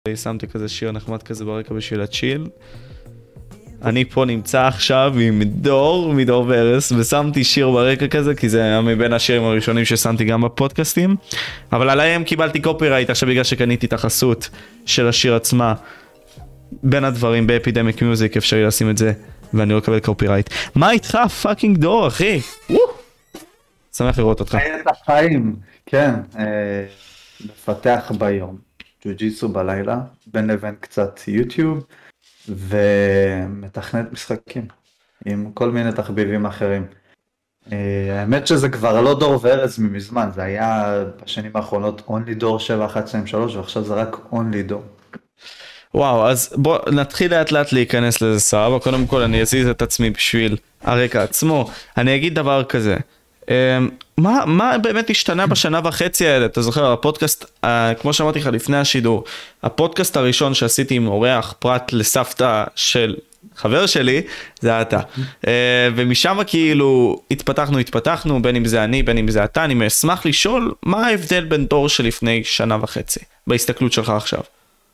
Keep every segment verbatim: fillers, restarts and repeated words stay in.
שמתי כזה שיר נחמד כזה ברקע בשביל הצ'יל. אני פה נמצא עכשיו עם דור, מדור ורס, ושמתי שיר ברקע כזה, כי זה היה מבין השירים הראשונים ששמתי גם בפודקאסטים. אבל עליהם קיבלתי קופירייט, עכשיו בגלל שקניתי את החסות של השיר עצמה. בין הדברים באפידמיק מיוזיק אפשרי לשים את זה, ואני לא אקבל קופירייט. מה איתך פאקינג דור, אחי? שמח לראות אותך. חיי את החיים, כן. מפתח ביום, ג'ו-ג'יטסו בלילה, בין לבין קצת יוטיוב, ומתכנת משחקים, עם כל מיני תחביבים אחרים. האמת שזה כבר לא דור ורס ממזמן, זה היה בשנים האחרונות only דור שבע אחת שתיים שלוש, ועכשיו זה רק only דור. וואו, אז בוא נתחיל לאט לאט להיכנס לזה סבבה. קודם כל אני אזיז את עצמי בשביל הרקע עצמו. אני אגיד דבר כזה, מה, מה באמת השתנה בשנה וחצי האלה? אתה זוכר, הפודקאסט, כמו שאמרתי לך לפני השידור, הפודקאסט הראשון שעשיתי עם אורח פרט לסבתא של חבר שלי, זה היה אתה. ומשם כאילו התפתחנו, התפתחנו, בין אם זה אני, בין אם זה אתה. אני אשמח לשאול, מה ההבדל בין דור שלפני שנה וחצי, בהסתכלות שלך עכשיו?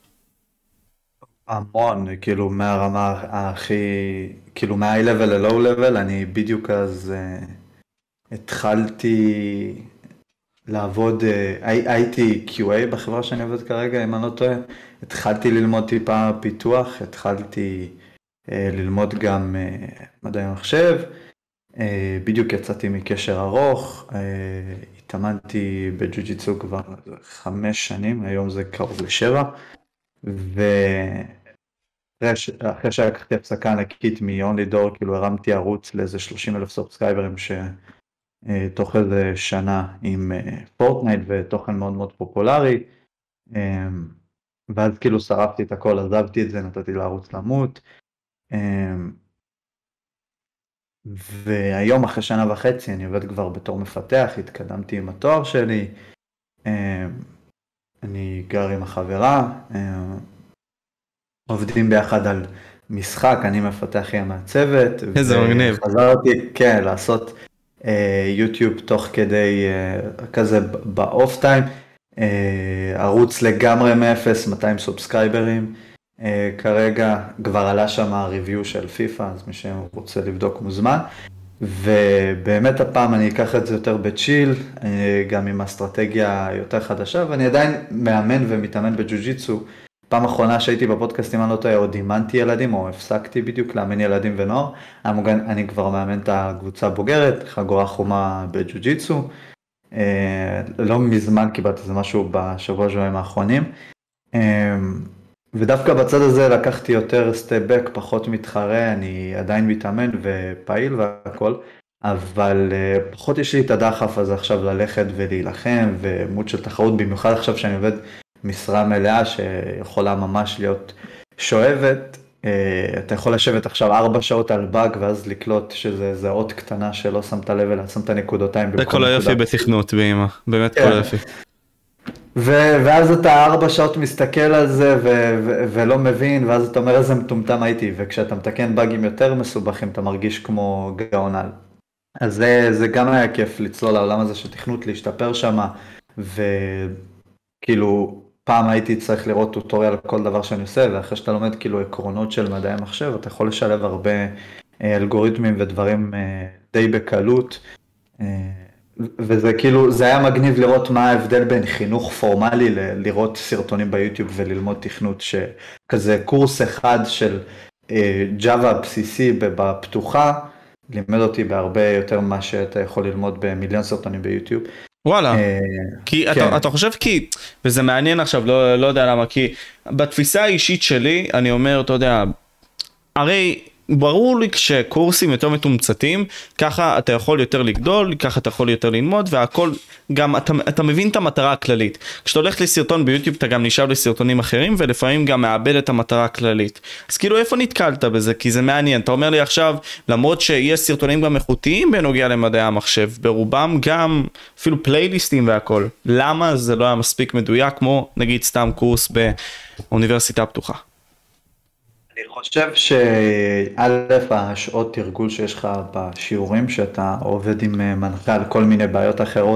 המון, כאילו מהרמה הכי, כאילו מה-high level ל-low level, אני בדיוק אז התחלתי לעבוד, הייתי קיו איי בחברה שאני עובד כרגע, אם אני לא טועה, התחלתי ללמוד טיפה פיתוח, התחלתי ללמוד גם מדעי המחשב, בדיוק יצאתי מקשר ארוך, התאמנתי בג'ו-ג'יטסו כבר חמש שנים, היום זה קרוב לשבע, ואחרי שלקחתי הפסקה ענקית מ-only דור, כאילו הרמתי ערוץ לאיזה שלושים אלף סאבסקרייברים שתוך איזה שנה עם פורטנייט ותוכן מאוד מאוד פופולרי, ואז כאילו שרפתי את הכל, עזבתי את זה, נתתי לערוץ למות, והיום אחרי שנה וחצי אני עובד כבר בתור מפתח, התקדמתי עם התואר שלי, אני גר עם החברה, עובדים ביחד על משחק, אני מפתח עם הצוות. איזה מגניב. וחזרתי, כן, לעשות יוטיוב תוך כדי כזה באוף טיים, ערוץ לגמרי מאפס, מאתיים סובסקרייברים, כרגע כבר עלה שם הריוויו של פיפה, אז מי שרוצה לבדוק מוזמן, ובאמת הפעם אני אקח את זה יותר בצ'יל, גם עם אסטרטגיה יותר חדשה, ואני עדיין מאמן ומתאמן בג'ו-ג'יטסו. פעם אחרונה שהייתי בפודקאסטים, אני לא טועה, עוד אימנתי ילדים, או הפסקתי בדיוק לאמן ילדים ונוער, אני כבר מאמן את הקבוצה הבוגרת, חגורה חומה בג'ו-ג'יטסו, לא מזמן קיבלתי זה משהו בשבוע שבועיים האחרונים, ודווקא בצד הזה לקחתי יותר סטייבק, פחות מתחרה, אני עדיין מתאמן ופעיל והכל, אבל פחות יש לי את הדחף הזה עכשיו ללכת ולהילחם, ומות של תחרות, במיוחד עכשיו שאני עובד משרה מלאה שיכולה ממש להיות שואבת, אתה יכול לשבת עכשיו ארבע שעות על באג ואז לקלוט שזה אות קטנה שלא שמת לב אלא שמת נקודותיים. זה כל היופי בתכנות באמא, באמת כל היופי. ואז אתה ארבע שעות מסתכל על זה ולא מבין, ואז אתה אומר איזה מטומטם הייתי, וכשאתה מתקן באגים יותר מסובכים אתה מרגיש כמו גאונל. אז זה גם היה כיף לצלול לעולם הזה של תכנות, להשתפר שם, וכאילו פעם הייתי צריך לראות טוטוריאל על כל דבר שאני עושה, ואחרי שאתה לומד כאילו עקרונות של מדעי המחשב, אתה יכול לשלב הרבה אלגוריתמים ודברים די בקלות, וזה כאילו, זה היה מגניב לראות מה ההבדל בין חינוך פורמלי לראות סרטונים ביוטיוב וללמוד תכנות, שכזה קורס אחד של ג'אווה בסיסי בפתוחה, לימד אותי בהרבה יותר ממה שאתה יכול ללמוד במיליון סרטונים ביוטיוב. וואלה, כי אתה, אתה חושב כי, וזה מעניין עכשיו, לא, לא יודע למה, כי בתפיסה האישית שלי, אני אומר, אתה יודע, הרי ברור לי כשקורסים יותר מתומצתים, ככה אתה יכול יותר לגדול, ככה אתה יכול יותר ללמוד, והכל, גם אתה, אתה מבין את המטרה הכללית. כשאתה הולך לסרטון ביוטיוב, אתה גם נשאר לסרטונים אחרים, ולפעמים גם מאבד את המטרה הכללית. אז כאילו, איפה נתקלת בזה? כי זה מעניין. אתה אומר לי עכשיו, למרות שיש סרטונים גם איכותיים בנוגע למדעי המחשב, ברובם גם אפילו פלייליסטים והכל. למה זה לא היה מספיק מדויק, כמו נגיד סתם קורס באוניברסיטה הפתוחה? אני חושב שא' השעות תרגול שיש לך בשיעורים, שאתה עובד עם מנחה על כל מיני בעיות אחרות,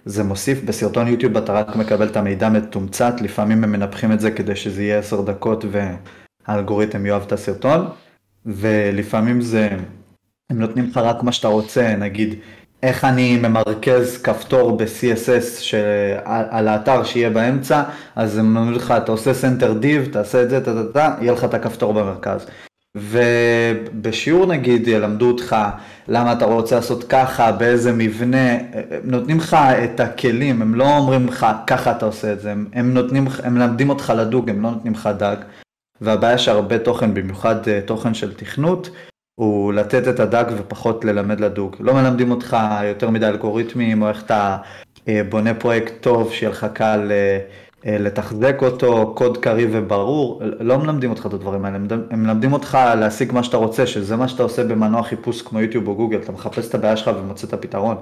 זה מוסיף, בסרטון יוטיוב אתה רק מקבל את המידע מתומצת, לפעמים הם מנפחים את זה כדי שזה יהיה עשר דקות והאלגוריתם יאהב את הסרטון, ולפעמים זה, הם נותנים לך רק מה שאתה רוצה, נגיד, איך אני ממרכז כפתור ב-סי אס אס של, על האתר שיהיה באמצע, אז הם אומרים לך, אתה עושה סנטר דיב, תעשה את זה, אתה, אתה, אתה, יהיה לך את הכפתור במרכז. ובשיעור נגיד ילמדו אותך למה אתה רוצה לעשות ככה, באיזה מבנה, נותנים לך את הכלים, הם לא אומרים לך ככה אתה עושה את זה, הם, נותנים, הם מלמדים אותך לדוג, הם לא נותנים לך דג, והבעיה שהרבה תוכן, במיוחד תוכן של תכנות, הוא לתת את הדג ופחות ללמד לדוג. לא מלמדים אותך יותר מדי אלגוריתמים, או איך אתה בונה פרויקט טוב, שיהיה לך קל לתחזק אותו, קוד קרי וברור, לא מלמדים אותך את הדברים האלה, הם מלמדים אותך להשיג מה שאתה רוצה, שזה מה שאתה עושה במנוע חיפוש כמו יוטיוב או גוגל, אתה מחפש את הבעיה שלך ומוצא את הפתרון.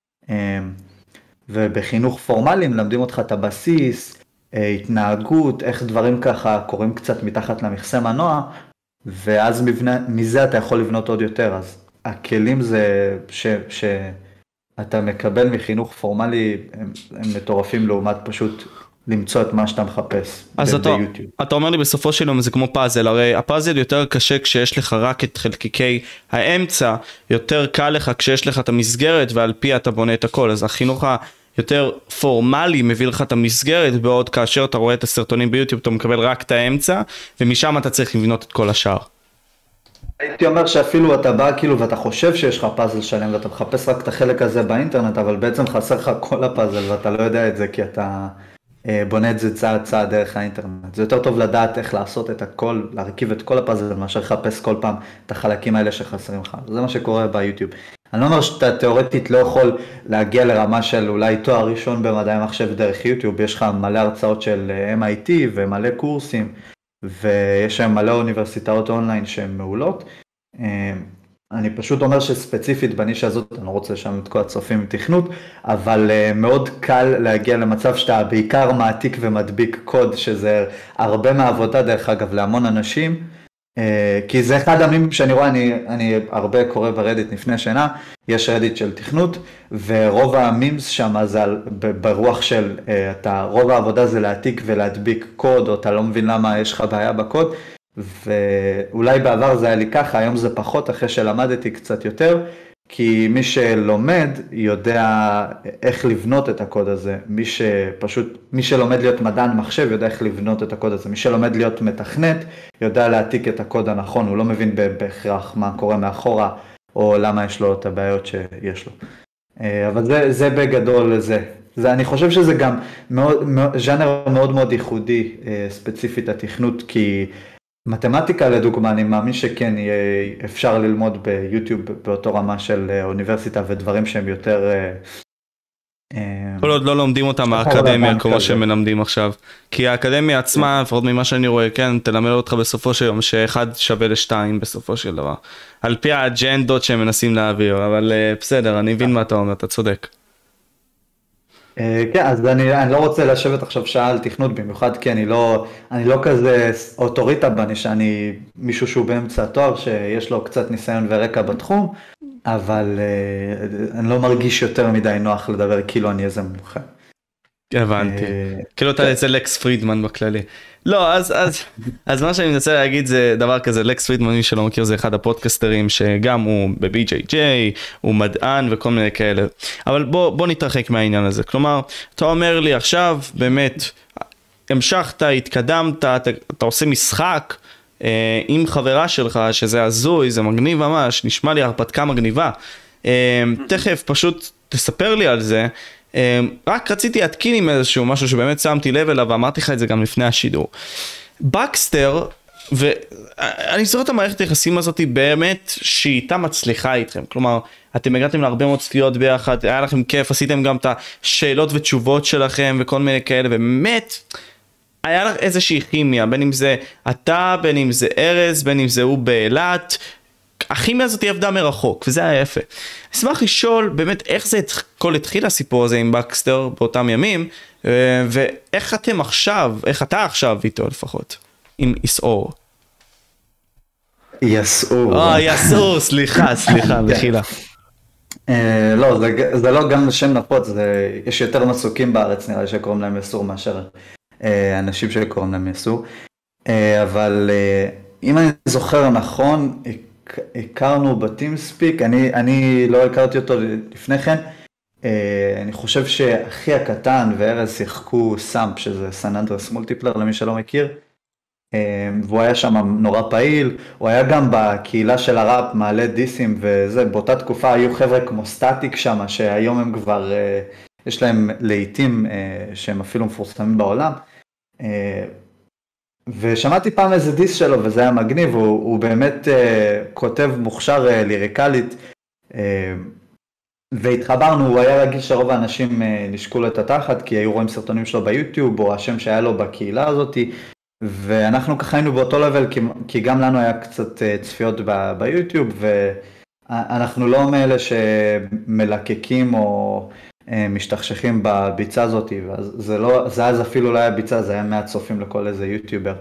ובחינוך פורמלי מלמדים אותך את הבסיס, התנהגות, איך דברים ככה קורים קצת מתחת למכסה מנוע, ואז מבנה, מזה אתה יכול לבנות עוד יותר. אז הכלים זה ש, שאתה מקבל מחינוך פורמלי, הם, הם מטורפים לעומת פשוט למצוא את מה שאתה מחפש אז אתה, ביוטיוב. אתה אומר לי בסופו של יום זה כמו פאזל, הרי הפאזל יותר קשה כשיש לך רק את חלקיקי האמצע, יותר קל לך כשיש לך את המסגרת ועל פי אתה בונה את הכל, אז החינוך יותר פורמלי מביא לך את המסגרת, בעוד כאשר אתה רואה את הסרטונים ביוטיוב אתה מקבל רק את האמצע, ומשם אתה צריך לבנות את כל השאר. הייתי אומר שאפילו אתה בא כאילו ואתה חושב שיש לך פאזל שלם ואתה מחפש רק את החלק הזה באינטרנט, אבל בעצם חסר לך כל הפאזל ואתה לא יודע את זה כי אתה בונה את זה צעד צעד דרך האינטרנט. זה יותר טוב לדעת איך לעשות את הכל, להרכיב את כל הפאזל מאשר לחפש כל פעם את החלקים האלה שחסרים לך. זה מה שקורה ביוטיוב. אני לא אומר שאתה תיאורטית לא יכול להגיע לרמה של אולי תואר ראשון במדעי המחשב דרך יוטיוב, יש לך מלא הרצאות של אם איי טי ומלא קורסים, ויש שם מלא אוניברסיטאות אונליין שהן מעולות. אני פשוט אומר שספציפית בנישה הזאת, אני לא רוצה שם את כל הצופים עם תכנות, אבל מאוד קל להגיע למצב שאתה בעיקר מעתיק ומדביק קוד, שזה הרבה מהעבודה דרך אגב להמון אנשים, כי זה אחד המים שאני רואה, אני, אני הרבה קורא ברדיט לפני שנה, יש רדיט של תכנות, ורוב המימס שם זה על, ברוח של, אתה, רוב העבודה זה להעתיק ולהדביק קוד, או אתה לא מבין למה יש לך בעיה בקוד, ואולי בעבר זה היה לי ככה, היום זה פחות אחרי שלמדתי קצת יותר, כי מי שלומד יודע איך לבנות את הקוד הזה, מי שפשוט, מי שלומד להיות מדען מחשב יודע איך לבנות את הקוד הזה, מי שלומד להיות מתכנת יודע להעתיק את הקוד הנכון, הוא לא מבין בהכרח מה קורה מאחורה, או למה יש לו את הבעיות שיש לו. אבל זה, זה בגדול זה. זה, אני חושב שזה גם מאוד, ז'אנר מאוד מאוד ייחודי, ספציפית התכנות, כי מתמטיקה לדוגמה, אני מאמין שכן יהיה אפשר ללמוד ביוטיוב באותו רמה של אוניברסיטה ודברים שהם יותר... כל עוד לא לומדים אותם מהאקדמיה כמו שהם מלמדים עכשיו. כי האקדמיה עצמה, לפחות ממה שאני רואה, כן, תלמד אותך בסופו של יום שאחד שווה לשתיים בסופו של דבר. על פי האג'נדות שהם מנסים להעביר, אבל בסדר, אני מבין מה אתה אומר, אתה צודק. כן, אז אני, אני לא רוצה לשבת עכשיו שעה על תכנות, במיוחד כי אני לא, אני לא כזה אוטוריטה בנישה, אני מישהו שהוא באמצע התואר שיש לו קצת ניסיון ורקע בתחום, אבל אני לא מרגיש יותר מדי נוח לדבר כאילו אני איזה מומחה. הבנתי. כאילו אתה איזה לקס פרידמן בכללי. לא, אז, אז, אז מה שאני מנסה להגיד זה דבר כזה, לקס פרידמן, מי שלא מכיר, זה אחד הפודקסטרים שגם הוא ב-בי ג'יי ג'יי, הוא מדען וכל מיני כאלה. אבל בוא, בוא נתרחק מהעניין הזה. כלומר, אתה אומר לי עכשיו, באמת, המשכת, התקדמת, אתה, אתה עושה משחק אה, עם חברה שלך, שזה הזוי, זה מגניב ממש, נשמע לי הרפתקה מגניבה. אה, תכף פשוט תספר לי על זה, רק רציתי להתקין עם איזשהו משהו שבאמת שמתי לב אליו, ואמרתי לך את זה גם לפני השידור. בקסטר, ואני זוכר את המערכת היחסים הזאת באמת שאיתה מצליחה איתכם, כלומר, אתם הגעתם להרבה מאוד צפיות ביחד, היה לכם כיף, עשיתם גם את השאלות ותשובות שלכם וכל מיני כאלה, ובאמת, היה לך איזושהי כימיה, בין אם זה אתה, בין אם זה ארז, בין אם זה הוא באילת, הכימיה הזאת עבדה מרחוק, וזה היה יפה. אשמח לשאול באמת איך זה כל התחיל הסיפור הזה עם בקסטר באותם ימים, ואיך אתם עכשיו, איך אתה עכשיו איתו לפחות, עם יסעור. יסעור. אה, יסעור, סליחה, סליחה, בחילה. לא, זה לא גם שם נפוץ, יש יותר מסוקים בארץ נראה לי שקוראים להם יסור מאשר אנשים שקוראים להם יסור. אבל אם אני זוכר נכון, הכרנו בטימספיק, אני, אני לא הכרתי אותו לפני כן. אני חושב שאחי הקטן וארז שיחקו סאמפ, שזה סן אנדרס מולטיפלר למי שלא מכיר. והוא היה שם נורא פעיל, הוא היה גם בקהילה של הראפ, מעלה דיסים וזה, באותה תקופה היו חבר'ה כמו סטטיק שם, שהיום הם כבר, יש להם לעיתים שהם אפילו מפורסמים בעולם. ושמעתי פעם איזה דיס שלו וזה היה מגניב, הוא, הוא באמת כותב מוכשר ליריקלית, והתחברנו, הוא היה רגיל שרוב האנשים נשקו לו את התחת, כי היו רואים סרטונים שלו ביוטיוב, או השם שהיה לו בקהילה הזאת, ואנחנו ככה היינו באותו לבל, כי, כי גם לנו היה קצת צפיות ב, ביוטיוב, ואנחנו לא מאלה שמלקקים או משתכשכים בביצה הזאת, וזה לא, זה אז אפילו לא היה ביצה, זה היה מעט צופים לכל איזה יוטיובר.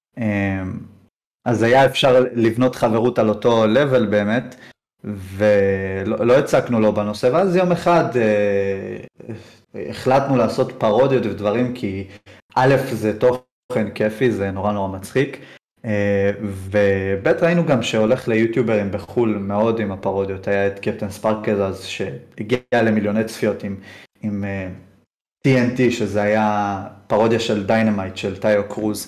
אז היה אפשר לבנות חברות על אותו לבל באמת, ולא לא הצקנו לו בנושא, ואז יום אחד החלטנו לעשות פרודיות ודברים, כי א' זה תוכן כיפי, זה נורא נורא מצחיק, וב' ראינו גם שהולך ליוטיוברים בחול מאוד עם הפרודיות, היה את קפטן ספארקז אז שהגיע למיליוני צפיות עם, עם טי אן טי, שזה היה פרודיה של דיינמייט של טאיו קרוז,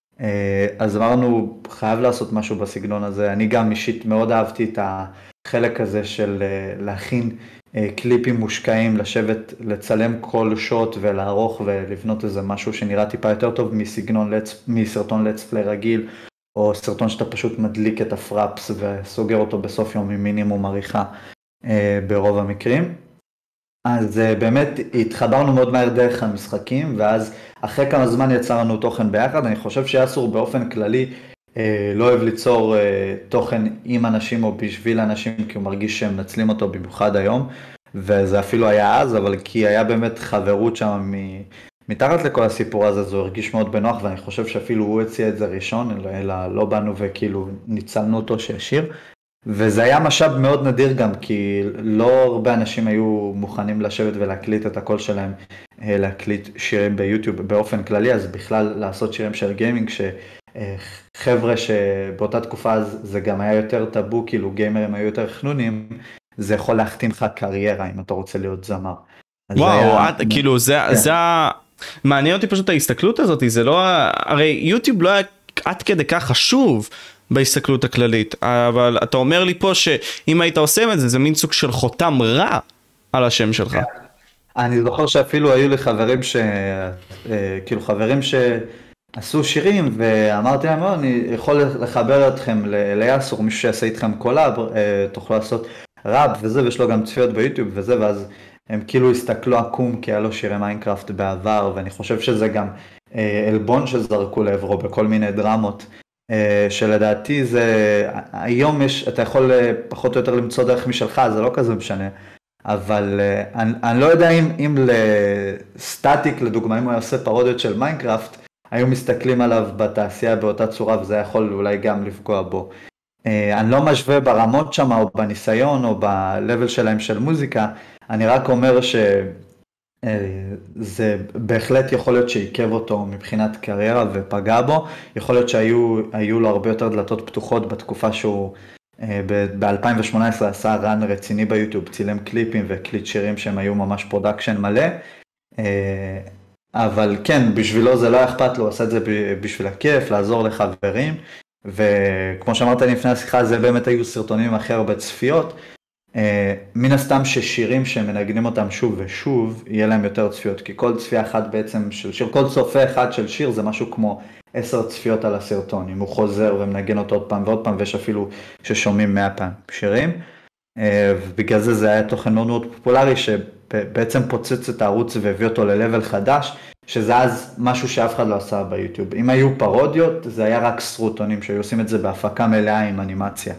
אז אמרנו חייב לעשות משהו בסגנון הזה, אני גם אישית מאוד אהבתי את החלק הזה של להכין קליפים מושקעים, לשבת, לצלם כל שוט ולערוך ולבנות איזה משהו שנראה טיפה יותר טוב מסגנון, מסרטון let's play רגיל, או סרטון שאתה פשוט מדליק את הפראפס וסוגר אותו בסוף יום עם מינימום עריכה ברוב המקרים. אז באמת התחברנו מאוד מהר דרך המשחקים, ואז אחרי כמה זמן יצרנו תוכן ביחד. אני חושב שאסור באופן כללי לא אוהב ליצור תוכן עם אנשים או בשביל אנשים, כי הוא מרגיש שהם מנצלים אותו במיוחד היום, וזה אפילו היה אז, אבל כי היה באמת חברות שם מתחת לכל הסיפור הזה, זה הרגיש מאוד בנוח, ואני חושב שאפילו הוא הציע את זה ראשון, אלא לא באנו וכאילו ניצלנו אותו שישיר. וזה היה משאב מאוד נדיר גם, כי לא הרבה אנשים היו מוכנים לשבת ולהקליט את הקול שלהם, להקליט שירים ביוטיוב באופן כללי, אז בכלל לעשות שירים של גיימינג, שחבר'ה שבאותה תקופה זה גם היה יותר טאבו, כאילו גיימרים היו יותר חנונים, זה יכול להכתים לך קריירה אם אתה רוצה להיות זמר. וואו, היה... את, כאילו זה, כן. זה, מעניין אותי פשוט ההסתכלות הזאת, זה לא, הרי יוטיוב לא היה עד כדי כך חשוב, בהסתכלות הכללית, אבל אתה אומר לי פה שאם היית עושה את זה, זה מין סוג של חותם רע על השם שלך. אני זוכר שאפילו היו לי חברים ש... כאילו חברים שעשו שירים, ואמרתי להם, אני יכול לחבר אתכם ליאסור, מישהו שיעשה איתכם קולאב, תוכלו לעשות ראפ וזה, ויש לו גם צפיות ביוטיוב וזה, ואז הם כאילו הסתכלו עקום, כי היה לו שירי מיינקראפט בעבר, ואני חושב שזה גם אלבון שזרקו לעברו בכל מיני דרמות, שלדעתי זה, היום יש, אתה יכול פחות או יותר למצוא דרך משלך, זה לא כזה משנה, אבל אני, אני לא יודע אם, אם לסטטיק, לדוגמה, אם הוא עושה פרודיות של מיינקראפט, היו מסתכלים עליו בתעשייה באותה צורה, וזה יכול אולי גם לפגוע בו. אני לא משווה ברמות שם, או בניסיון, או בלבל שלהם של מוזיקה, אני רק אומר ש... זה בהחלט יכול להיות שעיכב אותו מבחינת קריירה ופגע בו, יכול להיות שהיו לו הרבה יותר דלתות פתוחות בתקופה שהוא ב-אלפיים שמונה עשרה עשה רן רציני ביוטיוב, צילם קליפים וקליט שירים שהם היו ממש פרודקשן מלא, אבל כן, בשבילו זה לא אכפת לו, הוא עשה את זה בשביל הכיף, לעזור לחברים, וכמו שאמרת לי לפני השיחה, זה באמת היו סרטונים אחר בצפיות, Uh, מן הסתם ששירים שמנגנים אותם שוב ושוב, יהיה להם יותר צפיות, כי כל צפייה אחת בעצם של שיר, כל צופה אחד של שיר זה משהו כמו עשר צפיות על הסרטון, אם הוא חוזר ומנגן אותו עוד פעם ועוד פעם, ויש אפילו ששומעים מאה פעם שירים, uh, ובגלל זה זה היה תוכן מאוד מאוד פופולרי, שבעצם פוצץ את הערוץ והביא אותו ללבל חדש, שזה אז משהו שאף אחד לא עשה ביוטיוב. אם היו פרודיות, זה היה רק סרוטונים, שהיו עושים את זה בהפקה מלאה עם אנימציה.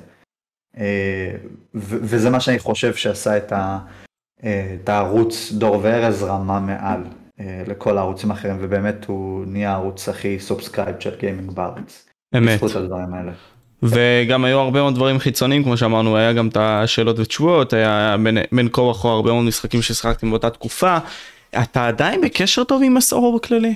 וזה מה שאני חושב שעשה את הערוץ דור וארז רמה מעל לכל הערוצים האחרים, ובאמת הוא נהיה הערוץ הכי סובסקרייב של גיימינג בארץ. אמת. בזכות הדברים האלה. וגם היו הרבה מאוד דברים חיצוניים, כמו שאמרנו, היה גם את השאלות ותשובות, היה בין, בין כה וכה הרבה מאוד משחקים ששחקתם באותה תקופה. אתה עדיין בקשר טוב עם מסעור בכללי?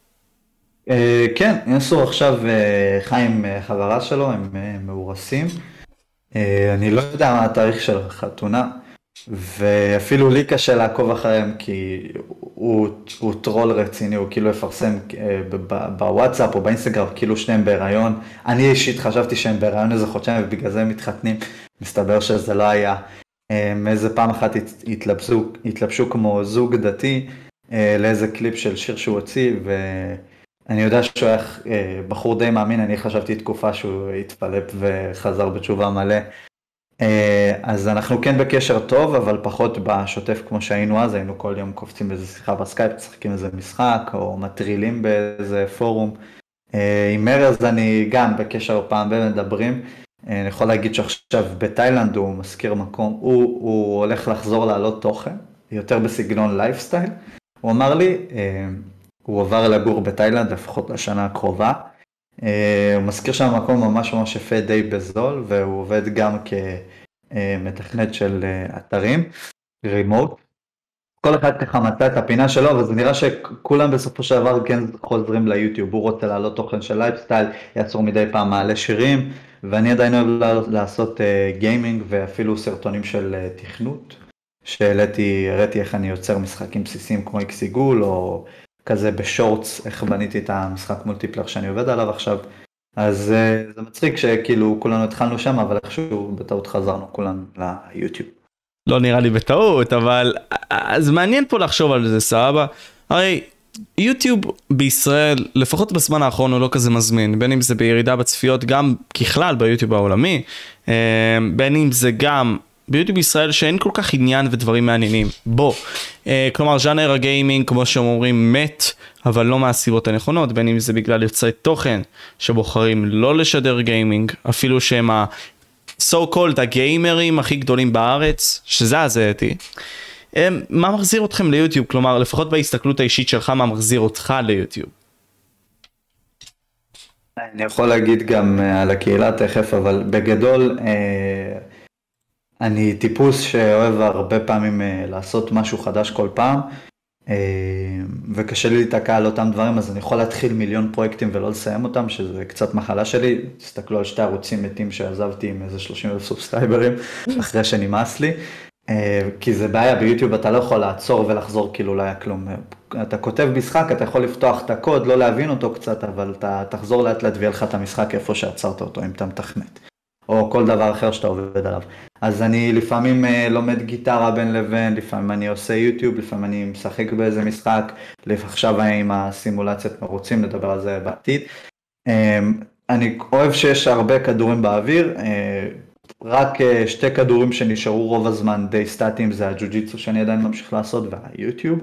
כן, מסעור עכשיו חי עם חברה שלו, הם מאורסים. אני לא יודע מה התאריך של החתונה, ואפילו לי קשה לעקוב אחריהם, כי הוא, הוא טרול רציני, הוא כאילו יפרסם בוואטסאפ או באינסטגרם, כאילו שניהם בהיריון. אני אישית חשבתי שהם בהיריון איזה חודשיים, ובגלל זה הם מתחתנים. מסתבר שזה לא היה. מאיזה פעם אחת התלבשו, התלבשו כמו זוג דתי, לאיזה קליפ של שיר שהוא הוציא, ואני יודע שהוא היה בחור די מאמין, אני חשבתי תקופה שהוא התפלפ וחזר בתשובה מלא. אז אנחנו כן בקשר טוב, אבל פחות בשוטף כמו שהיינו אז, היינו כל יום קופצים באיזה שיחה בסקייפ, משחקים איזה משחק, או מטרילים באיזה פורום. עם ארז אני גם בקשר פעם במדברים, אני יכול להגיד שעכשיו בתאילנד הוא מזכיר מקום, הוא, הוא הולך לחזור לעלות תוכן, יותר בסגנון לייפסטייל. הוא אמר לי, הוא עבר לגור בתאילנד לפחות לשנה הקרובה, הוא מזכיר שם מקום ממש ממש יפה די בזול, והוא עובד גם כמתכנת של אתרים, רימוט. כל אחד ככה מצא את הפינה שלו, אבל זה נראה שכולם בסופו של דבר כן חוזרים ליוטיוב, הוא רוצה לעלות תוכן של לייפסטייל, יצור מדי פעם מעלה שירים, ואני עדיין אוהב לעשות גיימינג ואפילו סרטונים של תכנות, שהעליתי, הראיתי איך אני יוצר משחקים בסיסיים כמו אקסיגול, או כזה בשורטס, איך בניתי את המשחק מולטיפלר שאני עובד עליו עכשיו. אז זה מצחיק שכאילו כולנו התחלנו שם, אבל איכשהו בטעות חזרנו כולנו ליוטיוב. לא נראה לי בטעות, אבל אז מעניין פה לחשוב על זה, סבבה. הרי יוטיוב בישראל, לפחות בזמן האחרון, הוא לא כזה מזמין, בין אם זה בירידה בצפיות, גם ככלל ביוטיוב העולמי, בין אם זה גם ביוטיוב בישראל שאין כל כך עניין ודברים מעניינים. בוא, כלומר, ז'אנר הגיימינג, כמו שהם אומרים, מת, אבל לא מהסיבות הנכונות, בין אם זה בגלל יוצרי תוכן שבוחרים לא לשדר גיימינג, אפילו שהם ה so called הגיימרים הכי גדולים בארץ, שזה הזהתי. מה מחזיר אתכם ליוטיוב? כלומר, לפחות בהסתכלות האישית שלך, מה מחזיר אותך ליוטיוב? אני יכול להגיד גם על הקהילה תכף, אבל בגדול, אני טיפוס שאוהב הרבה פעמים לעשות משהו חדש כל פעם, וקשה לי להתעקע על אותם דברים, אז אני יכול להתחיל מיליון פרויקטים ולא לסיים אותם, שזה קצת מחלה שלי. תסתכלו על שתי ערוצים מתים שעזבתי עם איזה שלושים אלף סובסקרייברים, אחרי שנמאס לי, כי זה בעיה, ביוטיוב אתה לא יכול לעצור ולחזור כאילו לא היה כלום. אתה כותב משחק, אתה יכול לפתוח את הקוד, לא להבין אותו קצת, אבל אתה תחזור לאט לאט ויהיה לך את המשחק איפה שעצרת אותו, אם אתה מתכנת, או כל דבר אחר שאתה עובד עליו. אז אני לפעמים לומד גיטרה בין לבין, לפעמים אני עושה יוטיוב, לפעמים אני משחק באיזה משחק, עכשיו עם הסימולציית מרוצים, לדבר על זה בעתיד. אני אוהב שיש הרבה כדורים באוויר, רק שתי כדורים שנשארו רוב הזמן די סטטיים, זה הג'ו-ג'יטסו שאני עדיין ממשיך לעשות, והיוטיוב.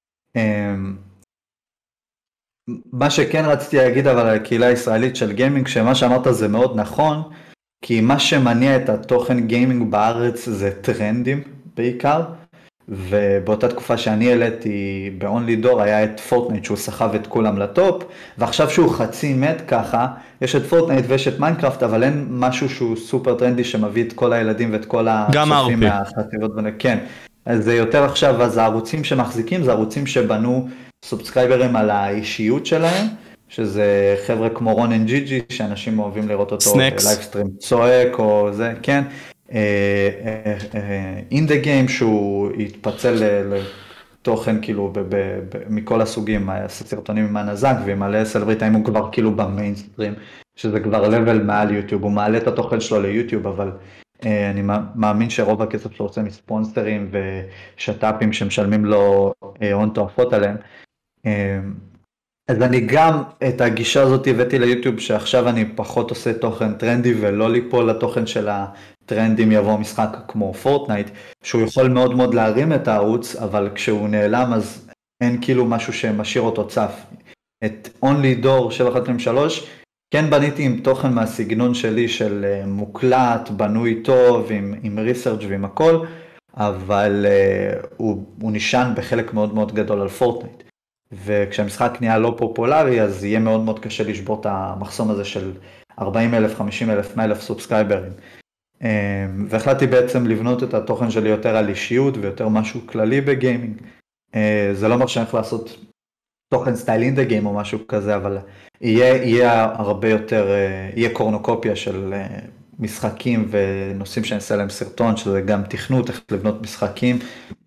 מה שכן רציתי להגיד אבל על הקהילה הישראלית של גיימינג, שמה שאמרת זה מאוד נכון, כי מה שמניע את התוכן גיימינג בארץ זה טרנדים בעיקר, ובאותה תקופה שאני העליתי ב-Only Door היה את פורטנייט שהוא סחב את כולם לטופ, ועכשיו שהוא חצי מת ככה, יש את פורטנייט ויש את מיינקראפט, אבל אין משהו שהוא סופר טרנדי שמביא את כל הילדים ואת כל השופים מהחטיבות. כן, אז זה יותר עכשיו, אז הערוצים שמחזיקים זה ערוצים שבנו סובסקרייברים על האישיות שלהם, שזה חבר'ה כמו רונן ג'י ג'י, שאנשים אוהבים לראות אותו בלייבסטרים צועק או זה, כן. In the game שהוא יתפצל לתוכן כאילו מכל הסוגים, סרטונים עם הנזק ומלא סלבריטאים, הוא כבר כאילו במיינסטרים, שזה כבר לבל מעל יוטיוב, הוא מעלה את התוכן שלו ליוטיוב, אבל אני מאמין שרוב הכסף שלו עושה מספונסרים ושטאפים שמשלמים לו הון תועפות עליהם. אז אני גם את הגישה הזאת הבאתי ליוטיוב, שעכשיו אני פחות עושה תוכן טרנדי ולא ליפול לתוכן של הטרנדים, יבוא משחק כמו פורטנייט, שהוא יכול מאוד מאוד להרים את הערוץ, אבל כשהוא נעלם אז אין כאילו משהו שמשאיר אותו צף. את Only Door שבע אחת שתיים שלוש, כן בניתי עם תוכן מהסגנון שלי של מוקלט, בנוי טוב, עם, עם ריסרצ' ועם הכל, אבל uh, הוא, הוא נשען בחלק מאוד מאוד גדול על פורטנייט. וכשהמשחק נהיה לא פופולרי, אז יהיה מאוד מאוד קשה לשבור את המחסום הזה של ארבעים אלף, חמישים אלף, מאה אלף סובסקרייברים. והחלטתי בעצם לבנות את התוכן שלי יותר על אישיות ויותר משהו כללי בגיימינג. זה לא אומר שאני הולך לעשות תוכן סטייל אין דה גיים או משהו כזה, אבל יהיה, יהיה הרבה יותר, יהיה קורנוקופיה של משחקים ונושאים שאני אעשה להם סרטון, שזה גם תכנות, איך לבנות משחקים,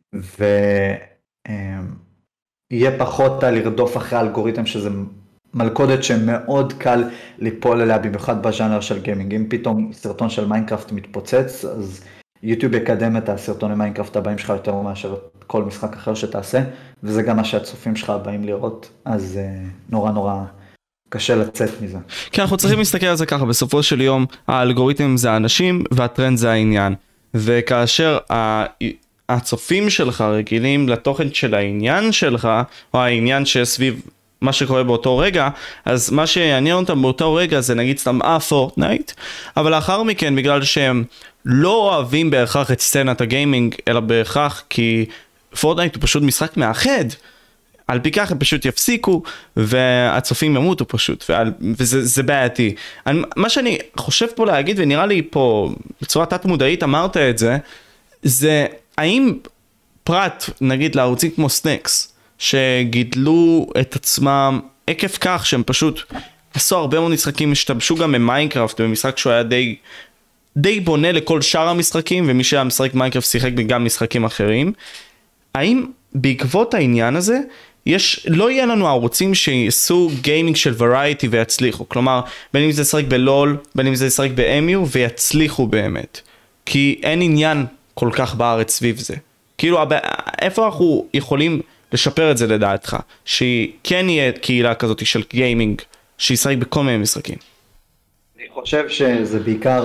ויהיה פחות על לרדוף אחרי אלגוריתם, שזה מלכודת שמאוד קל ליפול אליה, במיוחד בז'אנר של גיימינג. אם פתאום סרטון של מיינקראפט מתפוצץ, אז יוטיוב יקדם את הסרטוני מיינקראפט הבאים שלך יותר מאשר כל משחק אחר שתעשה, וזה גם מה שהצופים שלך הבאים לראות, אז נורא נורא קשה לצאת מזה. כן, אנחנו צריכים להסתכל על זה ככה, בסופו של יום האלגוריתם זה האנשים והטרנד זה העניין, וכאשר הצופים שלך רגילים לתוכן של העניין שלך, או העניין שסביב מה שקורה באותו רגע, אז מה שיעניין אותם באותו רגע זה נגיד סתם אה פורטנייט, אבל לאחר מכן בגלל שהם לא אוהבים בהכרח את סצנת הגיימינג, אלא בהכרח כי פורטנייט הוא פשוט משחק מאחד, על פי כך הם פשוט יפסיקו והצופים ימותו פשוט, ועל, וזה זה בעייתי. אני, מה שאני חושב פה להגיד, ונראה לי פה בצורה תת מודעית אמרת את זה, זה האם פרט נגיד לערוצים כמו סנקס, שגידלו את עצמם עקב כך שהם פשוט עשו הרבה מאוד משחקים, השתמשו גם במיינקראפט, במשחק שהוא היה די, די בונה לכל שאר המשחקים, ומי שהיה משחק מיינקראפט שיחק גם משחקים אחרים. האם בעקבות העניין הזה, יש, לא יהיה לנו ערוצים שיעשו גיימינג של וריאטי ויצליחו, כלומר, בין אם זה ישחק בלול, בין אם זה ישחק באמיו, ויצליחו באמת, כי אין עניין כל כך בארץ סביב זה. כאילו, איפה אנחנו יכולים לשפר את זה לדעתך, שכן יהיה קהילה כזאת של גיימינג, שישחק בכל מיני משחקים? אני חושב שזה בעיקר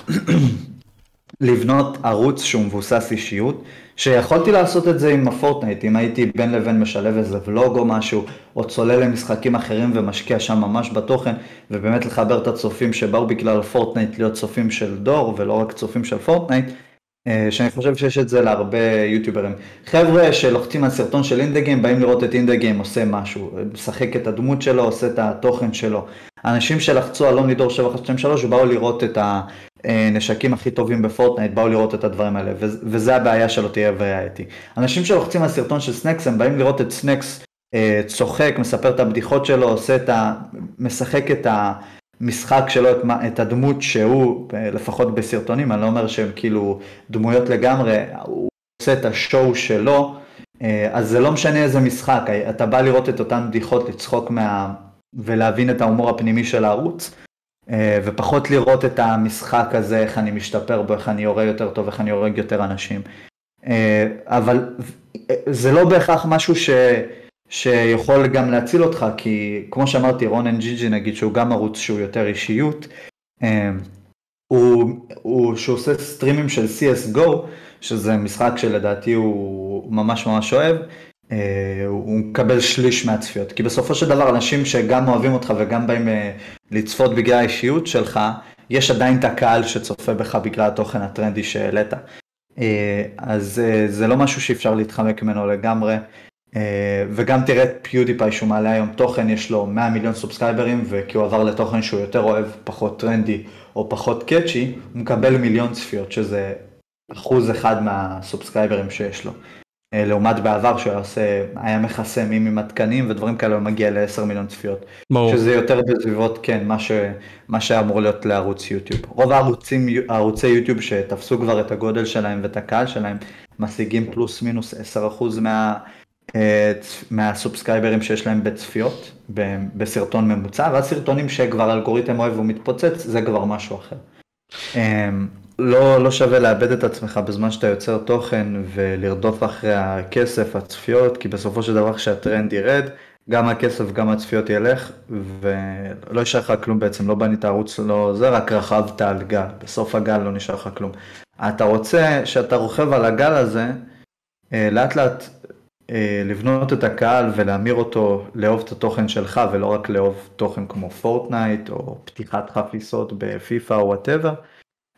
לבנות ערוץ שהוא מבוסס אישיות, שיכולתי לעשות את זה עם הפורטנייט, אם הייתי בין לבין משלב איזה ולוג או משהו, או צולל למשחקים אחרים ומשקיע שם ממש בתוכן, ובאמת לחבר את הצופים שבאו בגלל פורטנייט להיות צופים של דור, ולא רק צופים של פורטנייט, שאני חושב שיש את זה להרבה יוטיוברים. חבר'ה שלוחצים על סרטון של אין דה גיים, באים לראות את אין דה גיים עושה משהו, משחק את הדמות שלו, עושה את התוכן שלו. אנשים שלחצו על לוני דור שבע אחת שתיים שלוש, באו לראות את הנשקים הכי טובים בפורטנייט, באו לראות את הדברים האלה, וזה הבעיה שלו תהיה וריאטי. אנשים שלוחצים על סרטון של סנקס, הם באים לראות את סנקס צוחק, מספר את הבדיחות שלו, עושה את ה... משחק את ה... משחק שלו, את, את הדמות שהוא, לפחות בסרטונים, אני לא אומר שהם כאילו דמויות לגמרי, הוא עושה את השואו שלו, אז זה לא משנה איזה משחק, אתה בא לראות את אותן בדיחות, לצחוק מה... ולהבין את ההומור הפנימי של הערוץ, ופחות לראות את המשחק הזה, איך אני משתפר בו, איך אני יורה יותר טוב, איך אני יורג יותר אנשים. אבל זה לא בהכרח משהו ש... שיכול גם להציל אותך, כי כמו שאמרתי, רונן ג'י ג'י נגיד, שהוא גם ערוץ שהוא יותר אישיות, הוא, הוא שעושה סטרימים של סי אס גו, שזה משחק שלדעתי הוא ממש ממש אוהב, הוא מקבל שליש מהצפיות, כי בסופו של דבר אנשים שגם אוהבים אותך וגם באים לצפות בגלל האישיות שלך, יש עדיין את הקהל שצופה בך בגלל התוכן הטרנדי שהעלית, אז זה לא משהו שאפשר להתחמק ממנו לגמרי, וגם תראה את פיודיפיי שהוא מעלה היום תוכן, יש לו מאה מיליון סובסקרייברים, וכי הוא עבר לתוכן שהוא יותר אוהב, פחות טרנדי או פחות קאצ'י, הוא מקבל מיליון צפיות, שזה אחוז אחד מהסובסקרייברים שיש לו. לעומת בעבר שהוא עושה, היה מכסה מימים התקנים ודברים כאלה, הוא מגיע ל-עשרה מיליון צפיות. ברור. שזה יותר בסביבות, כן, מה, ש, מה שאמור להיות לערוץ יוטיוב. רוב הערוצים, הערוצי יוטיוב שתפסו כבר את הגודל שלהם ואת הקהל שלהם, משיגים פלוס מינוס עשרה אחוז מה... מהסובסקרייברים שיש להם בצפיות, בסרטון ממוצע, והסרטונים שכבר אלגוריתם אוהב ומתפוצץ, זה כבר משהו אחר. לא, לא שווה לאבד את עצמך בזמן שאתה יוצר תוכן ולרדוף אחרי הכסף, הצפיות, כי בסופו של דבר כשהטרנד ירד, גם הכסף, גם הצפיות ילך, ולא נשאר לך כלום בעצם, לא בנית ערוץ, לא זה, רק רכבת על גל, בסוף הגל לא נשאר לך כלום. אתה רוצה שאתה רוכב על הגל הזה, לאט לאט, לבנות את הקהל ולהמיר אותו לאהוב את התוכן שלך, ולא רק לאהוב תוכן כמו פורטנייט או פתיחת חפיסות בפיפה או whatever,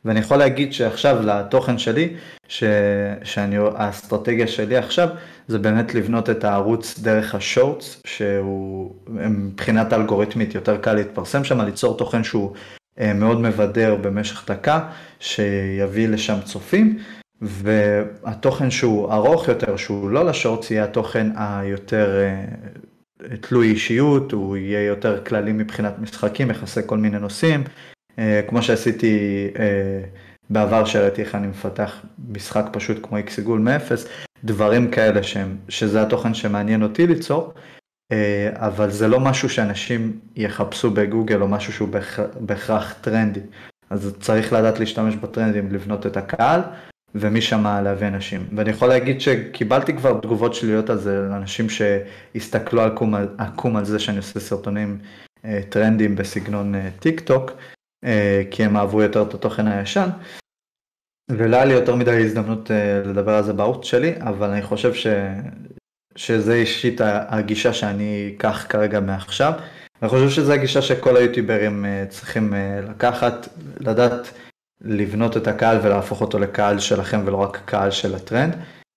ואני יכול להגיד שעכשיו לתוכן שלי, ש... שאני, האסטרטגיה שלי עכשיו, זה באמת לבנות את הערוץ דרך השורטס, שהוא מבחינת האלגוריתמית יותר קל להתפרסם שם, ליצור תוכן שהוא מאוד מבדר במשך דקה, שיביא לשם צופים, והתוכן שהוא ארוך יותר, שהוא לא לשורטס, יהיה התוכן היותר תלוי אישיות, הוא יהיה יותר כללי מבחינת משחקים, יחסה כל מיני נושאים, כמו שעשיתי בעבר שהראיתי איך אני מפתח משחק פשוט כמו איקס עיגול מאפס, דברים כאלה שהם, שזה התוכן שמעניין אותי ליצור, אבל זה לא משהו שאנשים יחפשו בגוגל או משהו שהוא בהכרח טרנדי, אז צריך לדעת להשתמש בטרנדים, לבנות את הקהל, ומשם להביא אנשים. ואני יכול להגיד שקיבלתי כבר תגובות שליליות על זה, לאנשים שהסתכלו על קום, עקום על זה שאני עושה סרטונים טרנדים בסגנון טיק טוק, כי הם אהבו יותר את התוכן הישן, ולא היה לי יותר מדי הזדמנות לדבר על זה בערוץ שלי, אבל אני חושב ש... שזה אישית הגישה שאני אקח כרגע מעכשיו. אני חושב שזו הגישה שכל היוטיוברים צריכים לקחת, לדעת לבנות את הקהל ולהפוך אותו לקהל שלכם ולא רק קהל של הטרנד.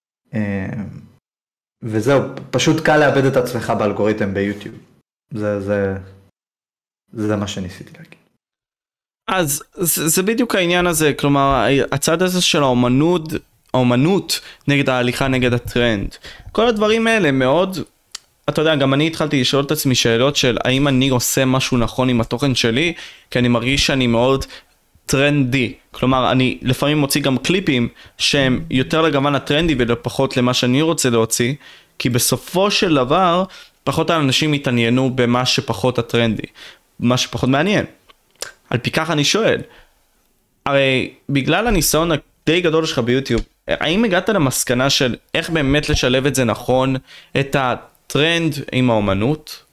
וזהו, פשוט קל לאבד את עצמך באלגוריתם ביוטיוב. זה, זה, זה מה שניסיתי להגיד. אז זה, זה בדיוק העניין הזה, כלומר, הצד הזה של האומנות, האומנות נגד ההליכה, נגד הטרנד. כל הדברים האלה מאוד, אתה יודע, גם אני התחלתי לשאול את עצמי שאלות של האם אני עושה משהו נכון עם התוכן שלי, כי אני מרגיש שאני מאוד טרנדי. כלומר, אני לפעמים מוציא גם קליפים שהם יותר לגוון הטרנדי ולפחות למה שאני רוצה להוציא, כי בסופו של דבר, פחות האנשים התעניינו במה שפחות הטרנדי, מה שפחות מעניין. על פי כך אני שואל, הרי בגלל הניסיון די גדול שלך ביוטיוב, האם הגעת למסקנה של איך באמת לשלב את זה נכון, את הטרנד עם האומנות?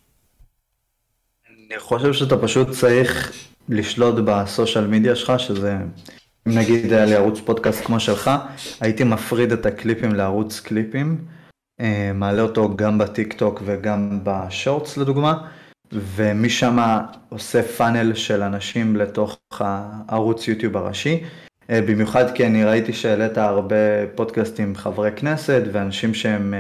אני חושב שאתה פשוט צריך לשלוט בסושיאל מדיה שלך, שזה, אם נגיד היה לי ערוץ פודקאסט כמו שלך, הייתי מפריד את הקליפים לערוץ קליפים, מעלה אותו גם בטיק טוק וגם בשורטס לדוגמה, ומשם עושה פאנל של אנשים לתוך הערוץ יוטיוב הראשי, במיוחד כי אני ראיתי שהעלית הרבה פודקאסטים חברי כנסת ואנשים שהם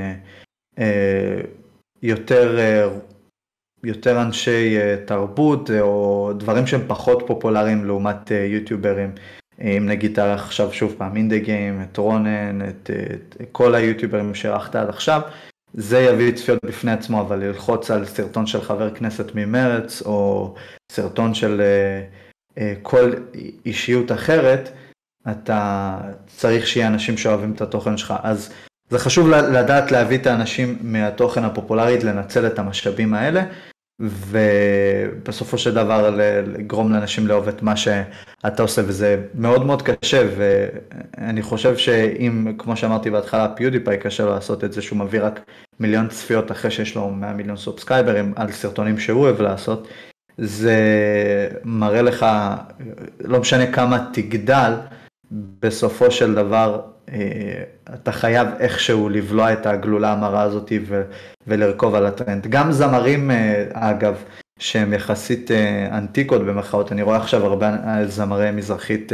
יותר, יותר אנשי תרבות או דברים שהם פחות פופולריים לעומת יוטיוברים. אם נגיד עכשיו שוב פעם אינדה גיים, את רונן, את, את כל היוטיוברים שערכת עד עכשיו, זה יביא צפיות בפני עצמו, אבל ללחוץ על סרטון של חבר כנסת ממרץ או סרטון של כל אישיות אחרת, אתה צריך שיהיה אנשים שאוהבים את התוכן שלך. אז זה חשוב לדעת להביא את האנשים מהתוכן הפופולרית, לנצל את המשאבים האלה, ובסופו של דבר לגרום לאנשים לאהוב את מה שאתה עושה, וזה מאוד מאוד קשה, ואני חושב שאם, כמו שאמרתי בהתחלה, פיודיפיי קשה לו לעשות את זה, שהוא מביא רק מיליון צפיות אחרי שיש לו מאה מיליון סובסקרייברים על סרטונים שהוא אוהב לעשות, זה מראה לך, לא משנה כמה תגדל, בסופו של דבר אתה חייב איכשהו לבלוע את הגלולה המרה הזאת ולרכוב על הטרנד. גם זמרים, אגב, שהם יחסית אנטיקות במרכאות, אני רואה עכשיו הרבה זמרי מזרחית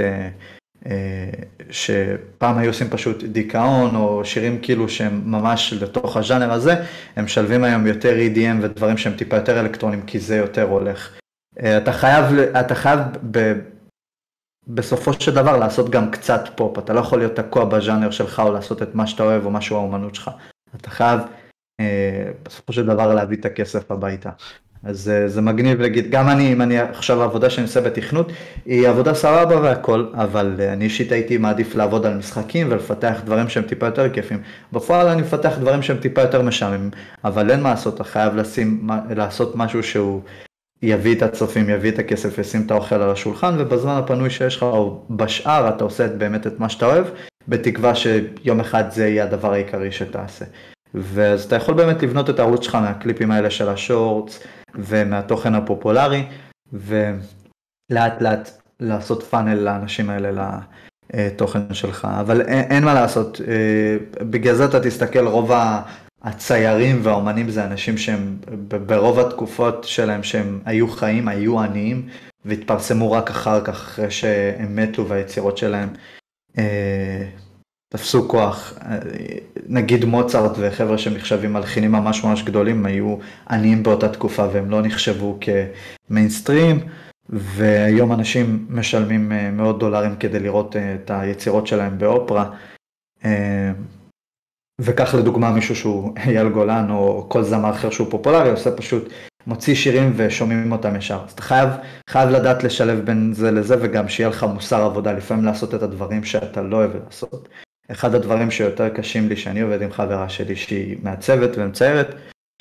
שפעם היו עושים פשוט דיכאון או שירים כאילו שהם ממש לתוך הז'אנר הזה, הם משלבים היום יותר אי די אם ודברים שהם טיפה יותר אלקטרונים, כי זה יותר הולך. אתה חייב, אתה חייב ב... בסופו של דבר לעשות גם קצת פופ, אתה לא יכול להיות תקוע בז'אנר שלך או לעשות את מה שאתה אוהב או משהו האומנות שלך, אתה חייב אה, בסופו של דבר להביא את הכסף הביתה. אז אה, זה מגניב להגיד, גם אני, אם אני עכשיו העבודה שאני עושה בתכנות, היא עבודה סבבה והכל, אבל אה, אני אישית הייתי מעדיף לעבוד על משחקים ולפתח דברים שהם טיפה יותר כיפים. בפועל אני מפתח דברים שהם טיפה יותר משעממים, אבל אין מה לעשות, אתה חייב לשים, לעשות משהו שהוא יביא את הצופים, יביא את הכסף, ישים את האוכל על השולחן, ובזמן הפנוי שיש לך, או בשאר, אתה עושה באמת את מה שאתה אוהב, בתקווה שיום אחד זה יהיה הדבר העיקרי שתעשה. ואז אתה יכול באמת לבנות את הערוץ שלך מהקליפים האלה של השורטס, ומהתוכן הפופולרי, ולאט לאט לעשות פאנל לאנשים האלה לתוכן שלך. אבל אין, אין מה לעשות, בגלל זה אתה תסתכל רוב ה... הציירים והאומנים זה אנשים שהם ברוב התקופות שלהם שהם היו חיים, היו עניים, והתפרסמו רק אחר כך, אחרי שהם מתו והיצירות שלהם אה, תפסו כוח. נגיד מוצרט וחבר'ה שנחשבים מלחינים ממש ממש גדולים, היו עניים באותה תקופה והם לא נחשבו כמיינסטרים, והיום אנשים משלמים מאות דולרים כדי לראות את היצירות שלהם באופרה. וכך לדוגמה מישהו שהוא אייל גולן או כל זמר אחר שהוא פופולרי, עושה פשוט מוציא שירים ושומעים אותם ישר. אז אתה חייב, חייב לדעת לשלב בין זה לזה, וגם שיהיה לך מוסר עבודה, לפעמים לעשות את הדברים שאתה לא אוהב לעשות. אחד הדברים שיותר קשים לי, שאני עובד עם חברה שלי שהיא מעצבת ומציירת,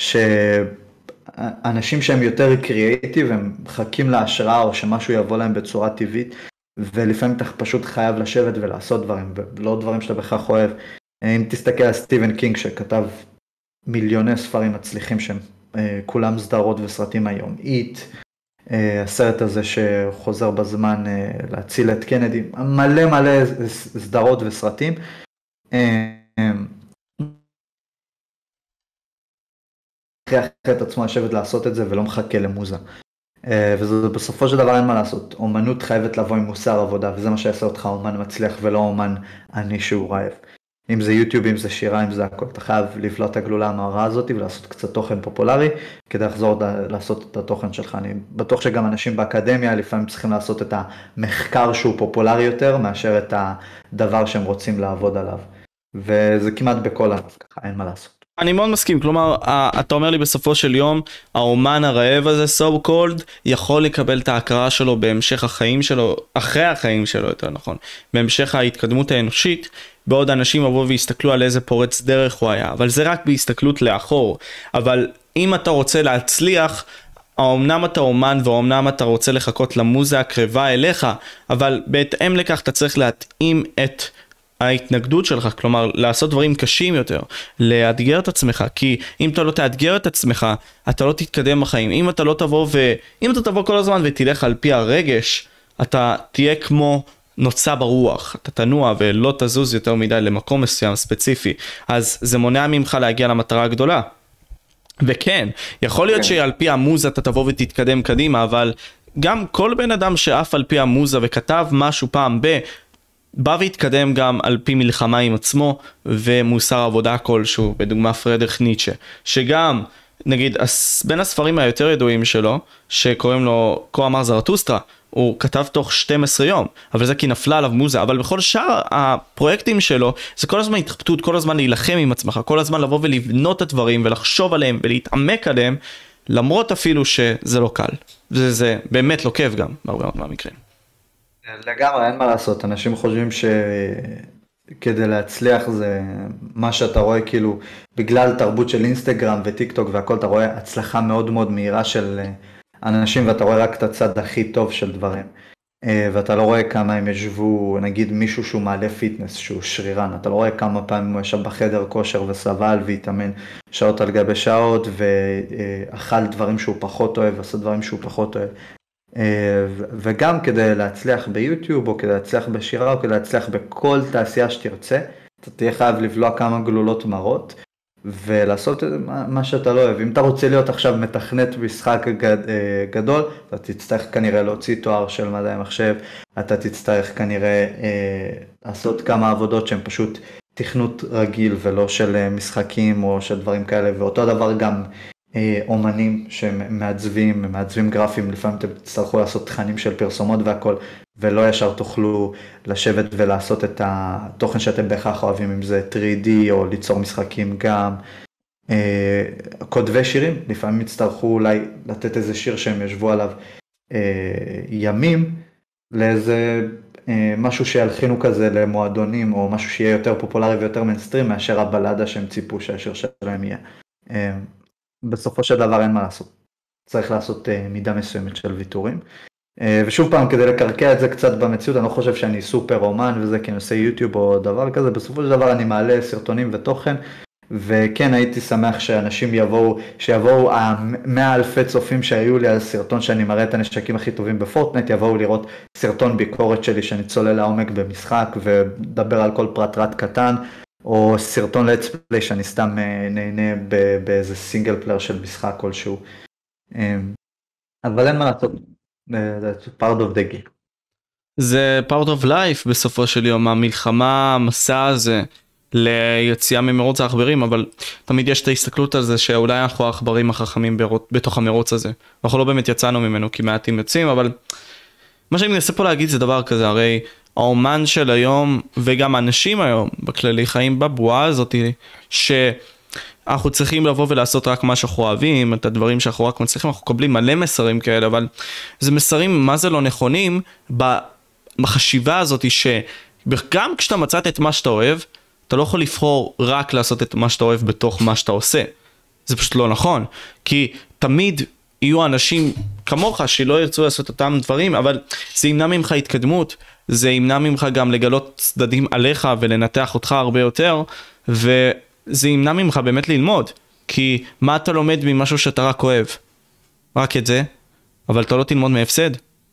שאנשים שהם יותר קריאייטיב, הם מחכים להשראה או שמשהו יבוא להם בצורה טבעית, ולפעמים אתה פשוט חייב לשבת ולעשות דברים, ולא דברים שאתה בכך אוהב. אם תסתכל על סטיבן קינג שכתב מיליוני ספרים מצליחים שהם כולם סדרות וסרטים היום, איט, הסרט הזה שחוזר בזמן להציל את קנדי, מלא מלא סדרות וסרטים. הכריח את עצמו לשבת לעשות את זה ולא מחכה למוזה. וזה בסופו של דבר אין מה לעשות, אומנות חייבת לבוא עם מוסר עבודה, וזה מה שיעשה אותך אומן מצליח ולא אומן עני שהוא רעב. אם זה יוטיוב, אם זה שירה, אם זה הכל, אתה חייב לבלוט את הגלולה המהרה הזאת ולעשות קצת תוכן פופולרי, כדי לחזור לעשות את התוכן שלך. אני בטוח שגם אנשים באקדמיה לפעמים צריכים לעשות את המחקר שהוא פופולרי יותר, מאשר את הדבר שהם רוצים לעבוד עליו. וזה כמעט בכל ענף, ככה אין מה לעשות. אני מאוד מסכים, כלומר, אתה אומר לי בסופו של יום, האומן הרעב הזה, so called, יכול לקבל את ההכרה שלו בהמשך החיים שלו, אחרי החיים שלו, יותר נכון, בהמשך ההתקדמות האנושית, בעוד אנשים יבואו ויסתכלו על איזה פורץ דרך הוא היה, אבל זה רק בהסתכלות לאחור. אבל אם אתה רוצה להצליח, האומנם אתה אומן ואומנם אתה רוצה לחכות למוזה הקרבה אליך, אבל בהתאם לכך אתה צריך להתאים את ההתנגדות שלך, כלומר לעשות דברים קשים יותר, לאתגר את עצמך, כי אם אתה לא תאתגר את עצמך, אתה לא תתקדם בחיים. אם אתה לא תבוא ו... אם אתה תבוא כל הזמן ותלך על פי הרגש, אתה תהיה כמו נוצה ברוח, אתה תנוע ולא תזוז יותר מדי למקום מסוים ספציפי, אז זה מונע ממך להגיע למטרה הגדולה. וכן, יכול להיות שעל פי המוזה אתה תבוא ותתקדם קדימה, אבל גם כל בן אדם שאף על פי המוזה וכתב משהו פעם ב... בא והתקדם גם על פי מלחמה עם עצמו ומוסר עבודה כלשהו, בדוגמה פרדריך ניטשה, שגם, נגיד, בין הספרים היותר ידועים שלו, שקוראים לו כה אמר זרטוסטרה, הוא כתב תוך שנים עשר יום, אבל זה כי נפלה עליו מוזה, אבל בכל שאר הפרויקטים שלו, זה כל הזמן התחבטות, כל הזמן להילחם עם עצמך, כל הזמן לבוא ולבנות את הדברים ולחשוב עליהם ולהתעמק עליהם, למרות אפילו שזה לא קל. וזה באמת לא כיף גם, בהרבה מאוד מהמקרים. לגמרי, אין מה לעשות, אנשים חושבים שכדי להצליח זה מה שאתה רואה, כאילו בגלל תרבות של אינסטגרם וטיק טוק והכל, אתה רואה הצלחה מאוד מאוד מהירה של אנשים, ואתה רואה רק את הצד הכי טוב של דברים, ואתה לא רואה כמה הם ישבו, נגיד מישהו שהוא מעלה פיטנס, שהוא שרירן, אתה לא רואה כמה פעמים הוא ישב בחדר כושר וסבל והתאמן שעות על גבי שעות, ואכל דברים שהוא פחות אוהב, עשה דברים שהוא פחות אוהב, וגם כדי להצליח ביוטיוב, או כדי להצליח בשירה, או כדי להצליח בכל תעשייה שתרצה, אתה תהיה חייב לבלוע כמה גלולות מרות, ולעשות מה שאתה לא אוהב. אם אתה רוצה להיות עכשיו מתכנת משחק גדול, אתה תצטרך כנראה להוציא תואר של מדעי המחשב, אתה תצטרך כנראה לעשות כמה עבודות שהן פשוט תכנות רגיל, ולא של משחקים או של דברים כאלה, ואותו דבר גם אומנים שמעצבים, מעצבים גרפיים, לפעמים אתם תצטרכו לעשות תכנים של פרסומות והכל, ולא ישר תוכלו לשבת ולעשות את התוכן שאתם בהכרח אוהבים, אם זה תרי די או ליצור משחקים גם. כותבי שירים, לפעמים יצטרכו אולי לתת איזה שיר שהם ישבו עליו ימים, לאיזה משהו שילחינו כזה למועדונים, או משהו שיהיה יותר פופולרי ויותר מיינסטרים, מאשר הבלדה שהם ציפו שהשיר שלהם יהיה. בסופו של דבר אין מה לעשות, צריך לעשות מידה מסוימת של ויתורים, ושוב פעם כדי לקרקע את זה קצת במציאות, אני לא חושב שאני סופר אומן וזה כי אני עושה יוטיוב או דבר כזה, בסופו של דבר אני מעלה סרטונים ותוכן, וכן הייתי שמח שאנשים יבואו, שיבואו המאה אלפי צופים שהיו לי על סרטון שאני מראה את הנשקים הכי טובים בפורטנייט, יבואו לראות סרטון ביקורת שלי שאני צולל לעומק במשחק ודבר על כל פרט רת קטן, או סרטון let's play שאני סתם נהנה באיזה סינגל פלייר של משחק כלשהו. אבל אין מה לעשות, That's part of the game. זה part of life בסופו של יום, המלחמה, המסע הזה ליציאה ממרוץ העכברים, אבל תמיד יש את ההסתכלות על זה שאולי אנחנו העכברים החכמים בתוך המרוץ הזה. אנחנו לא באמת יצאנו ממנו כי מעטים יוצאים, אבל מה שאני מנסה פה להגיד זה דבר כזה, הרי האומן של היום וגם האנשים היום בכללי חיים בבועה הזאת שאנחנו צריכים לבוא ולעשות רק מה שאנחנו אוהבים, את הדברים שאנחנו רק מצליחים, אנחנו קובלים מלא מסרים כאלה, אבל זה מסרים מה זה לא נכונים בחשיבה הזאת שגם כשאתה מצאת את מה שאתה אוהב, אתה לא יכול לבחור רק לעשות את מה שאתה אוהב בתוך מה שאתה עושה. זה פשוט לא נכון, כי תמיד יהיו אנשים כמוך שלא ירצו לעשות אותם דברים, אבל זה ימנע ממך התקדמות, זה ימנע ממך גם לגלות צדדים עליך ולנתח אותך הרבה יותר, וזה ימנע ממך באמת ללמוד, כי מה אתה לומד ממשהו שאתה רק אוהב? רק את זה, אבל אתה לא תלמוד מהפסד.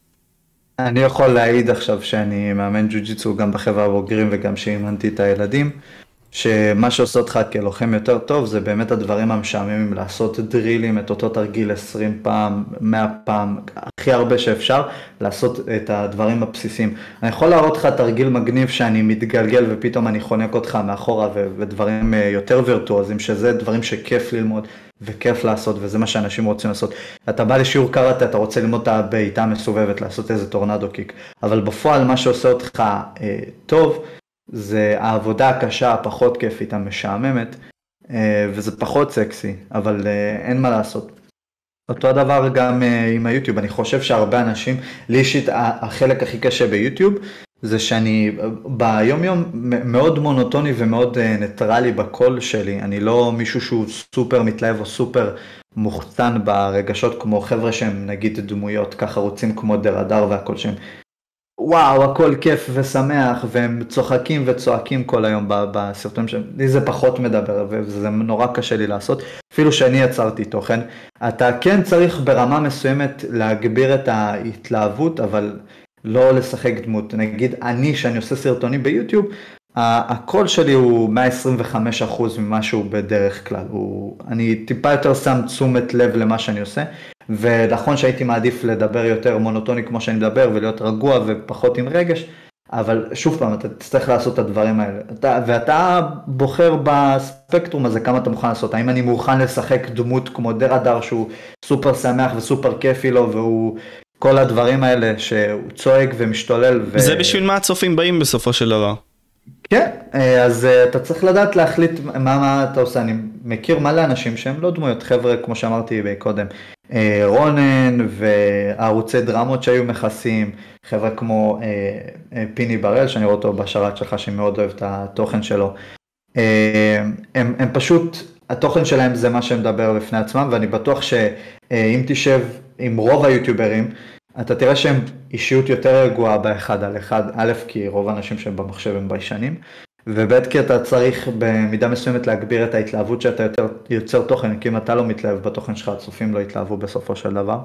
אני יכול להעיד עכשיו שאני מאמן ג'ו-ג'יצו גם בחברה הבוגרים וגם שאימנתי את הילדים, שמה שעושה אותך כלוחם יותר טוב זה באמת הדברים המשעממים, לעשות דרילים, את אותו תרגיל עשרים פעם, מאה פעם, הכי הרבה שאפשר, לעשות את הדברים הבסיסיים. אני יכול להראות לך תרגיל מגניב שאני מתגלגל ופתאום אני חונק אותך מאחורה ו- ודברים יותר וירטואוזים, שזה דברים שכיף ללמוד וכיף לעשות, וזה מה שאנשים רוצים לעשות. אתה בא לשיעור קראטה, אתה רוצה ללמוד את הבעיטה מסובבת, לעשות איזה טורנדו קיק, אבל בפועל מה שעושה אותך אה, טוב, זה העבודה הקשה, הפחות כיפית, המשעממת, וזה פחות סקסי, אבל אין מה לעשות. אותו הדבר גם עם היוטיוב, אני חושב שהרבה אנשים, לי אישית החלק הכי קשה ביוטיוב, זה שאני ביום יום מאוד מונוטוני ומאוד ניטרלי בקול שלי, אני לא מישהו שהוא סופר מתלהב או סופר מוחצן ברגשות, כמו חבר'ה שהם נגיד דמויות, ככה רוצים כמו דרדר והכל שהם, וואו, הכל כיף ושמח, והם צוחקים וצועקים כל היום בסרטונים שלהם. לי זה פחות מדבר, וזה נורא קשה לי לעשות. אפילו שאני יצרתי תוכן. אתה כן צריך ברמה מסוימת להגביר את ההתלהבות, אבל לא לשחק דמות. נגיד, אני, שאני עושה סרטונים ביוטיוב, הקול שלי הוא מאה עשרים וחמישה אחוז ממשהו בדרך כלל. הוא, אני טיפה יותר שם תשומת לב למה שאני עושה. ונכון שהייתי מעדיף לדבר יותר מונוטוני כמו שאני מדבר ולהיות רגוע ופחות עם רגש, אבל שוב פעם אתה תצטרך לעשות את הדברים האלה, אתה, ואתה בוחר בספקטרום הזה כמה אתה מוכן לעשות, האם אני מוכן לשחק דמות כמו דרדר שהוא סופר שמח וסופר כיפי לו והוא כל הדברים האלה שהוא צועק ומשתולל. ו... זה בשביל מה הצופים באים בסופו של דבר. כן, אז אתה צריך לדעת להחליט מה, מה אתה עושה. אני מכיר מלא אנשים שהם לא דמויות, חבר'ה כמו שאמרתי קודם, רונן וערוצי דרמות שהיו מכסים, חבר'ה כמו פיני בראל שאני רואה אותו בשרת שלך שמאוד אוהב את התוכן שלו, הם, הם פשוט, התוכן שלהם זה מה שמדבר בפני עצמם, ואני בטוח שאם תשב עם רוב היוטיוברים, אתה תראה שהם אישיות יותר רגועה באחד על אחד, א' כי רוב האנשים שהם במחשב הם ביישנים, וב' כי אתה צריך במידה מסוימת להגביר את ההתלהבות שאתה יותר יוצר תוכן, כי אם אתה לא מתלהב בתוכן שלך, הצופים לא יתלהבו בסופו של דבר.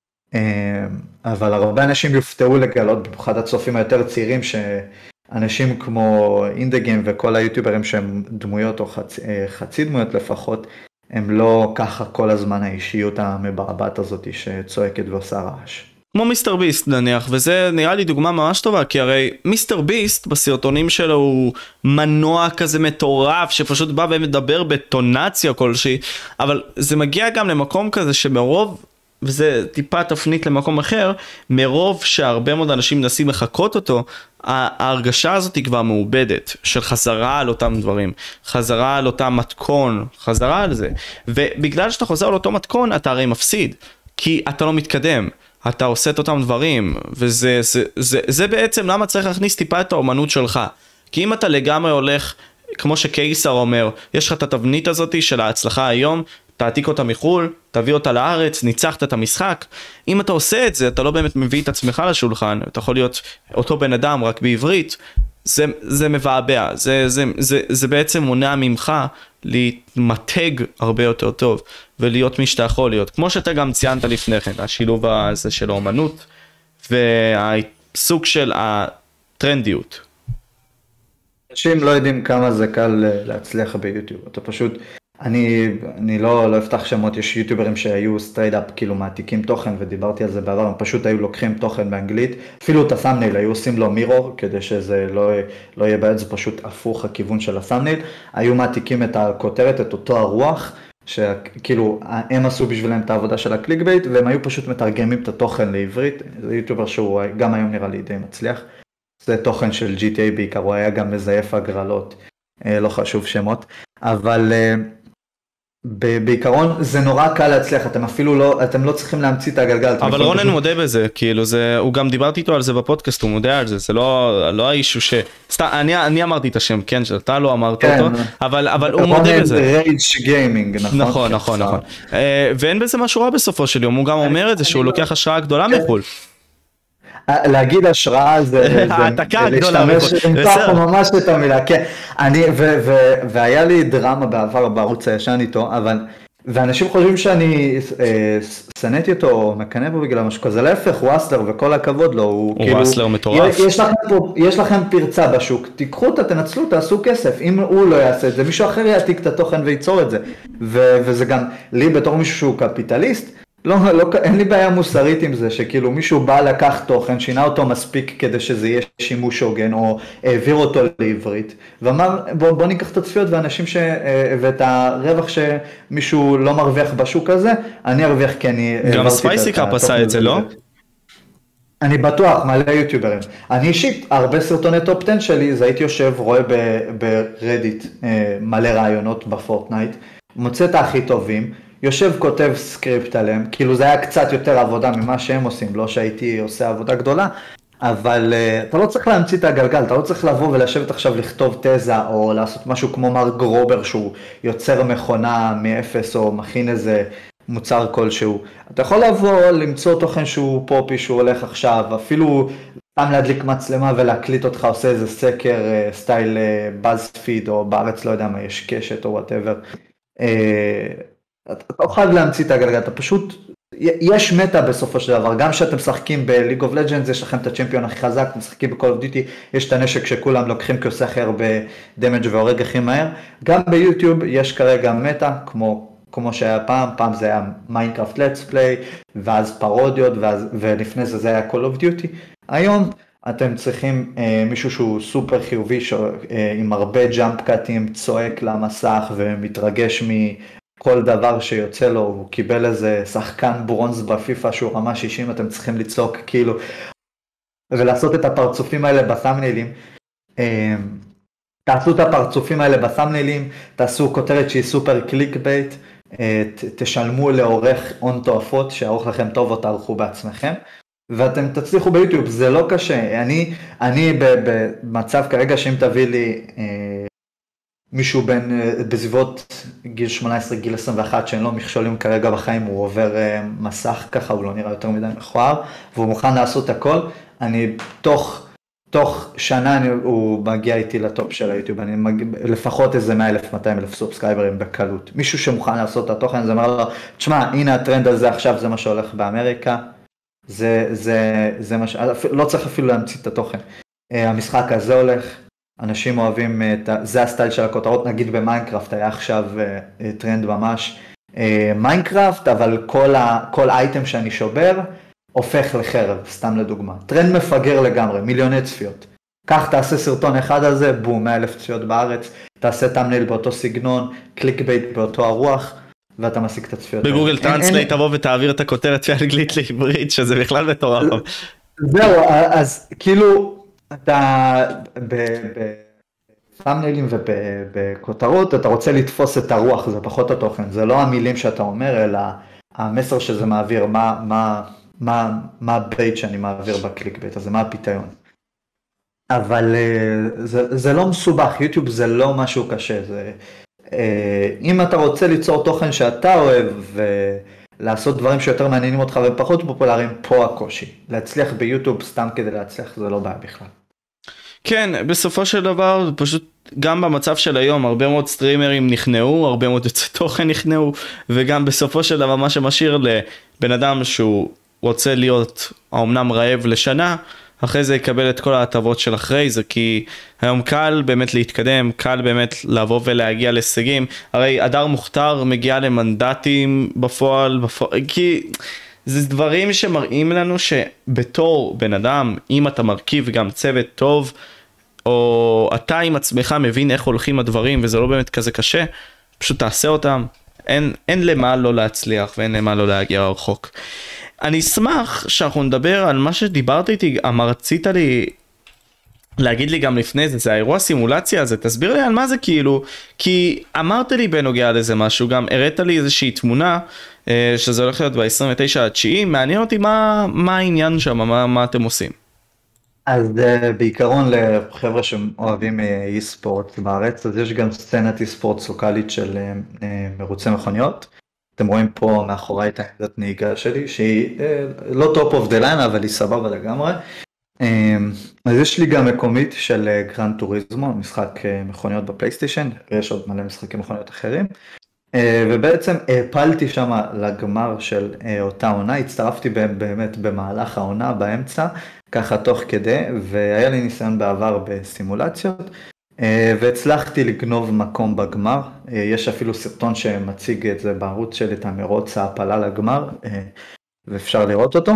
אבל הרבה אנשים יופתעו לגלות, במיוחד הצופים היותר צעירים, שאנשים כמו אינדגים וכל היוטיוברים שהם דמויות או חצי, חצי דמויות לפחות, הם לא ככה כל הזמן האישיות המברבט הזאת שצועקת ועושה רעש. כמו מיסטר ביסט נניח, וזה נראה לי דוגמה ממש טובה, כי הרי מיסטר ביסט בסרטונים שלו הוא מנוע כזה מטורף, שפשוט בא ומדבר בטונציה כלשהי, אבל זה מגיע גם למקום כזה שמרוב, וזה טיפה תפנית למקום אחר, מרוב שהרבה מאוד אנשים מנסים לחכות אותו, ההרגשה הזאת היא כבר מעובדת, של חזרה על אותם דברים, חזרה על אותם מתכון, חזרה על זה, ובגלל שאתה חוזר על אותו מתכון, אתה הרי מפסיד, כי אתה לא מתקדם. אתה עושה את אותם דברים, וזה זה, זה, זה בעצם למה צריך להכניס טיפה את האומנות שלך. כי אם אתה לגמרי הולך, כמו שקייסר אומר, יש לך את התבנית הזאת של ההצלחה היום, תעתיק אותה מחול, תביא אותה לארץ, ניצחת את המשחק. אם אתה עושה את זה, אתה לא באמת מביא את עצמך לשולחן, אתה יכול להיות אותו בן אדם רק בעברית, זה, זה מבעבע, זה, זה, זה, זה בעצם מונע ממך להתמתג הרבה יותר טוב, ולהיות מי שאתה יכול להיות. כמו שאתה גם ציינת לפני כן, השילוב הזה של האומנות, והסוג של הטרנדיות. אנשים לא יודעים כמה זה קל להצליח ביוטיוב, אתה פשוט, אני, אני לא, לא אפתח שמות, יש יוטיוברים שהיו סטרייט אפ כאילו מעתיקים תוכן ודיברתי על זה בעבר, הם פשוט היו לוקחים תוכן באנגלית, אפילו את הסאמנייל היו עושים לו מירור כדי שזה לא, לא יהיה בעד, זה פשוט הפוך הכיוון של הסאמנייל, היו מעתיקים את הכותרת, את אותו הרוח, שכאילו הם עשו בשבילם את העבודה של הקליק בייט, והם היו פשוט מתרגמים את התוכן לעברית, זה יוטיובר שהוא גם היום נראה לי די מצליח, זה תוכן של ג'י טי איי בעיקר, הוא היה גם מזייף הגרלות, לא חשוב שמות, אבל בעיקרון זה נורא קל להצליח, אתם אפילו לא, אתם לא צריכים להמציא את הגלגל. אבל רונן פשוט... מודה בזה, כאילו זה, הוא גם דיברתי איתו על זה בפודקאסט, הוא מודה על זה, זה לא, לא האישו ש... סתם, אני, אני אמרתי את השם, כן, שאתה לא אמרת כן. אותו, אבל, אבל הוא מודה בזה. רונן רייג' גיימינג, נכון? נכון, נכון, נכון. ואין בזה משהו רע בסופו של יום, הוא גם אומר את זה, שהוא לוקח השראה גדולה מחול. להגיד השראה זה להשתמש, למצוא ממש את המילה, כן, אני, והיה לי דרמה בעבר בערוץ הישן איתו, אבל, ואנשים חושבים שאני סנאתי אותו, או מקנא בו בגלל משהו כזה, להפך, הוא אסלר וכל הכבוד לו, הוא כאילו, אסלר מטורף. יש לכם פרצה בשוק, תיקחו אותה, תנצלו, תעשו כסף, אם הוא לא יעשה את זה, מישהו אחר יעתיק את התוכן וייצור את זה, וזה גם, לי בתור מישהו שהוא קפיטליסט, לא, לא, אין לי בעיה מוסרית עם זה, שכאילו מישהו בא לקח תוכן, שינה אותו מספיק כדי שזה יהיה שימוש הוגן, או העביר אותו לעברית, ואמר בוא, בוא ניקח את הצפיות ואנשים ש... ואת הרווח שמישהו לא מרוויח בשוק הזה, אני ארוויח כי אני... גם ספייסי קאפ עשה את זה, לא? אני בטוח, מלא יוטיוברים. אני אישית, הרבה סרטוני טופ עשר שלי, זה הייתי יושב, רואה ברדיט מלא רעיונות בפורטנייט, מוצא את הכי טובים, יושב כותב סקריפט עליהם, כאילו זה היה קצת יותר עבודה ממה שהם עושים, לא שהייתי עושה עבודה גדולה, אבל uh, אתה לא צריך להמציא את הגלגל, אתה לא צריך לבוא ולשבת עכשיו לכתוב תזה, או לעשות משהו כמו מרק גרובר, שהוא יוצר מכונה מאפס, או מכין איזה מוצר כלשהו. אתה יכול לבוא, למצוא תוכן שהוא פופי, שהוא הולך עכשיו, אפילו פעם להדליק מצלמה ולהקליט אותך, עושה איזה סקר, uh, סטייל באז-פיד, uh, או בארץ לא יודע מה, יש קשת או whatever. Uh, אתה לא חייב להמציא את הגלגל, אתה פשוט, יש מטה בסופו של דבר, גם שאתם משחקים ב-League of Legends, יש לכם את הצ'מפיון הכי חזק, משחקים ב-Call of Duty, יש את הנשק שכולם לוקחים כי עושה הכי הרבה דמג' והורג הכי מהר, גם ביוטיוב יש כרגע מטה, כמו, כמו שהיה פעם, פעם זה היה Minecraft Let's Play, ואז פרודיות, ואז, ולפני זה זה היה Call of Duty, היום אתם צריכים אה, מישהו שהוא סופר חיובי, ש, אה, עם הרבה ג'אמפ קאטים, צועק למסך ומתרגש מ... כל דבר שיוצא לו, הוא קיבל איזה שחקן ברונז בפיפה שהוא רמה שישים, אתם צריכים לצעוק כאילו, ולעשות את הפרצופים האלה בסאמניילים, תעשו את הפרצופים האלה בסאמניילים, תעשו כותרת שהיא סופר קליק בייט, תשלמו לעורך הון תועפות, שערוך לכם טוב או תערכו בעצמכם, ואתם תצליחו ביוטיוב, זה לא קשה, אני, אני במצב כרגע שאם תביא לי, מישהו בין, בסביבות גיל שמונה עשרה, גיל עשרים ואחת, שאין לו מכשולים כרגע בחיים, הוא עובר מסך ככה, הוא לא נראה יותר מדי מכוער, והוא מוכן לעשות הכל, אני תוך, תוך שנה אני, הוא מגיע איתי לטופ של היוטיוב, אני מגיע, לפחות איזה מאה אלף, מאתיים אלף סובסקרייברים בקלות, מישהו שמוכן לעשות את התוכן, זה אומר לו, תשמע, הנה הטרנד הזה עכשיו, זה מה שהולך באמריקה, זה, זה, זה מה ש... לא צריך אפילו להמציא את התוכן, המשחק הזה הולך, אנשים אוהבים, זה הסטייל של הכותרות, נגיד במיינקראפט היה עכשיו טרנד ממש, מיינקראפט, אבל כל, ה, כל אייטם שאני שובר, הופך לחרב, סתם לדוגמה. טרנד מפגר לגמרי, מיליוני צפיות. כך תעשה סרטון אחד על זה, בום, מאה אלף צפיות בארץ, תעשה תמנייל באותו סגנון, קליק בייט באותו הרוח, ואתה משיג את הצפיות. בגוגל טרנסלייט תבוא ותעביר את הכותרת באנגלית לעברית, שזה בכלל מטורף. זהו, אז כאילו, אתה בסאמניילים ובכותרות, אתה רוצה לתפוס את הרוח, זה פחות התוכן, זה לא המילים שאתה אומר, אלא המסר שזה מעביר, מה, מה, מה, מה הבייט שאני מעביר בקליק בייט הזה, מה הפיתיון. אבל זה, זה לא מסובך, יוטיוב זה לא משהו קשה, זה, אם אתה רוצה ליצור תוכן שאתה אוהב ולעשות דברים שיותר מעניינים אותך ופחות פופולריים, פה הקושי. להצליח ביוטיוב סתם כדי להצליח, זה לא בעיה בכלל. כן, בסופו של דבר, פשוט גם במצב של היום, הרבה מאוד סטרימרים נכנעו, הרבה מאוד יוצאי תוכן נכנעו, וגם בסופו של דבר מה שמשאיר לבן אדם שהוא רוצה להיות האומנם רעב לשנה, אחרי זה יקבל את כל ההטבות של אחרי זה, כי היום קל באמת להתקדם, קל באמת לבוא ולהגיע להישגים, הרי הדר מוכתר מגיע למנדטים בפועל, בפועל, כי זה דברים שמראים לנו שבתור בן אדם, אם אתה מרכיב גם צוות טוב, או אתה עם עצמך מבין איך הולכים הדברים, וזה לא באמת כזה קשה, פשוט תעשה אותם, אין, אין למה לא להצליח, ואין למה לא להגיע רחוק. אני אשמח שאנחנו נדבר על מה שדיברת איתי, אמר, רצית לי להגיד לי גם לפני זה, זה האירוע סימולציה הזה, תסביר לי על מה זה כאילו, כי אמרת לי בנוגע לזה משהו, גם הראת לי איזושהי תמונה, שזה הולך להיות ב-עשרים ותשעה לתשיעי, מעניין אותי מה, מה העניין שם, מה, מה אתם עושים. אז uh, בעיקרון לחבר'ה שאוהבים אי ספורט בארץ, אז יש גם סצנת אי ספורט לוקלית של uh, uh, מרוצי מכוניות. אתם רואים פה מאחורי את העמדת נהיגה שלי, שהיא uh, לא טופ אוף דה ליין, אבל היא סבבה לגמרי. Um, אז יש לי גם מקומית של uh, גרנד טוריזמו, משחק uh, מכוניות בפלייסטיישן, ויש עוד מלא משחקי מכוניות אחרים. Uh, ובעצם הפלתי שם לגמר של uh, אותה עונה, הצטרפתי באמת במהלך העונה באמצע, ככה תוך כדי, והיה לי ניסיון בעבר בסימולציות, והצלחתי לגנוב מקום בגמר. יש אפילו סרטון שמציג את זה בערוץ שלי, את המרוץ ההעפלה לגמר, ואפשר לראות אותו.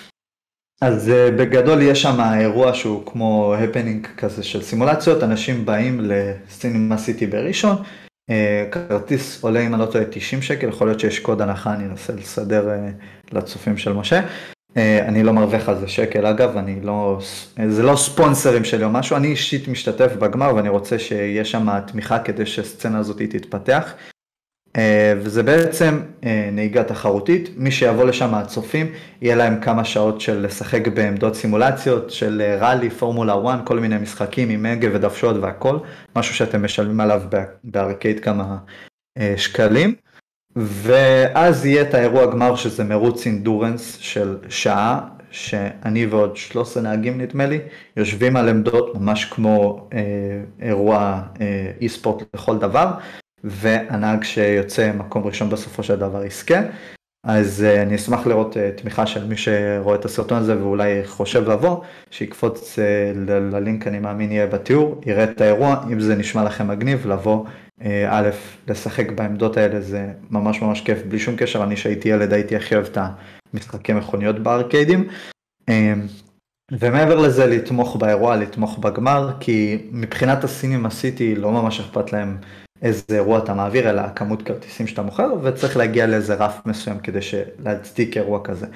אז בגדול יש שם אירוע שהוא כמו הפנינג כזה של סימולציות, אנשים באים לסינימה סיטי בראשון, כרטיס עולה אם אני לא טועה תשעים שקל, יכול להיות שיש קוד הנחה, אני אנסה לסדר לצופים של משה. אני לא מרוויח על זה שקל, אגב, אני לא, זה לא ספונסרים שלי או משהו, אני אישית משתתף בגמר ואני רוצה שיש שם תמיכה כדי שהסצנה הזאת תתפתח, וזה בעצם נהיגה תחרותית, מי שיבוא לשם הצופים, יהיה להם כמה שעות של לשחק בעמדות סימולציות, של רלי, פורמולה אחת, כל מיני משחקים עם הגה ודוושות והכל, משהו שאתם משלמים עליו בארקייד כמה שקלים, ואז יהיה את האירוע גמר שזה מרוץ אינדורנס של שעה, שאני ועוד שלושה עשר נהגים נדמה לי, יושבים על עמדות ממש כמו אה, אירוע אה, אי ספורט לכל דבר, והנהג שיוצא מקום ראשון בסופו של דבר יזכה. אז אה, אני אשמח לראות אה, תמיכה של מי שרואה את הסרטון הזה ואולי חושב לבוא, שיקפוץ אה, ל- ללינק אני מאמין יהיה בתיאור, יראה את האירוע, אם זה נשמע לכם מגניב לבוא, א', לשחק בעמדות האלה זה ממש ממש כיף, בלי שום קשר, אני שהייתי ילד הייתי הכי אוהב את המשחקי מכוניות בארקיידים, ומעבר לזה לתמוך באירוע, לתמוך בגמר, כי מבחינת הסינימה סיטי לא ממש אכפת להם איזה אירוע אתה מעביר, אלא כמות כרטיסים שאתה מוכר, וצריך להגיע לאיזה רף מסוים כדי להצדיק אירוע כזה.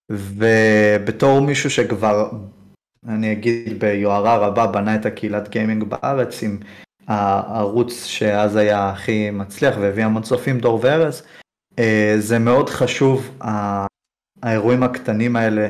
ובתור מישהו שכבר, אני אגיד ביוערה רבה, בנה את הקהילת גיימינג בארץ עם הערוץ שאז היה הכי מצליח והביא המון צופים, דור וארז, זה מאוד חשוב, האירועים הקטנים האלה,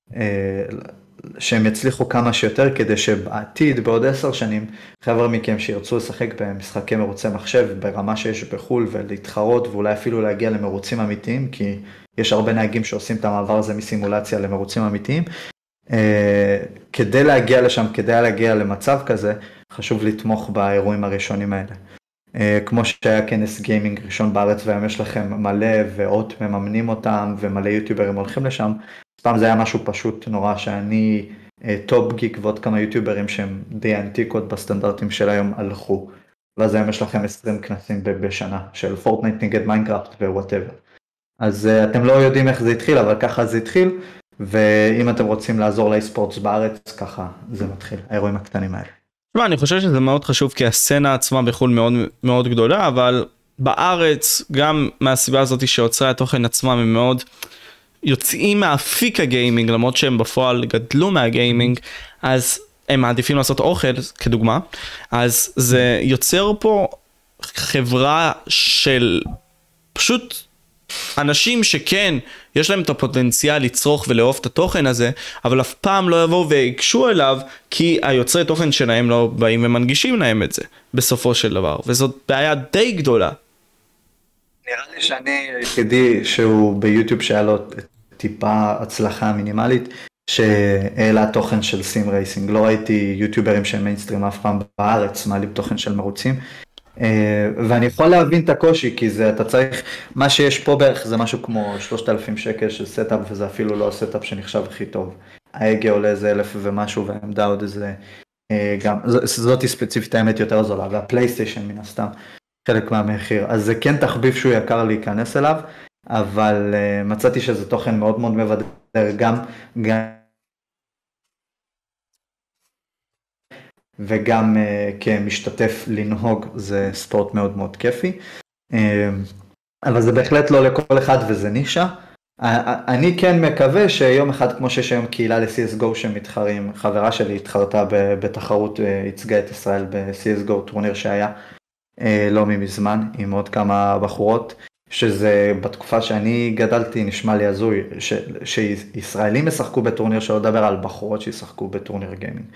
שהם יצליחו כמה שיותר, כדי שבעתיד, בעוד עשר שנים, חבר'ה מכם שירצו לשחק במשחקי מרוצי מחשב, ברמה שיש בחול, ולהתחרות, ואולי אפילו להגיע למרוצים אמיתיים, כי יש הרבה נהגים שעושים את המעבר הזה מסימולציה למרוצים אמיתיים, כדי להגיע לשם, כדי להגיע למצב כזה, חשוב לתמוך באירועים הראשונים האלה. כמו שהיה כנס גיימינג ראשון בארץ, והיום יש לכם מלא ועוד מממנים אותם, ומלא יוטיוברים הולכים לשם. פעם זה היה משהו פשוט נורא, שאני טופ גיק ועוד כמה יוטיוברים שהם די אנטיקות בסטנדרטים של היום הלכו. ואז היום יש לכם עשרים כנסים בשנה, של פורטנייט נגד מיינקראפט ווואטאבר. אז אתם לא יודעים איך זה התחיל, אבל ככה זה התחיל, ואם אתם רוצים לעזור לאי-ספורטס בארץ, ככה זה מתחיל, האירועים הקטנים האלה. אני חושב שזה מאוד חשוב, כי הסצנה עצמה בחול מאוד מאוד גדולה, אבל בארץ, גם מהסיבה הזאת שיוצרי התוכן עצמם הם מאוד יוצאים מאפיק הגיימינג, למרות שהם בפועל גדלו מהגיימינג, אז הם מעדיפים לעשות אוכל, כדוגמה, אז זה יוצר פה חברה של פשוט אנשים שכן, יש להם את הפוטנציאל לצרוך ולאהוב את התוכן הזה, אבל אף פעם לא יבואו ויקשו אליו, כי היוצרי תוכן שלהם לא באים ומנגישים להם את זה, בסופו של דבר, וזאת בעיה די גדולה. נראה לי שאני היחידי שהוא ביוטיוב שהיה לו טיפה הצלחה מינימלית, שהעלה תוכן של סים רייסינג, לא ראיתי יוטיוברים שהם מיינסטרים אף פעם בארץ, מעלים תוכן של מרוצים, ואני יכול להבין את הקושי, כי זה, אתה צריך, מה שיש פה בערך זה משהו כמו שלושת אלפים שקל של סטאפ, וזה אפילו לא הסטאפ שנחשב הכי טוב. ההגה עולה איזה אלף ומשהו, והעמדה עוד איזה, גם, זאתי ספציפית האמת יותר זולה, והפלייסטיישן מן הסתם, חלק מהמחיר, אז זה כן תחביב שהוא יקר להיכנס אליו, אבל מצאתי שזה תוכן מאוד מאוד מבדר, גם, גם, וגם כמשתתף לנהוג, זה ספורט מאוד מאוד כיפי, אבל זה בהחלט לא לכל אחד וזה נישה. אני כן מקווה שיום אחד כמו שיש היום קהילה ל-סי אס גו שמתחרים, חברה שלי התחרתה בתחרות, ייצגה את ישראל ב-סי אס גו טורניר שהיה לא ממזמן עם עוד כמה בחורות, שזה בתקופה שאני גדלתי נשמע לי הזוי, שישראלים ישחקו בטורניר, שלא לדבר על בחורות שישחקו בטורניר גיימינג.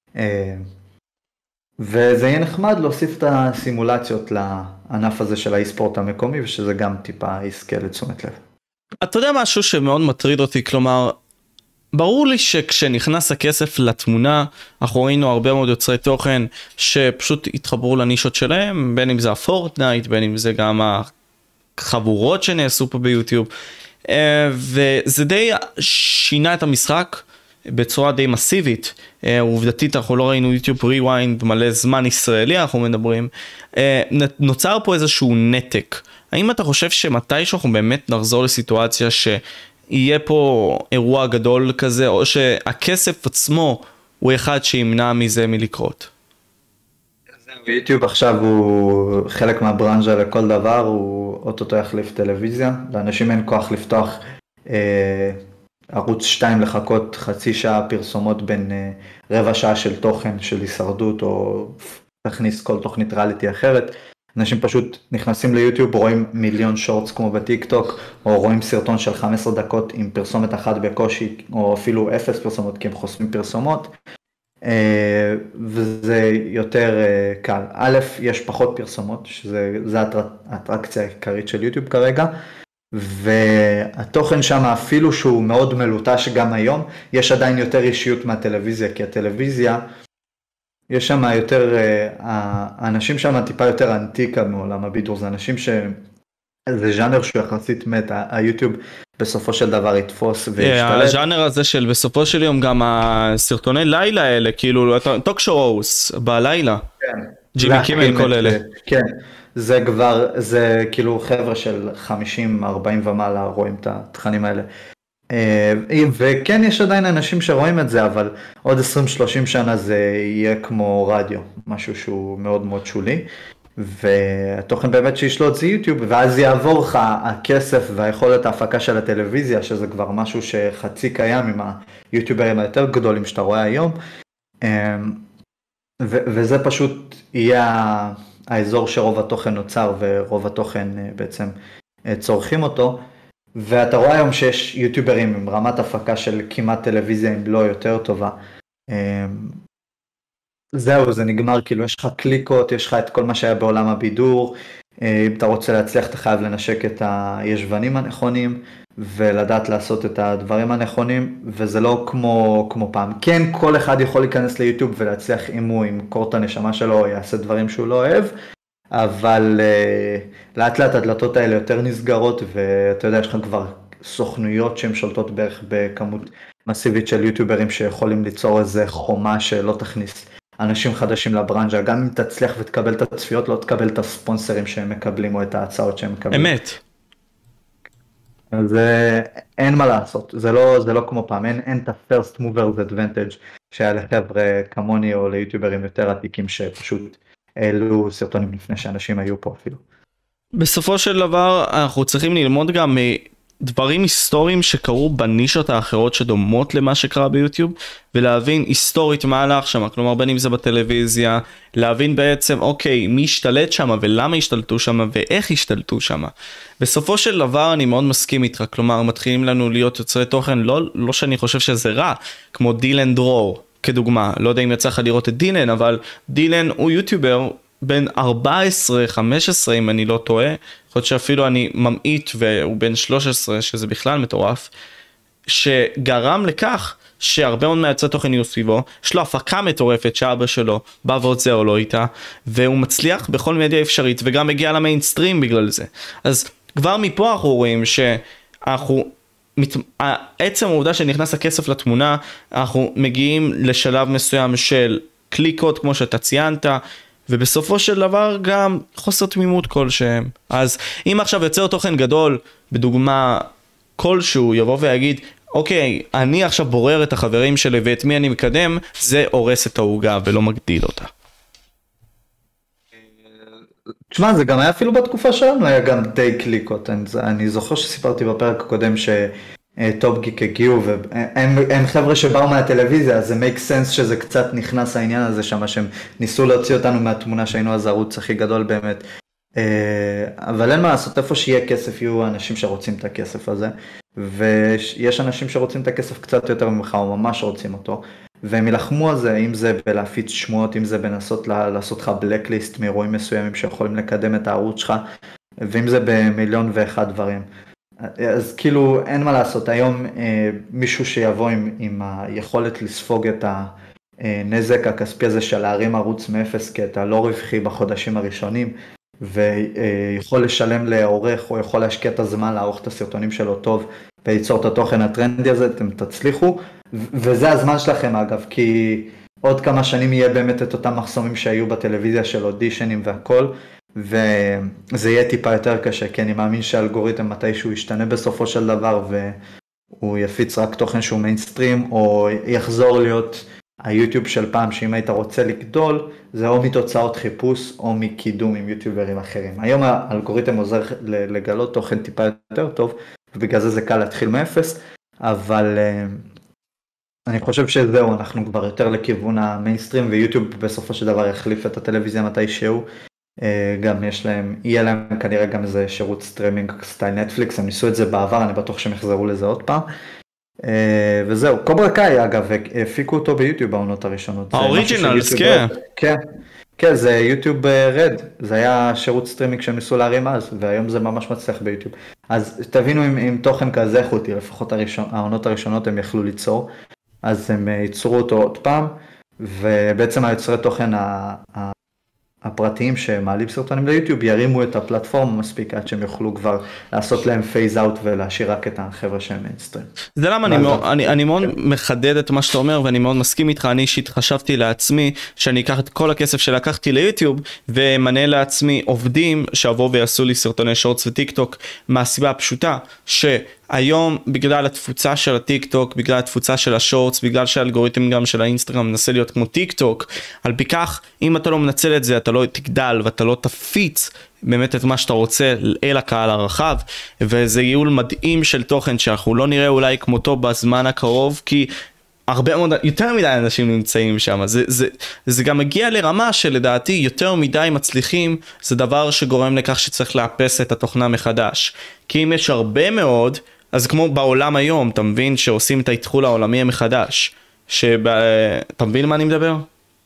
וזה יהיה נחמד להוסיף את הסימולציות לענף הזה של האי-ספורט המקומי, ושזה גם טיפה יזכה לתשומת לב. אתה יודע משהו שמאוד מטריד אותי, כלומר, ברור לי שכשנכנס הכסף לתמונה, אנחנו ראינו הרבה מאוד יוצרי תוכן שפשוט התחברו לנישות שלהם, בין אם זה הפורטנייט, בין אם זה גם החבורות שנעשו פה ביוטיוב, וזה די שינה את המשחק בצורה די מסיבית. עובדתית אנחנו לא ראינו יוטיוב ריוויינד מלא זמן ישראלי, אנחנו מדברים, נוצר פה איזשהו נתק. האם אתה חושב שמתי שאנחנו באמת נחזור לסיטואציה שיהיה פה אירוע גדול כזה, או שהכסף עצמו הוא אחד שימנע מזה מלקרות? יוטיוב עכשיו הוא חלק מהברנז'ה לכל דבר, הוא אוטוטו יחליף טלוויזיה, לאנשים אין כוח לפתוח אה, ערוץ שתיים לחכות חצי שעה פרסומות בין אה, רבע שעה של תוכן של הישרדות, או תכניס כל תוכנית ריאליטי אחרת. אנשים פשוט נכנסים ליוטיוב, רואים מיליון שורטס כמו בטיק טוק, או רואים סרטון של חמש עשרה דקות עם פרסומת אחת בקושי, או אפילו אפס פרסומות כי הם חוסמים פרסומות, וזה יותר קל. א', יש פחות פרסומות, שזה האטרקציה העיקרית של יוטיוב כרגע, והתוכן שם אפילו שהוא מאוד מלוטש גם היום, יש עדיין יותר אישיות מהטלוויזיה, כי הטלוויזיה, יש שם יותר, האנשים שם טיפה יותר אנטיקה מעולם הבידור, זה אנשים ש... זה ז'אנר שהוא יחסית מת, היוטיוב בסופו של דבר יתפוס וישתלט. הז'אנר הזה של בסופו של יום גם הסרטוני לילה האלה, כאילו טוק שואוס בלילה, ג'ימי קימל כל אלה. כן, זה כבר, זה כאילו חבר'ה של חמישים ארבעים ומעלה רואים את התכנים האלה. וכן יש עדיין אנשים שרואים את זה, אבל עוד עשרים שלושים שנה זה יהיה כמו רדיו, משהו שהוא מאוד מאוד שולי, והתוכן באמת שישלוט זה יוטיוב, ואז יעבור לך הכסף והיכולת ההפקה של הטלוויזיה, שזה כבר משהו שחצי קיים עם היוטיוברים היותר גדולים שאתה רואה היום, וזה פשוט יהיה האזור שרוב התוכן נוצר ורוב התוכן בעצם צורכים אותו. ואתה רואה היום שיש יוטיוברים עם רמת הפקה של כמעט טלוויזיה אם לא יותר טובה. זהו, זה נגמר, כאילו יש לך קליקות, יש לך את כל מה שהיה בעולם הבידור, אם אתה רוצה להצליח אתה חייב לנשק את הישבנים הנכונים, ולדעת לעשות את הדברים הנכונים, וזה לא כמו, כמו פעם. כן, כל אחד יכול להיכנס ליוטיוב ולהצליח אם הוא ימכור את הנשמה שלו, או יעשה דברים שהוא לא אוהב, אבל uh, לאט לאט הדלתות האלה יותר נסגרות, ואתה יודע, יש לך כבר סוכנויות שהן שולטות בערך בכמות מסיבית של יוטיוברים שיכולים ליצור איזה חומה שלא תכניס אנשים חדשים לברנז'ה, גם אם תצליח ותקבל את הצפיות, לא תקבל את הספונסרים שהם מקבלים או את ההצעות שהם מקבלים. אמת. אז אין מה לעשות, זה לא, זה לא כמו פעם, אין, אין את ה-first movers advantage שהיה לחבר'ה כמוני או ליוטיוברים יותר עתיקים שפשוט העלו סרטונים לפני שאנשים היו פה אפילו. בסופו של דבר אנחנו צריכים ללמוד גם דברים היסטוריים שקרו בנישות האחרות שדומות למה שקרה ביוטיוב, ולהבין היסטורית מה הלך שם, כלומר בין אם זה בטלוויזיה, להבין בעצם אוקיי מי השתלט שם ולמה השתלטו שם ואיך השתלטו שם. בסופו של דבר אני מאוד מסכים איתך, כלומר מתחילים לנו להיות יוצרי תוכן, לא, לא שאני חושב שזה רע, כמו דילן דרור כדוגמה, לא יודע אם יצא לך לראות את דילן, אבל דילן הוא יוטיובר בין ארבע עשרה חמש עשרה אם אני לא טועה, יכול להיות שאפילו אני ממעיט והוא בין שלוש עשרה שזה בכלל מטורף, שגרם לכך שהרבה מאוד מהיוצרי תוכן יהיו סביבו, יש לו הפקה מטורפת שאבא שלו בא ועוצר לו איתה, והוא מצליח בכל מדיה אפשרית וגם מגיע למיינסטרים בגלל זה. אז כבר מפה אנחנו רואים שאנחנו עצם העובדה שנכנס הכסף לתמונה, אנחנו מגיעים לשלב מסוים של קליקות כמו שאתה ציינת, ובסופו של דבר גם חוסר תמימות כלשהם. אז אם עכשיו יוצר תוכן גדול, בדוגמה כלשהו יבוא ויגיד, אוקיי, אני עכשיו בורר את החברים שלי ואת מי אני מקדם, זה הורס את העוגה ולא מגדיל אותה. תשמע, זה גם היה אפילו בתקופה שלנו, היה גם די קליקות. אני, אני זוכר שסיפרתי בפרק הקודם שטופ גיק הגיעו, והם חבר'ה שבאו מהטלוויזיה, אז זה make sense שזה קצת נכנס העניין הזה שם, שהם ניסו להוציא אותנו מהתמונה שהיינו אז הערוץ הכי גדול באמת. אבל אין מה לעשות, איפה שיהיה כסף יהיו אנשים שרוצים את הכסף הזה, ויש אנשים שרוצים את הכסף קצת יותר ממך, או ממש רוצים אותו, והם ילחמו על זה, אם זה בלהפיץ שמועות, אם זה בנסות לעשות לך בלקליסט מאירועים מסוימים שיכולים לקדם את הערוץ שלך, ואם זה במיליון ואחד דברים. אז כאילו אין מה לעשות, היום אה, מישהו שיבוא עם, עם היכולת לספוג את הנזק הכספי הזה של להרים ערוץ מאפס, כי אתה לא רווחי בחודשים הראשונים, ויכול לשלם לעורך, או יכול להשקיע את הזמן לערוך את הסרטונים שלו טוב, וליצור את התוכן הטרנדי הזה, אתם תצליחו, וזה הזמן שלכם אגב, כי עוד כמה שנים יהיה באמת את אותם מחסומים שהיו בטלוויזיה של אודישנים והכל, וזה יהיה טיפה יותר קשה, כי אני מאמין שהאלגוריתם מתישהו ישתנה בסופו של דבר, והוא יפיץ רק תוכן שהוא מיינסטרים, או יחזור להיות היוטיוב של פעם, שאם היית רוצה לגדול, זה או מתוצאות חיפוש, או מקידום עם יוטיוברים אחרים. היום האלגוריתם עוזר לגלות תוכן טיפה יותר טוב, ובגלל זה זה קל להתחיל מאפס, אבל אני חושב שזהו, אנחנו כבר יותר לכיוון המיינסטרים, ויוטיוב בסופו של דבר יחליף את הטלוויזיה מתישהו, גם יש להם, יהיה להם כנראה גם איזה שירות סטרימינג סטייל נטפליקס, הם ניסו את זה בעבר, אני בטוח שהם יחזרו לזה עוד פעם. וזהו, קוברה קאי אגב, הפיקו אותו ביוטיוב בעונות הראשונות. האוריג'ינלס, כן. כן, כן, זה יוטיוב רד, זה היה שירות סטרימינג שהם ניסו להרים אז, והיום זה ממש מצליח ביוטיוב. אז תבינו עם, עם תוכן כזה איכותי, לפחות הראשון, העונות הראשונות הם יכלו ליצור, אז הם ייצרו אותו עוד פעם, ובעצם היוצרי תוכן ה... הפרטיים שמעלים סרטונים ליוטיוב ירימו את הפלטפורמה מספיק עד שהם יוכלו כבר לעשות להם פייז אאוט ולהשאיר רק את החבר'ה שהם מיינסטרים. זה למה אני מאוד, אני, אני מאוד מחדד את מה שאתה אומר ואני מאוד מסכים איתך. אני אישית חשבתי לעצמי שאני אקח את כל הכסף שלקחתי ליוטיוב ומנה לעצמי עובדים שעברו ויעשו לי סרטוני שורטס וטיק טוק, מהסיבה הפשוטה שהיום בגלל התפוצה של הטיק טוק, בגלל התפוצה של השורטס, בגלל שהאלגוריתם גם של האינסטגרם מנסה להיות כמו טיק טוק, על פי כך אם אתה לא מנצל את זה אתה לא תגדל ואתה לא תפיץ באמת את מה שאתה רוצה אל הקהל הרחב, וזה ייעול מדהים של תוכן שאנחנו לא נראה אולי כמותו בזמן הקרוב, כי הרבה מאוד, יותר מדי אנשים נמצאים שם. זה, זה, זה גם מגיע לרמה שלדעתי יותר מדי מצליחים, זה דבר שגורם לכך שצריך לאפס את התוכנה מחדש. כי אם יש הרבה מאוד, אז כמו בעולם היום, אתה מבין שעושים את ההתחול העולמי המחדש, שבא, אתה מבין מה אני מדבר?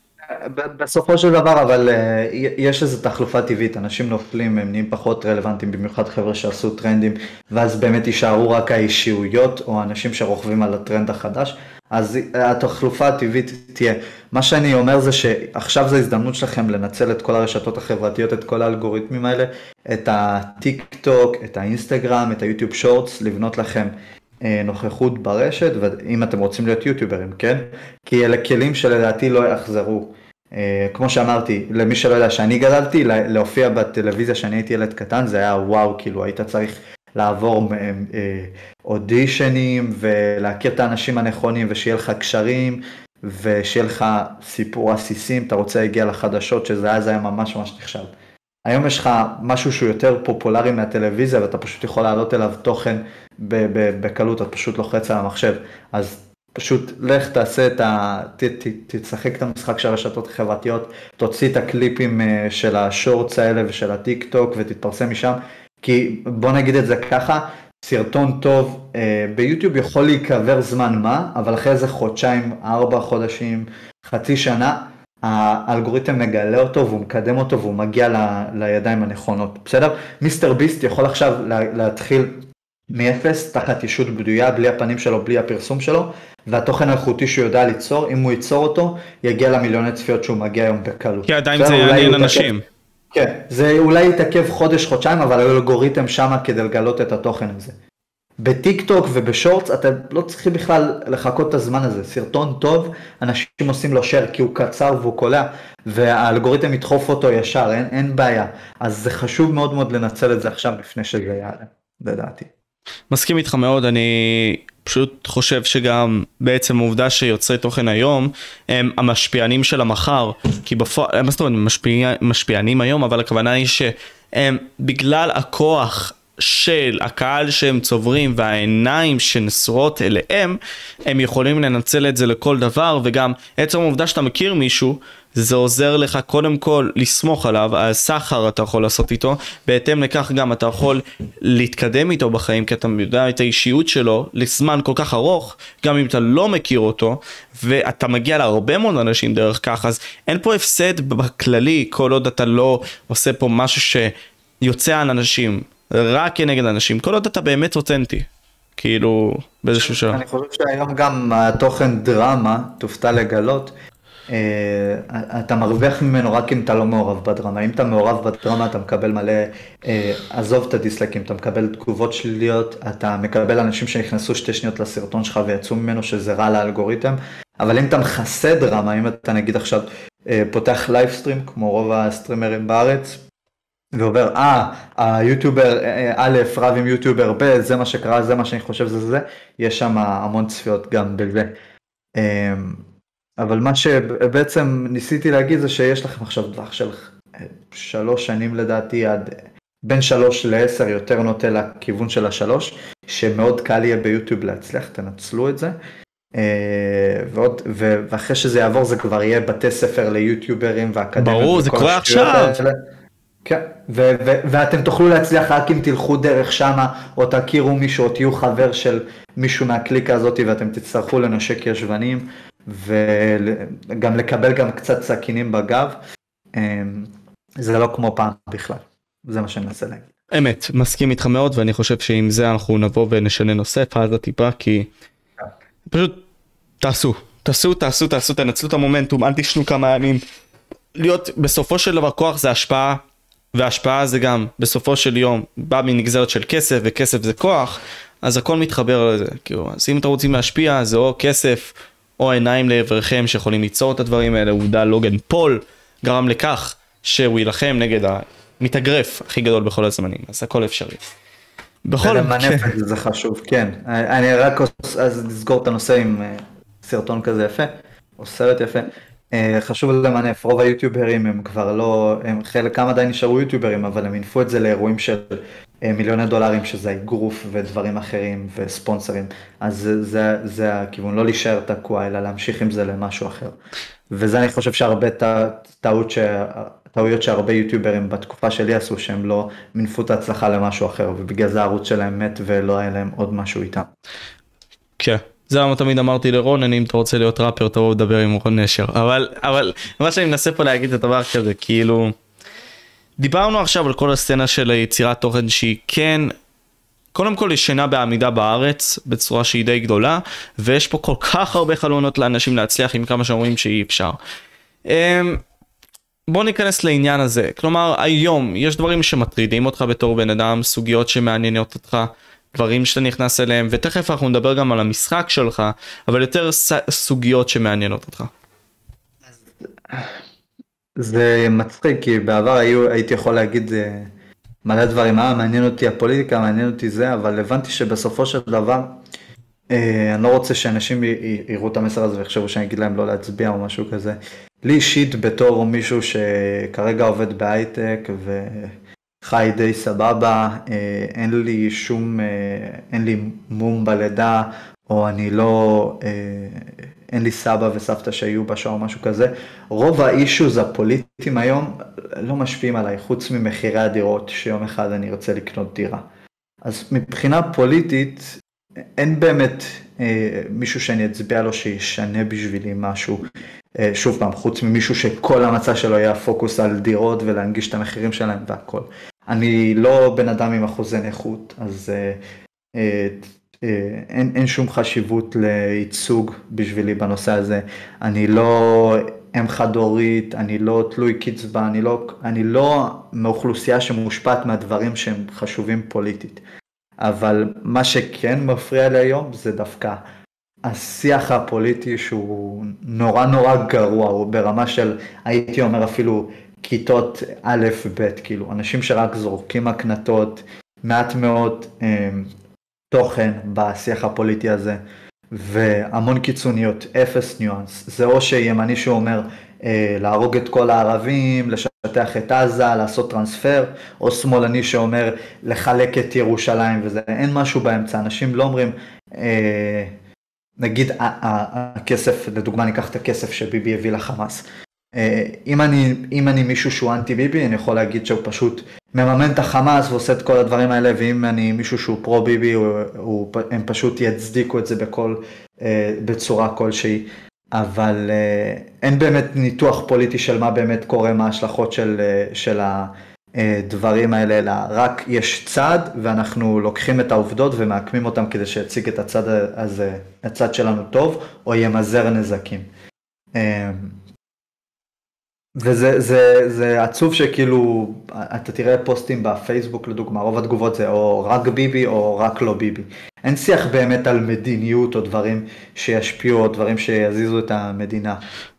בסופו של דבר, אבל יש איזו תחלופה טבעית, אנשים נופלים, הם נהיים פחות רלוונטיים, במיוחד חבר'ה שעשו טרנדים, ואז באמת יישארו רק האישיויות, או אנשים שרוכבים על הטרנד החדש, אז התחלופה הטבעית תהיה. מה שאני אומר זה שעכשיו זו הזדמנות שלכם לנצל את כל הרשתות החברתיות, את כל האלגוריתמים האלה, את הטיק טוק, את האינסטגרם, את היוטיוב שורטס, לבנות לכם נוכחות ברשת, ואם אתם רוצים להיות יוטיוברים, כן? כי אלה כלים שלדעתי לא יחזרו. כמו שאמרתי, למי שלא יודע שאני גדלתי, להופיע בטלוויזיה שאני הייתי ילד קטן, זה היה וואו, כאילו היית צריך לעבור אודישנים ולהכיר את האנשים הנכונים ושיהיה לך קשרים ושיהיה לך סיפור עסיסים, אתה רוצה להגיע לחדשות, שזה היה, זה היה ממש ממש נחשב. היום יש לך משהו שהוא יותר פופולרי מהטלוויזיה ואתה פשוט יכול לעלות אליו תוכן בקלות, אתה פשוט לוחץ על המחשב. אז פשוט לך תעשה את ה... תצחק את המשחק של הרשתות החברתיות, תוציא את הקליפים של השורטס האלה ושל הטיק טוק ותתפרסם משם, כי בוא נגיד את זה ככה, סרטון טוב ביוטיוב יכול להיקבר זמן מה, אבל אחרי זה חודשיים, ארבע חודשים, חצי שנה, האלגוריתם מגלה אותו והוא מקדם אותו והוא מגיע ל... לידיים הנכונות, בסדר? מיסטר ביסט יכול עכשיו להתחיל מאפס, תחת ישות בדויה, בלי הפנים שלו, בלי הפרסום שלו, והתוכן האיכותי שהוא יודע ליצור, אם הוא ייצור אותו, יגיע למיליוני צפיות שהוא מגיע היום בקלות. כי עדיין זה יעניין אנשים. כן, זה אולי יתעכב חודש, חודשיים, אבל האלגוריתם שמה כדי לגלות את התוכן הזה. בטיק טוק ובשורטס אתם לא צריכים בכלל לחכות את הזמן הזה, סרטון טוב, אנשים עושים לו share כי הוא קצר והוא קולע, והאלגוריתם ידחוף אותו ישר, אין, אין בעיה, אז זה חשוב מאוד מאוד לנצל את זה עכשיו לפני שזה יעלה, לדעתי. מסכים איתך מאוד, אני פשוט חושב שגם בעצם העובדה שיוצרי תוכן היום הם המשפיענים של המחר, כי בפועל, מה זאת אומרת, משפיע, משפיענים היום, אבל הכוונה היא שהם בגלל הכוח של הקהל שהם צוברים והעיניים שנשואות אליהם, הם יכולים לנצל את זה לכל דבר, וגם עצם העובדה שאתה מכיר מישהו, זה עוזר לך קודם כל לסמוך עליו, הסחר אתה יכול לעשות איתו, בהתאם לכך גם אתה יכול להתקדם איתו בחיים, כי אתה יודע את האישיות שלו לזמן כל כך ארוך, גם אם אתה לא מכיר אותו, ואתה מגיע להרבה מאוד אנשים דרך כך, אז אין פה הפסד בכללי, כל עוד אתה לא עושה פה משהו שיוצא על אנשים, רק כנגד אנשים, כל עוד אתה באמת אותנטי, כאילו באיזשהו שלב. אני חושב שהיום גם התוכן דרמה, תופתע לגלות, אתה מרוויח ממנו רק אם אתה לא מעורב בדרמה, אם אתה מעורב בדרמה אתה מקבל מלא, עזוב את הדיסלייקים, אתה מקבל תגובות שליליות, אתה מקבל אנשים שנכנסו שתי שניות לסרטון שלך ויצאו ממנו שזה רע לאלגוריתם, אבל אם אתה מכסה דרמה, אם אתה נגיד עכשיו פותח לייבסטרים כמו רוב הסטרימרים בארץ, ועובר, אה, היוטיובר א' רב עם יוטיובר ב', זה מה שקרה, זה מה שאני חושב, זה זה, יש שם המון צפיות גם בזה. אבל מה שבעצם ניסיתי להגיד זה שיש לכם עכשיו טווח של שלוש שנים לדעתי, עד בין שלוש לעשר יותר נוטה לכיוון של השלוש, שמאוד קל יהיה ביוטיוב להצליח, תנצלו את זה. ועוד, ואחרי שזה יעבור זה כבר יהיה בתי ספר ליוטיוברים ואקדמיות. ברור, זה קורה עכשיו. כן, ו- ו- ואתם תוכלו להצליח רק אם תלכו דרך שמה, או תכירו מישהו, או תהיו חבר של מישהו מהקליקה הזאת, ואתם תצטרכו לנשק ישבנים, וגם לקבל גם קצת סכינים בגב. זה לא כמו פעם בכלל, זה מה שאני מנסה להגיד. אמת, מסכים איתך מאוד, ואני חושב שעם זה אנחנו נבוא ונשנה נושא, פאז הטיפה, כי פשוט תעשו, תעשו, תעשו, תעשו, תנצלו את המומנטום, אל תשנו כמה ימים. להיות בסופו של דבר כוח זה השפעה, וההשפעה זה גם בסופו של יום בא מנגזרת של כסף, וכסף זה כוח, אז הכל מתחבר לזה. כאילו, אז אם אתם רוצים להשפיע, זה או כסף, או עיניים לעברכם שיכולים ליצור את הדברים האלה. עובדה לוגן פול גרם לכך שהוא ילחם נגד המתאגרף הכי גדול בכל הזמנים, אז הכל אפשרי. בכל למנף את זה, זה חשוב, כן. אני רק אז נסגור את הנושא עם סרטון כזה יפה, או סרט יפה. חשוב למנף, רוב היוטיוברים הם כבר לא, הם חלקם עדיין נשארו יוטיוברים, אבל הם ינפו את זה לאירועים של מיליוני דולרים, שזה אגרוף ודברים אחרים וספונסרים, אז זה, זה, זה הכיוון, לא להישאר תקוע, אלא להמשיך עם זה למשהו אחר. וזה אני חושב שהרבה טעות, טעויות שהרבה יוטיוברים בתקופה שלי עשו, שהם לא מנפו את ההצלחה למשהו אחר, ובגלל זה הערוץ שלהם מת ולא היה להם עוד משהו איתם. כן. זה למה תמיד אמרתי לרון, אני אם אתה רוצה להיות ראפר, תבוא לדבר עם רון נשר. אבל, אבל, מה שאני מנסה פה להגיד את הדבר כזה, כאילו, דיברנו עכשיו על כל הסצנה של יצירת תוכן שהיא כן, קודם כל ישנה בעמידה בארץ, בצורה שהיא די גדולה, ויש פה כל כך הרבה חלונות לאנשים להצליח עם כמה שאומרים שאי אפשר. בוא ניכנס לעניין הזה, כלומר, היום יש דברים שמטרידים אותך בתור בן אדם, סוגיות שמעניינות אותך, דברים שאתה נכנס אליהם, ותכף אנחנו נדבר גם על המשחק שלך, אבל יותר סוגיות שמעניינות אותך. זה מצחיק, כי בעבר היו, הייתי יכול להגיד מלא דברים, אה, מעניין אותי הפוליטיקה, מעניין אותי זה, אבל הבנתי שבסופו של דבר, אה, אני לא רוצה שאנשים יראו את המסר הזה ויחשבו שאני אגיד להם לא להצביע או משהו כזה. לי אישית בתור מישהו שכרגע עובד בהייטק ו... חי די סבבה, אין לי שום, אין לי מום בלידה, או אני לא, אין לי סבא וסבתא שהיו בשעה או משהו כזה. רוב האישוז הפוליטיים היום לא משפיעים עליי, חוץ ממחירי הדירות, שיום אחד אני רוצה לקנות דירה. אז מבחינה פוליטית, אין באמת מישהו שאני אצביע לו שישנה בשבילי משהו. שוב פעם, חוץ ממישהו שכל המצע שלו יהיה פוקוס על דירות ולהנגיש את המחירים שלהם והכל. אני לא בן אדם עם אחוזי נכות, אז אה, אה, אה, אין, אין שום חשיבות לייצוג בשבילי בנושא הזה. אני לא אם חד הורית, אני לא תלוי קצבה, אני לא, אני לא מאוכלוסייה שמושפעת מהדברים שהם חשובים פוליטית. אבל מה שכן מפריע לי היום זה דווקא השיח הפוליטי שהוא נורא נורא גרוע, הוא ברמה של, הייתי אומר אפילו כיתות א' ב', כאילו אנשים שרק זורקים הקנטות, מעט מאוד אה, תוכן בשיח הפוליטי הזה, והמון קיצוניות, אפס ניואנס. זה או שימני שאומר אה, להרוג את כל הערבים, לשטח את עזה, לעשות טרנספר, או שמאלני שאומר לחלק את ירושלים וזה. אין משהו באמצע, אנשים לא אומרים, אה, נגיד הכסף, לדוגמה ניקח את הכסף שביבי הביא לחמאס. אה, אם אני, אם אני מישהו שהוא אנטי ביבי, אני יכול להגיד שהוא פשוט מממן את החמאס ועושה את כל הדברים האלה, ואם אני מישהו שהוא פרו ביבי, הוא, הוא, הם פשוט יצדיקו את זה בכל, בצורה כלשהי, אבל אין באמת ניתוח פוליטי של מה באמת קורה, מה ההשלכות של, של הדברים האלה, אלא רק יש צד, ואנחנו לוקחים את העובדות ומעקמים אותם כדי שיציג את הצד הזה, הצד שלנו טוב, או ימזער נזקים. וזה זה, זה עצוב שכאילו, אתה תראה פוסטים בפייסבוק לדוגמה, רוב התגובות זה או רק ביבי או רק לא ביבי. אין שיח באמת על מדיניות או דברים שישפיעו או דברים שיזיזו את המדינה.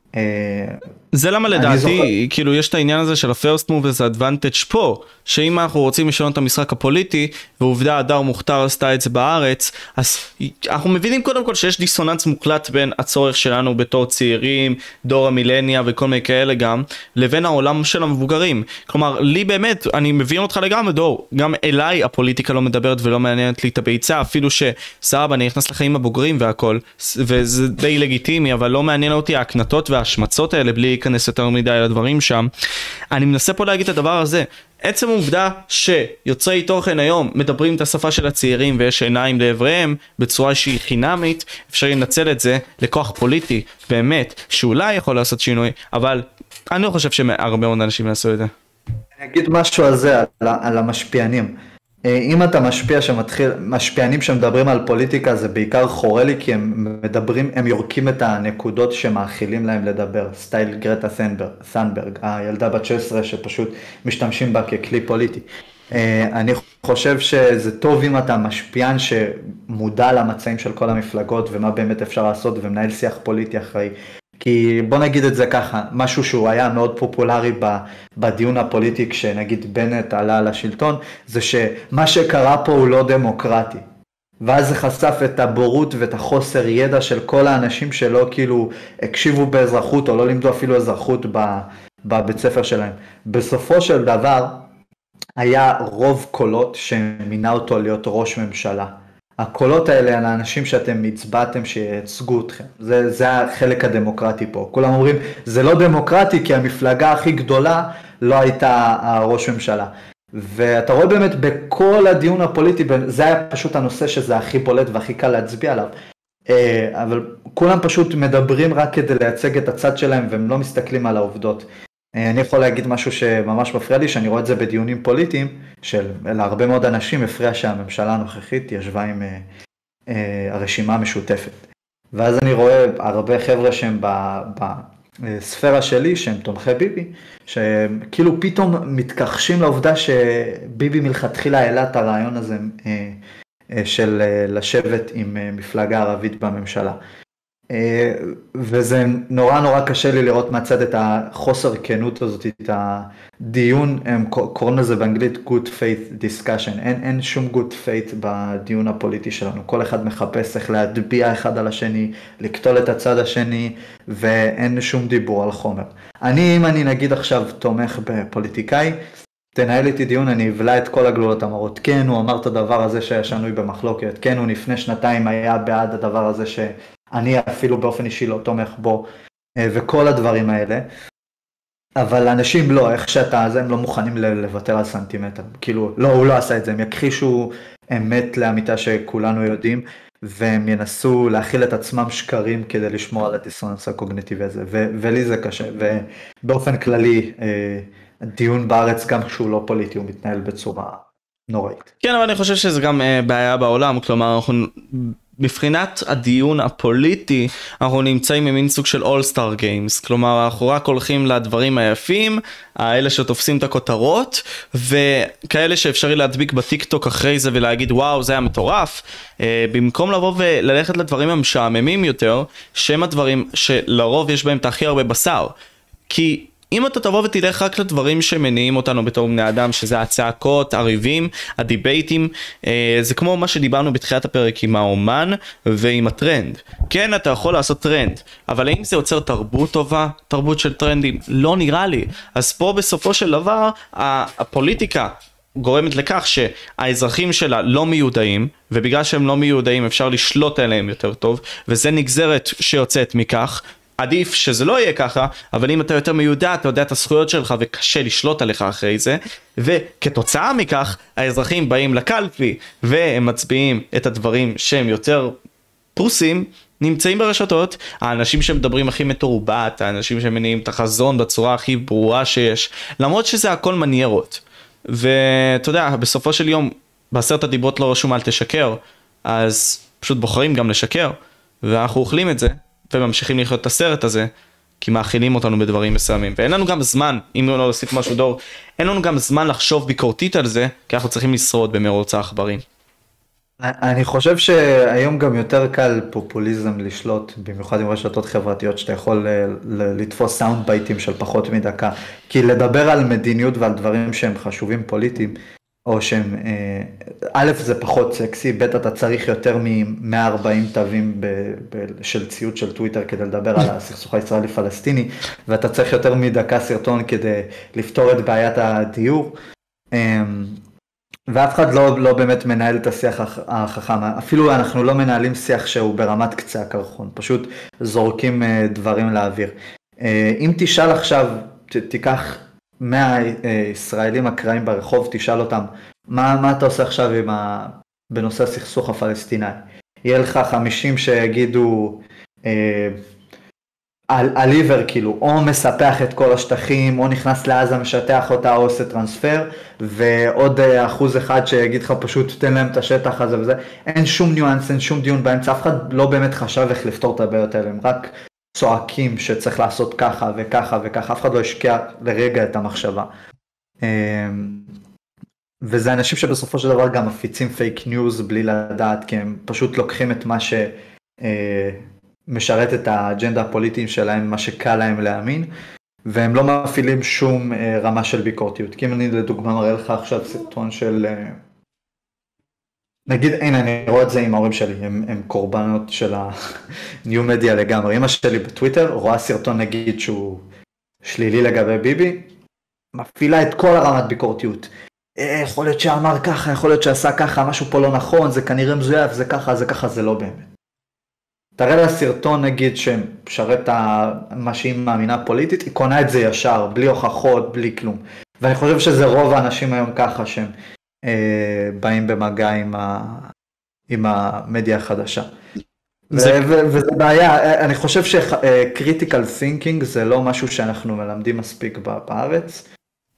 זה למה לדעתי, כאילו יש את העניין הזה של ה-first movers advantage פה, שאם אנחנו רוצים לשנות את המשחק הפוליטי, ועובדה הדר מוכתר עשתה את זה בארץ, אז אנחנו מבינים קודם כל שיש דיסוננס מוקלט בין הצורך שלנו בתור צעירים, דור המילניה וכל מיני כאלה גם, לבין העולם של המבוגרים. כלומר, לי באמת, אני מבין אותך לגמרי דור, גם אליי הפוליטיקה לא מדברת ולא מעניינת לי את הביצה, אפילו שסבבה, אני נכנס לחיים הבוגרים והכל, וזה די לגיטימי, אבל לא מעניין אותי ההקנטות וההשמצות האלה בלי להיכנס יותר מדי לדברים שם. אני מנסה פה להגיד את הדבר הזה, עצם העובדה שיוצרי תוכן היום מדברים את השפה של הצעירים ויש עיניים לעבריהם בצורה שהיא חינמית, אפשר לנצל את זה לכוח פוליטי באמת שאולי יכול לעשות שינוי, אבל אני לא חושב שהרבה מאוד אנשים יעשו את זה. אני אגיד משהו על זה, על, על המשפיענים. אם אתה משפיע שמתחיל, משפיענים שמדברים על פוליטיקה זה בעיקר חורה לי, כי הם מדברים, הם יורקים את הנקודות שמאכילים להם לדבר, סטייל גרטה ת'נברג, הילדה בת שש עשרה שפשוט משתמשים בה ככלי פוליטי. אני חושב שזה טוב אם אתה משפיען שמודע למצעים של כל המפלגות ומה באמת אפשר לעשות ומנהל שיח פוליטי אחראי. כי בוא נגיד את זה ככה, משהו שהוא היה מאוד פופולרי בדיון הפוליטי כשנגיד בנט עלה לשלטון, זה שמה שקרה פה הוא לא דמוקרטי. ואז זה חשף את הבורות ואת החוסר ידע של כל האנשים שלא כאילו הקשיבו באזרחות או לא לימדו אפילו אזרחות בבית ספר שלהם. בסופו של דבר היה רוב קולות שמינה אותו להיות ראש ממשלה. הקולות האלה על האנשים שאתם הצבעתם שייצגו אתכם. זה, זה החלק הדמוקרטי פה. כולם אומרים, זה לא דמוקרטי כי המפלגה הכי גדולה לא הייתה הראש ממשלה. ואתה רואה באמת בכל הדיון הפוליטי, זה היה פשוט הנושא שזה הכי בולט והכי קל להצביע עליו. אבל כולם פשוט מדברים רק כדי לייצג את הצד שלהם והם לא מסתכלים על העובדות. אני יכול להגיד משהו שממש מפריע לי, שאני רואה את זה בדיונים פוליטיים, של להרבה מאוד אנשים הפריע שהממשלה הנוכחית ישבה עם אה, אה, הרשימה המשותפת. ואז אני רואה הרבה חבר'ה שהם בספירה שלי, שהם תומכי ביבי, שכאילו פתאום מתכחשים לעובדה שביבי מלכתחילה העלה את הרעיון הזה אה, אה, של אה, לשבת עם אה, מפלגה ערבית בממשלה. וזה נורא נורא קשה לי לראות מהצד את החוסר כנות הזאת, את הדיון, הם קוראים לזה באנגלית good faith discussion, אין, אין שום good faith בדיון הפוליטי שלנו, כל אחד מחפש איך להטביע אחד על השני, לקטול את הצד השני, ואין שום דיבור על חומר. אני, אם אני נגיד עכשיו תומך בפוליטיקאי, תנהל איתי דיון, אני אבלע את כל הגלולות המרות, כן הוא אמר את הדבר הזה שהיה שנוי במחלוקת, כן הוא לפני שנתיים היה בעד הדבר הזה ש... אני אפילו באופן אישי לא תומך בו, וכל הדברים האלה, אבל אנשים לא, איך שאתה, אז הם לא מוכנים לוותר על סנטימטר, כאילו, לא, הוא לא עשה את זה, הם יכחישו אמת לאמיתה שכולנו יודעים, והם ינסו להכיל את עצמם שקרים כדי לשמור על הדיסוננס הקוגניטיבי הזה, ו- ולי זה קשה, ובאופן כללי, דיון בארץ גם כשהוא לא פוליטי, הוא מתנהל בצורה נוראית. כן, אבל אני חושב שזה גם בעיה בעולם, כלומר, אנחנו... מבחינת הדיון הפוליטי, אנחנו נמצאים במין סוג של All Star Games, כלומר אנחנו רק הולכים לדברים היפים, האלה שתופסים את הכותרות, וכאלה שאפשרי להדביק בטיקטוק אחרי זה ולהגיד וואו זה היה מטורף, במקום לבוא וללכת לדברים המשעממים יותר, שהם הדברים שלרוב יש בהם את הכי הרבה בשר, כי אם אתה תבוא ותלך רק לדברים שמניעים אותנו בתור בני אדם, שזה הצעקות, הריבים, הדיבייטים, זה כמו מה שדיברנו בתחילת הפרק עם האומן ועם הטרנד. כן, אתה יכול לעשות טרנד, אבל האם זה יוצר תרבות טובה, תרבות של טרנדים? לא נראה לי. אז פה בסופו של דבר, הפוליטיקה גורמת לכך שהאזרחים שלה לא מיודעים, ובגלל שהם לא מיודעים אפשר לשלוט עליהם יותר טוב, וזה נגזרת שיוצאת מכך, עדיף שזה לא יהיה ככה, אבל אם אתה יותר מיודע, אתה יודע את הזכויות שלך וקשה לשלוט עליך אחרי זה, וכתוצאה מכך, האזרחים באים לקלפי, והם מצביעים את הדברים שהם יותר פרוסים, נמצאים ברשתות, האנשים שמדברים הכי מתורבת, האנשים שמניעים את החזון בצורה הכי ברורה שיש, למרות שזה הכל מניירות. ואתה יודע, בסופו של יום, בעשרת הדיברות לא רשום אל תשקר, אז פשוט בוחרים גם לשקר, ואנחנו אוכלים את זה. וממשיכים לחיות את הסרט הזה, כי מאכילים אותנו בדברים מסוימים. ואין לנו גם זמן, אם לא להוסיף משהו דור, אין לנו גם זמן לחשוב ביקורתית על זה, כי אנחנו צריכים לשרוד במרוץ העכברים. אני חושב שהיום גם יותר קל פופוליזם לשלוט, במיוחד עם רשתות חברתיות, שאתה יכול לתפוס סאונד בייטים של פחות מדקה. כי לדבר על מדיניות ועל דברים שהם חשובים פוליטיים, או שהם, א' זה פחות סקסי, ב' אתה צריך יותר מ-מאה וארבעים תווים ב- ב- של ציוד של טוויטר כדי לדבר על הסכסוך הישראלי-פלסטיני, ואתה צריך יותר מדקה סרטון כדי לפתור את בעיית הדיור, ואף אחד לא, לא באמת מנהל את השיח החכם, אפילו אנחנו לא מנהלים שיח שהוא ברמת קצה הקרחון, פשוט זורקים דברים לאוויר. אם תשאל עכשיו, ת, תיקח מאה ישראלים הקראים ברחוב, תשאל אותם, מה, מה אתה עושה עכשיו עם ה... בנושא הסכסוך הפלסטיני? יהיה לך חמישים שיגידו אה, על, על עיוור, כאילו, או מספח את כל השטחים, או נכנס לעזה, משטח אותה, או עושה טרנספר, ועוד אחוז אחד שיגיד לך פשוט תן להם את השטח הזה וזה. אין שום ניואנס, אין שום דיון באמצע, אף אחד לא באמת חשב איך לפתור את הבעיות האלה, הם רק צועקים שצריך לעשות ככה וככה וככה, אף אחד לא השקיע לרגע את המחשבה. וזה אנשים שבסופו של דבר גם מפיצים פייק ניוז בלי לדעת, כי הם פשוט לוקחים את מה שמשרת את האג'נדה הפוליטיים שלהם, מה שקל להם להאמין, והם לא מפעילים שום רמה של ביקורתיות. כי אם אני לדוגמה מראה לך עכשיו סרטון של... נגיד, הנה, אני רואה את זה עם ההורים שלי, הם, הם קורבנות של הניו מדיה לגמרי. אמא שלי בטוויטר רואה סרטון נגיד שהוא שלילי לגבי ביבי, מפעילה את כל הרמת ביקורתיות. יכול להיות שאמר ככה, יכול להיות שעשה ככה, משהו פה לא נכון, זה כנראה מזויף, זה ככה, זה ככה, זה לא באמת. תראה לה סרטון נגיד שמשרת מה שהיא מאמינה פוליטית, היא קונה את זה ישר, בלי הוכחות, בלי כלום. ואני חושב שזה רוב האנשים היום ככה שהם אה, באים במגע עם, ה, עם המדיה החדשה. זה... ו- ו- וזה בעיה, אני חושב ש-critical thinking זה לא משהו שאנחנו מלמדים מספיק בארץ,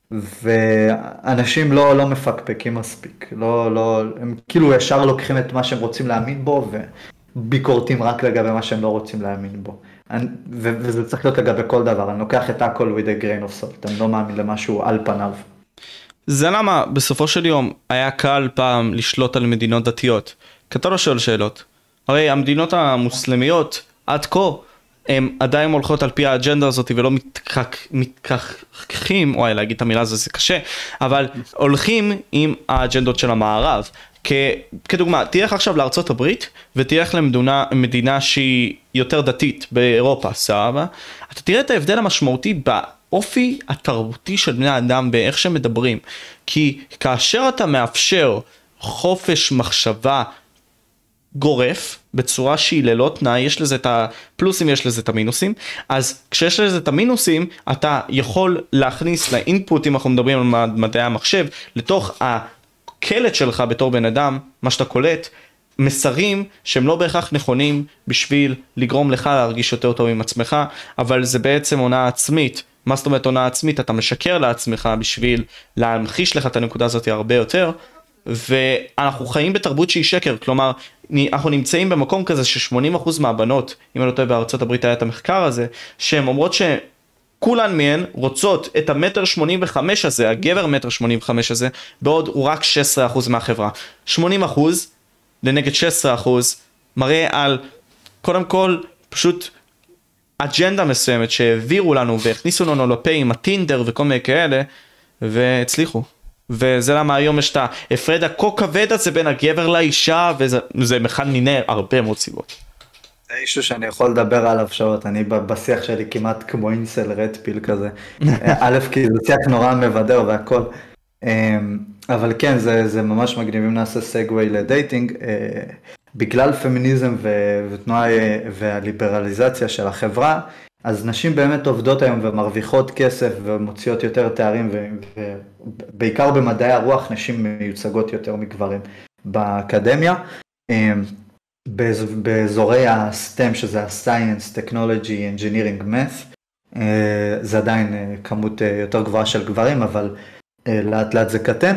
ואנשים לא, לא מפקפקים מספיק, לא, לא, הם כאילו ישר לוקחים את מה שהם רוצים להאמין בו, וביקורתים רק לגבי מה שהם לא רוצים להאמין בו. אני, ו- וזה צריך להיות לגבי כל דבר, אני לוקח את הכל with a grain of salt, אני לא מאמין למשהו על פניו. זה למה בסופו של יום היה קל פעם לשלוט על מדינות דתיות, כי אתה לא שואל שאלות. הרי המדינות המוסלמיות עד כה, הם עדיין הולכות על פי האג'נדה הזאת ולא מתכחכים, וואי להגיד את המילה הזו זה קשה, אבל הולכים עם האג'נדות של המערב. כ, כדוגמה, תלך עכשיו לארצות הברית ותלך למדינה מדינה שהיא יותר דתית באירופה, סבבה? אתה תראה את ההבדל המשמעותי באופי התרבותי של בני האדם באיך שהם מדברים. כי כאשר אתה מאפשר חופש מחשבה גורף, בצורה שהיא ללא תנאי, יש לזה את הפלוסים, יש לזה את המינוסים, אז כשיש לזה את המינוסים, אתה יכול להכניס לאינפוטים, אנחנו מדברים על מדעי המחשב, לתוך הקלט שלך בתור בן אדם, מה שאתה קולט, מסרים שהם לא בהכרח נכונים בשביל לגרום לך להרגיש יותר טוב עם עצמך, אבל זה בעצם עונה עצמית. מה זאת אומרת עונה עצמית? אתה משקר לעצמך בשביל להמחיש לך את הנקודה הזאת הרבה יותר, ואנחנו חיים בתרבות שהיא שקר, כלומר, אנחנו נמצאים במקום כזה ש-שמונים אחוז מהבנות, אם אני לא טועה בארצות הברית היה את המחקר הזה, שהן אומרות שכולן מהן רוצות את המטר שמונים וחמש הזה, הגבר מטר שמונים וחמש הזה, בעוד הוא רק שש עשרה אחוז מהחברה. שמונים אחוז לנגד שש עשרה אחוז, מראה על, קודם כל, פשוט אג'נדה מסוימת שהעבירו לנו והכניסו לנו לפה עם הטינדר וכל מיני כאלה, והצליחו. וזה למה היום יש את ההפרד הכה כבד הזה בין הגבר לאישה, וזה אחד מיני הרבה מאוד סיבות. זה אישו שאני יכול לדבר עליו שעות, אני בשיח שלי כמעט כמו אינסל רד פיל כזה. א', כי זה שיח נורא מבדר והכל. אבל כן, זה, זה ממש מגניב אם נעשה סגווי לדייטינג. בגלל פמיניזם ותנועה והליברליזציה של החברה, אז נשים באמת עובדות היום ומרוויחות כסף ומוציאות יותר תארים, ובעיקר במדעי הרוח נשים מיוצגות יותר מגברים באקדמיה. באזורי ה-סטם, שזה ה-Science, Technology, Engineering, Math, זה עדיין כמות יותר גבוהה של גברים, אבל לאט לאט זה קטן.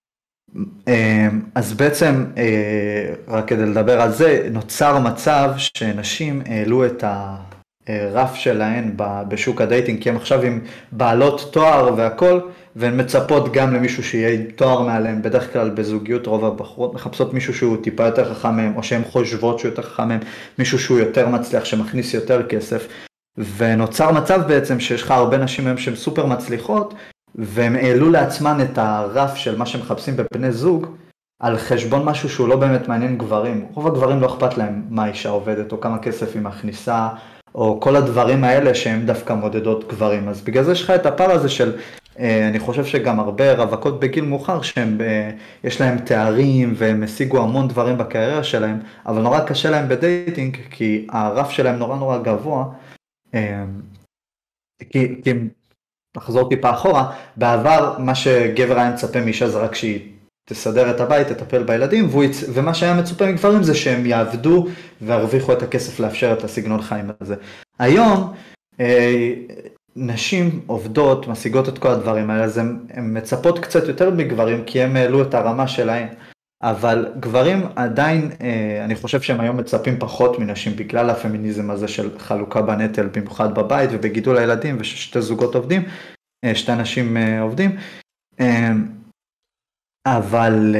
אז בעצם, רק כדי לדבר על זה, נוצר מצב שנשים העלו את הרף שלהן בשוק הדייטינג, כי הם עכשיו עם בעלות תואר והכל, והן מצפות גם למישהו שיהיה תואר מעליהם, בדרך כלל בזוגיות רוב הבחורות מחפשות מישהו שהוא טיפה יותר חכם מהם, או שהן חושבות שהוא יותר חכם מהם, מישהו שהוא יותר מצליח, שמכניס יותר כסף, ונוצר מצב בעצם שיש לך הרבה נשים מהם שהן סופר מצליחות, והם העלו לעצמן את הרף של מה שמחפשים בפני זוג, על חשבון משהו שהוא לא באמת מעניין גברים. רוב הגברים לא אכפת להם מה אישה עובדת, או כמה כסף היא מכניסה, או כל הדברים האלה שהם דווקא מודדות גברים. אז בגלל זה יש לך את הפער הזה של, אני חושב שגם הרבה רווקות בגיל מאוחר, שהם, יש להם תארים, והם השיגו המון דברים בקריירה שלהם, אבל נורא קשה להם בדייטינג, כי הרף שלהם נורא נורא גבוה, כי, כי נחזור טיפה אחורה, בעבר מה שגבר היה מצפה מאישה זה רק שהיא תסדר את הבית, תטפל בילדים, ומה שהיה מצופה מגברים זה שהם יעבדו והרוויחו את הכסף לאפשר את הסגנון חיים הזה. היום נשים עובדות, משיגות את כל הדברים האלה, אז הן מצפות קצת יותר מגברים כי הם העלו את הרמה שלהם, אבל גברים עדיין, אני חושב שהם היום מצפים פחות מנשים בגלל הפמיניזם הזה של חלוקה בנטל, במיוחד בבית ובגידול הילדים, וששתי זוגות עובדים, שתי אנשים עובדים, אבל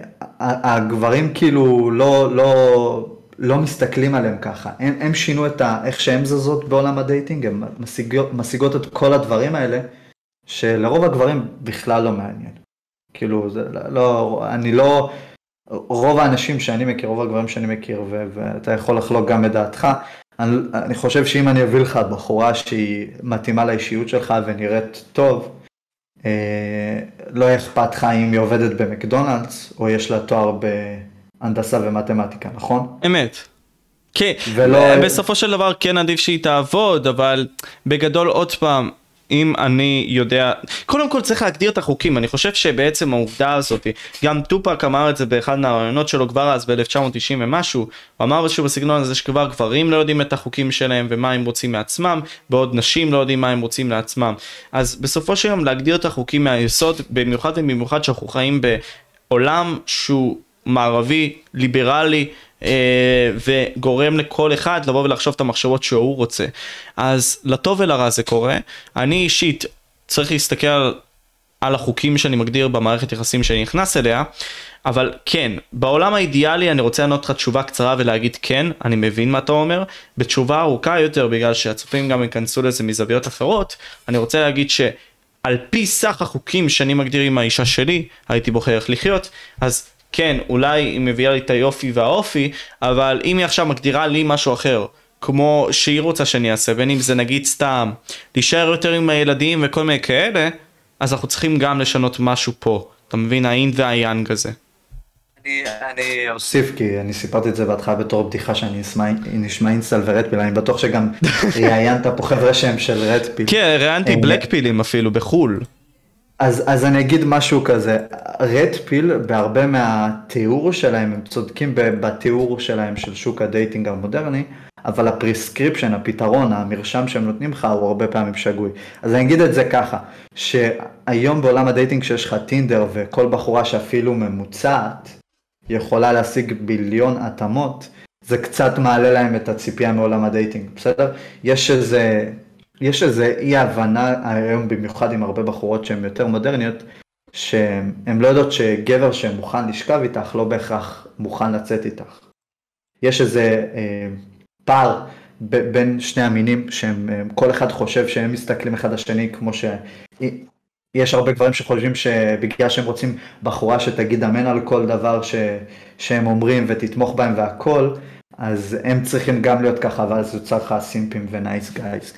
הגברים כאילו לא, לא, לא מסתכלים עליהם ככה, הם, הם שינו את ה, איך שהם זזות בעולם הדייטינג, הם משיגות, משיגות את כל הדברים האלה, שלרוב הגברים בכלל לא מעניין. כאילו, זה לא, אני לא, רוב האנשים שאני מכיר, רוב הגברים שאני מכיר, ו, ואתה יכול לחלוק גם את דעתך, אני, אני חושב שאם אני אביא לך בחורה שהיא מתאימה לאישיות שלך ונראית טוב, אה, לא אכפת לך אם היא עובדת במקדונלדס, או יש לה תואר בהנדסה ומתמטיקה, נכון? אמת. כן, ולא... בסופו של דבר כן עדיף שהיא תעבוד, אבל בגדול עוד פעם, אם אני יודע, קודם כל צריך להגדיר את החוקים, אני חושב שבעצם העובדה הזאת, גם טופק אמר את זה באחד מהרעיונות שלו כבר אז ב-אלף תשע מאות תשעים ומשהו, הוא אמר משהו בסגנון הזה שכבר גברים לא יודעים את החוקים שלהם ומה הם רוצים מעצמם, בעוד נשים לא יודעים מה הם רוצים לעצמם. אז בסופו של יום להגדיר את החוקים מהיסוד, במיוחד ובמיוחד שאנחנו חיים בעולם שהוא מערבי, ליברלי, וגורם לכל אחד לבוא ולחשוב את המחשבות שהוא רוצה. אז לטוב ולרע זה קורה. אני אישית צריך להסתכל על, על החוקים שאני מגדיר במערכת יחסים שאני נכנס אליה, אבל כן, בעולם האידיאלי אני רוצה לענות לך תשובה קצרה ולהגיד כן, אני מבין מה אתה אומר. בתשובה ארוכה יותר, בגלל שהצופים גם יכנסו לזה מזוויות אחרות, אני רוצה להגיד שעל פי סך החוקים שאני מגדיר עם האישה שלי, הייתי בוחר איך לחיות, אז כן, אולי היא מביאה לי את היופי והאופי, אבל אם היא עכשיו מגדירה לי משהו אחר, כמו שהיא רוצה שאני אעשה, בין אם זה נגיד סתם, להישאר יותר עם הילדים וכל מיני כאלה, אז אנחנו צריכים גם לשנות משהו פה. אתה מבין, האין והיאנג הזה. אני, אני אוסיף, כי אני סיפרתי את זה בהתחלה בתור בדיחה שאני נשמע אינסל ורדפיל, אני בטוח שגם ראיינת פה חבר'ה שהם של רדפיל. כן, ראיינתי בלקפילים אפילו בחול. אז, אז אני אגיד משהו כזה, רדפיל בהרבה מהתיאור שלהם, הם צודקים בתיאור שלהם של שוק הדייטינג המודרני, אבל הפריסקריפשן, הפתרון, המרשם שהם נותנים לך הוא הרבה פעמים שגוי. אז אני אגיד את זה ככה, שהיום בעולם הדייטינג שיש לך טינדר וכל בחורה שאפילו ממוצעת, יכולה להשיג ביליון התאמות, זה קצת מעלה להם את הציפייה מעולם הדייטינג, בסדר? יש איזה, יש איזה אי הבנה היום במיוחד עם הרבה בחורות שהן יותר מודרניות, שהן לא יודעות שגבר שמוכן לשכב איתך לא בהכרח מוכן לצאת איתך. יש איזה אה, פער ב- בין שני המינים שהם, כל אחד חושב שהם מסתכלים אחד השני כמו ש... יש הרבה גברים שחושבים שבגלל שהם רוצים בחורה שתגיד אמן על כל דבר ש... שהם אומרים ותתמוך בהם והכל, אז הם צריכים גם להיות ככה, ואז יוצר לך סימפים ונייס גייז.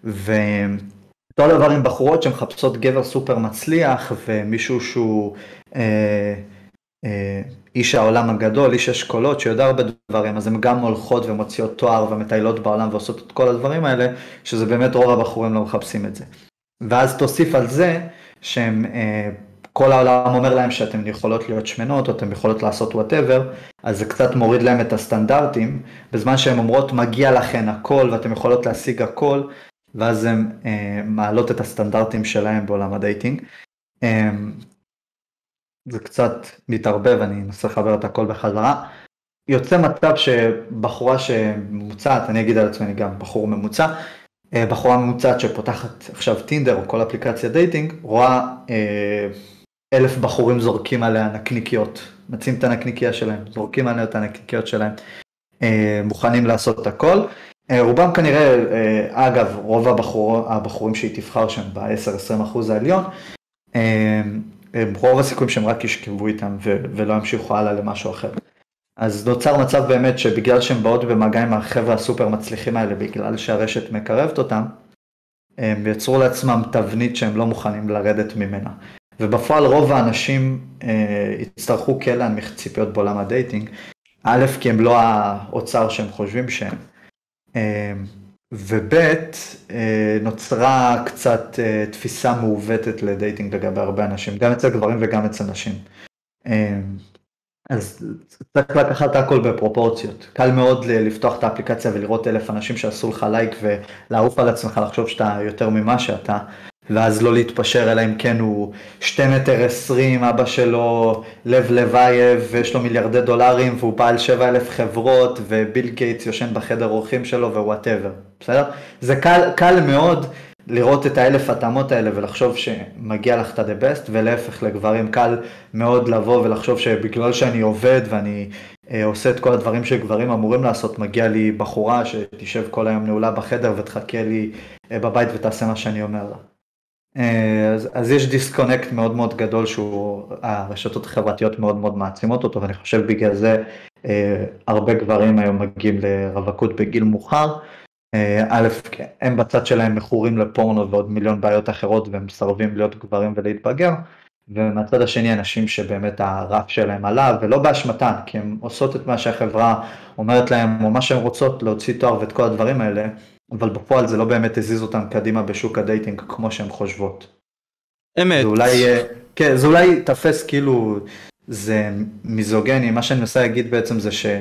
ואותו דבר עם בחורות שמחפשות גבר סופר מצליח, ומישהו שהוא אה, אה, איש העולם הגדול, איש אשכולות, שיודע הרבה דברים, אז הן גם הולכות ומוציאות תואר ומטיילות בעולם ועושות את כל הדברים האלה, שזה באמת רוב הבחורים לא מחפשים את זה. ואז תוסיף על זה שהם, אה, כל העולם אומר להם שאתם יכולות להיות שמנות, או אתם יכולות לעשות whatever, אז זה קצת מוריד להם את הסטנדרטים, בזמן שהן אומרות מגיע לכן הכל, ואתם יכולות להשיג הכל, ואז הן אה, מעלות את הסטנדרטים שלהם בעולם הדייטינג. אה, זה קצת מתערבב, אני אנסה לחבר את הכל בחזרה. יוצא מצב שבחורה שממוצעת, אני אגיד על עצמי, אני גם בחור ממוצע, בחורה ממוצעת שפותחת עכשיו טינדר או כל אפליקציה דייטינג, רואה אה, אלף בחורים זורקים עליה נקניקיות, מציעים את הנקניקיה שלהם, זורקים עליה את הנקניקיות שלהם, אה, מוכנים לעשות את הכל. אה, רובם כנראה, אה, אגב, רוב הבחור, הבחורים שהיא תבחר שם ב-עשרה עד עשרים אחוז העליון, אה, רוב הסיכויים שהם רק ישכבו איתם ו- ולא ימשיכו הלאה למשהו אחר. אז נוצר מצב באמת שבגלל שהם באות במגע עם החבר'ה הסופר מצליחים האלה, בגלל שהרשת מקרבת אותם, הם יצרו לעצמם תבנית שהם לא מוכנים לרדת ממנה. ובפועל רוב האנשים אה, יצטרכו כן להנמיך ציפיות בעולם הדייטינג, א', כי הם לא האוצר שהם חושבים שהם, אה, וב', אה, נוצרה קצת אה, תפיסה מעוותת לדייטינג לגבי הרבה אנשים, גם אצל גברים וגם אצל נשים. אה, אז צריך לקחת את הכל בפרופורציות. קל מאוד לפתוח את האפליקציה ולראות אלף אנשים שעשו לך לייק ולעוף על עצמך לחשוב שאתה יותר ממה שאתה, ואז לא להתפשר, אלא אם כן הוא שתי מטר עשרים, אבא שלו לב לבייב, ויש לו מיליארדי דולרים, והוא בעל שבע אלף חברות, וביל גייטס יושן בחדר אורחים שלו ווואטאבר. בסדר? זה קל, קל מאוד לראות את האלף התאמות האלה ולחשוב שמגיע לך את ה-the best, ולהפך לגברים קל מאוד לבוא ולחשוב שבגלל שאני עובד ואני אה, עושה את כל הדברים שגברים אמורים לעשות, מגיע לי בחורה שתשב כל היום נעולה בחדר ותחכה לי אה, בבית ותעשה מה שאני אומר לה. אה, אז, אז יש דיסקונקט מאוד מאוד גדול שהרשתות החברתיות מאוד מאוד מעצימות אותו, ואני חושב בגלל זה אה, הרבה גברים היום מגיעים לרווקות בגיל מאוחר, א', הם בצד שלהם מכורים לפורנו ועוד מיליון בעיות אחרות והם מסרבים להיות גברים ולהתבגר, ומהצד השני אנשים שבאמת הרף שלהם עלה ולא באשמתן, כי הם עושות את מה שהחברה אומרת להם או מה שהן רוצות, להוציא תואר ואת כל הדברים האלה, אבל בפועל זה לא באמת הזיז אותם קדימה בשוק הדייטינג כמו שהן חושבות. אמת. זה אולי, כן, זה אולי תפס כאילו זה מיזוגני, מה שאני מנסה להגיד בעצם זה ש...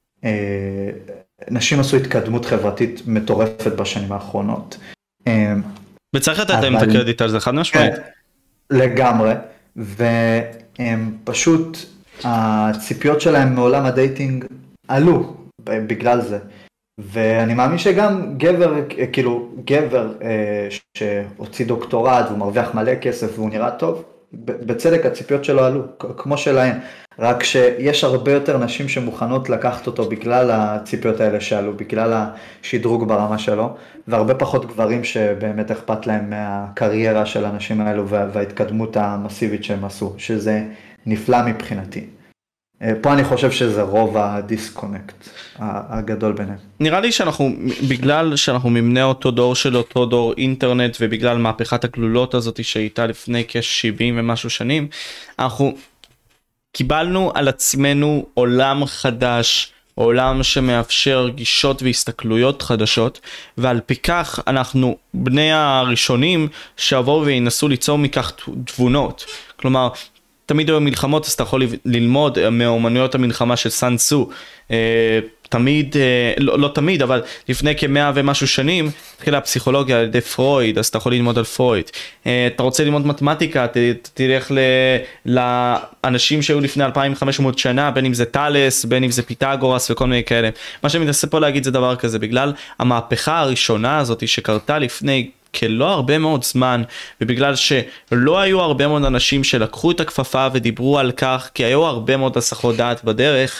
נשים עשו התקדמות חברתית מטורפת בשנים האחרונות. וצריך לתת להם את הקרדיט על זה, חד משמעית. לגמרי, והם פשוט, הציפיות שלהם מעולם הדייטינג עלו בגלל זה. ואני מאמין שגם גבר, כאילו גבר שהוציא דוקטורט והוא מרוויח מלא כסף והוא נראה טוב, בצדק הציפיות שלו עלו, כמו שלהם. רק שיש הרבה יותר נשים שמוכנות לקחת אותו בגלל הציפיות האלה שעלו, בגלל השדרוג ברמה שלו, והרבה פחות גברים שבאמת אכפת להם מהקריירה של האנשים האלו וההתקדמות המסיבית שהם עשו, שזה נפלא מבחינתי. פה אני חושב שזה רוב הדיסקונקט הגדול ביניהם. נראה לי שאנחנו, בגלל שאנחנו ממנה אותו דור של אותו דור אינטרנט, ובגלל מהפכת הגלולות הזאת שהייתה לפני כ-שבעים ומשהו שנים, אנחנו קיבלנו על עצמנו עולם חדש, עולם שמאפשר גישות והסתכלויות חדשות, ועל פי כך אנחנו בני הראשונים שעברו וינסו ליצור מכך תבונות. כלומר, תמיד היו מלחמות, אז אתה יכול ללמוד מאומנויות המלחמה של סן סו, תמיד, לא, לא תמיד, אבל לפני כמאה ומשהו שנים, התחילה הפסיכולוגיה על ידי פרויד, אז אתה יכול ללמוד על פרויד. אתה רוצה ללמוד מתמטיקה, ת, תלך ל, לאנשים שהיו לפני אלפיים וחמש מאות שנה, בין אם זה טלס, בין אם זה פיתגורס וכל מיני כאלה. מה שאני מנסה פה להגיד זה דבר כזה, בגלל המהפכה הראשונה הזאת שקרתה לפני כלא הרבה מאוד זמן, ובגלל שלא היו הרבה מאוד אנשים שלקחו את הכפפה ודיברו על כך, כי היו הרבה מאוד הסחות דעת בדרך,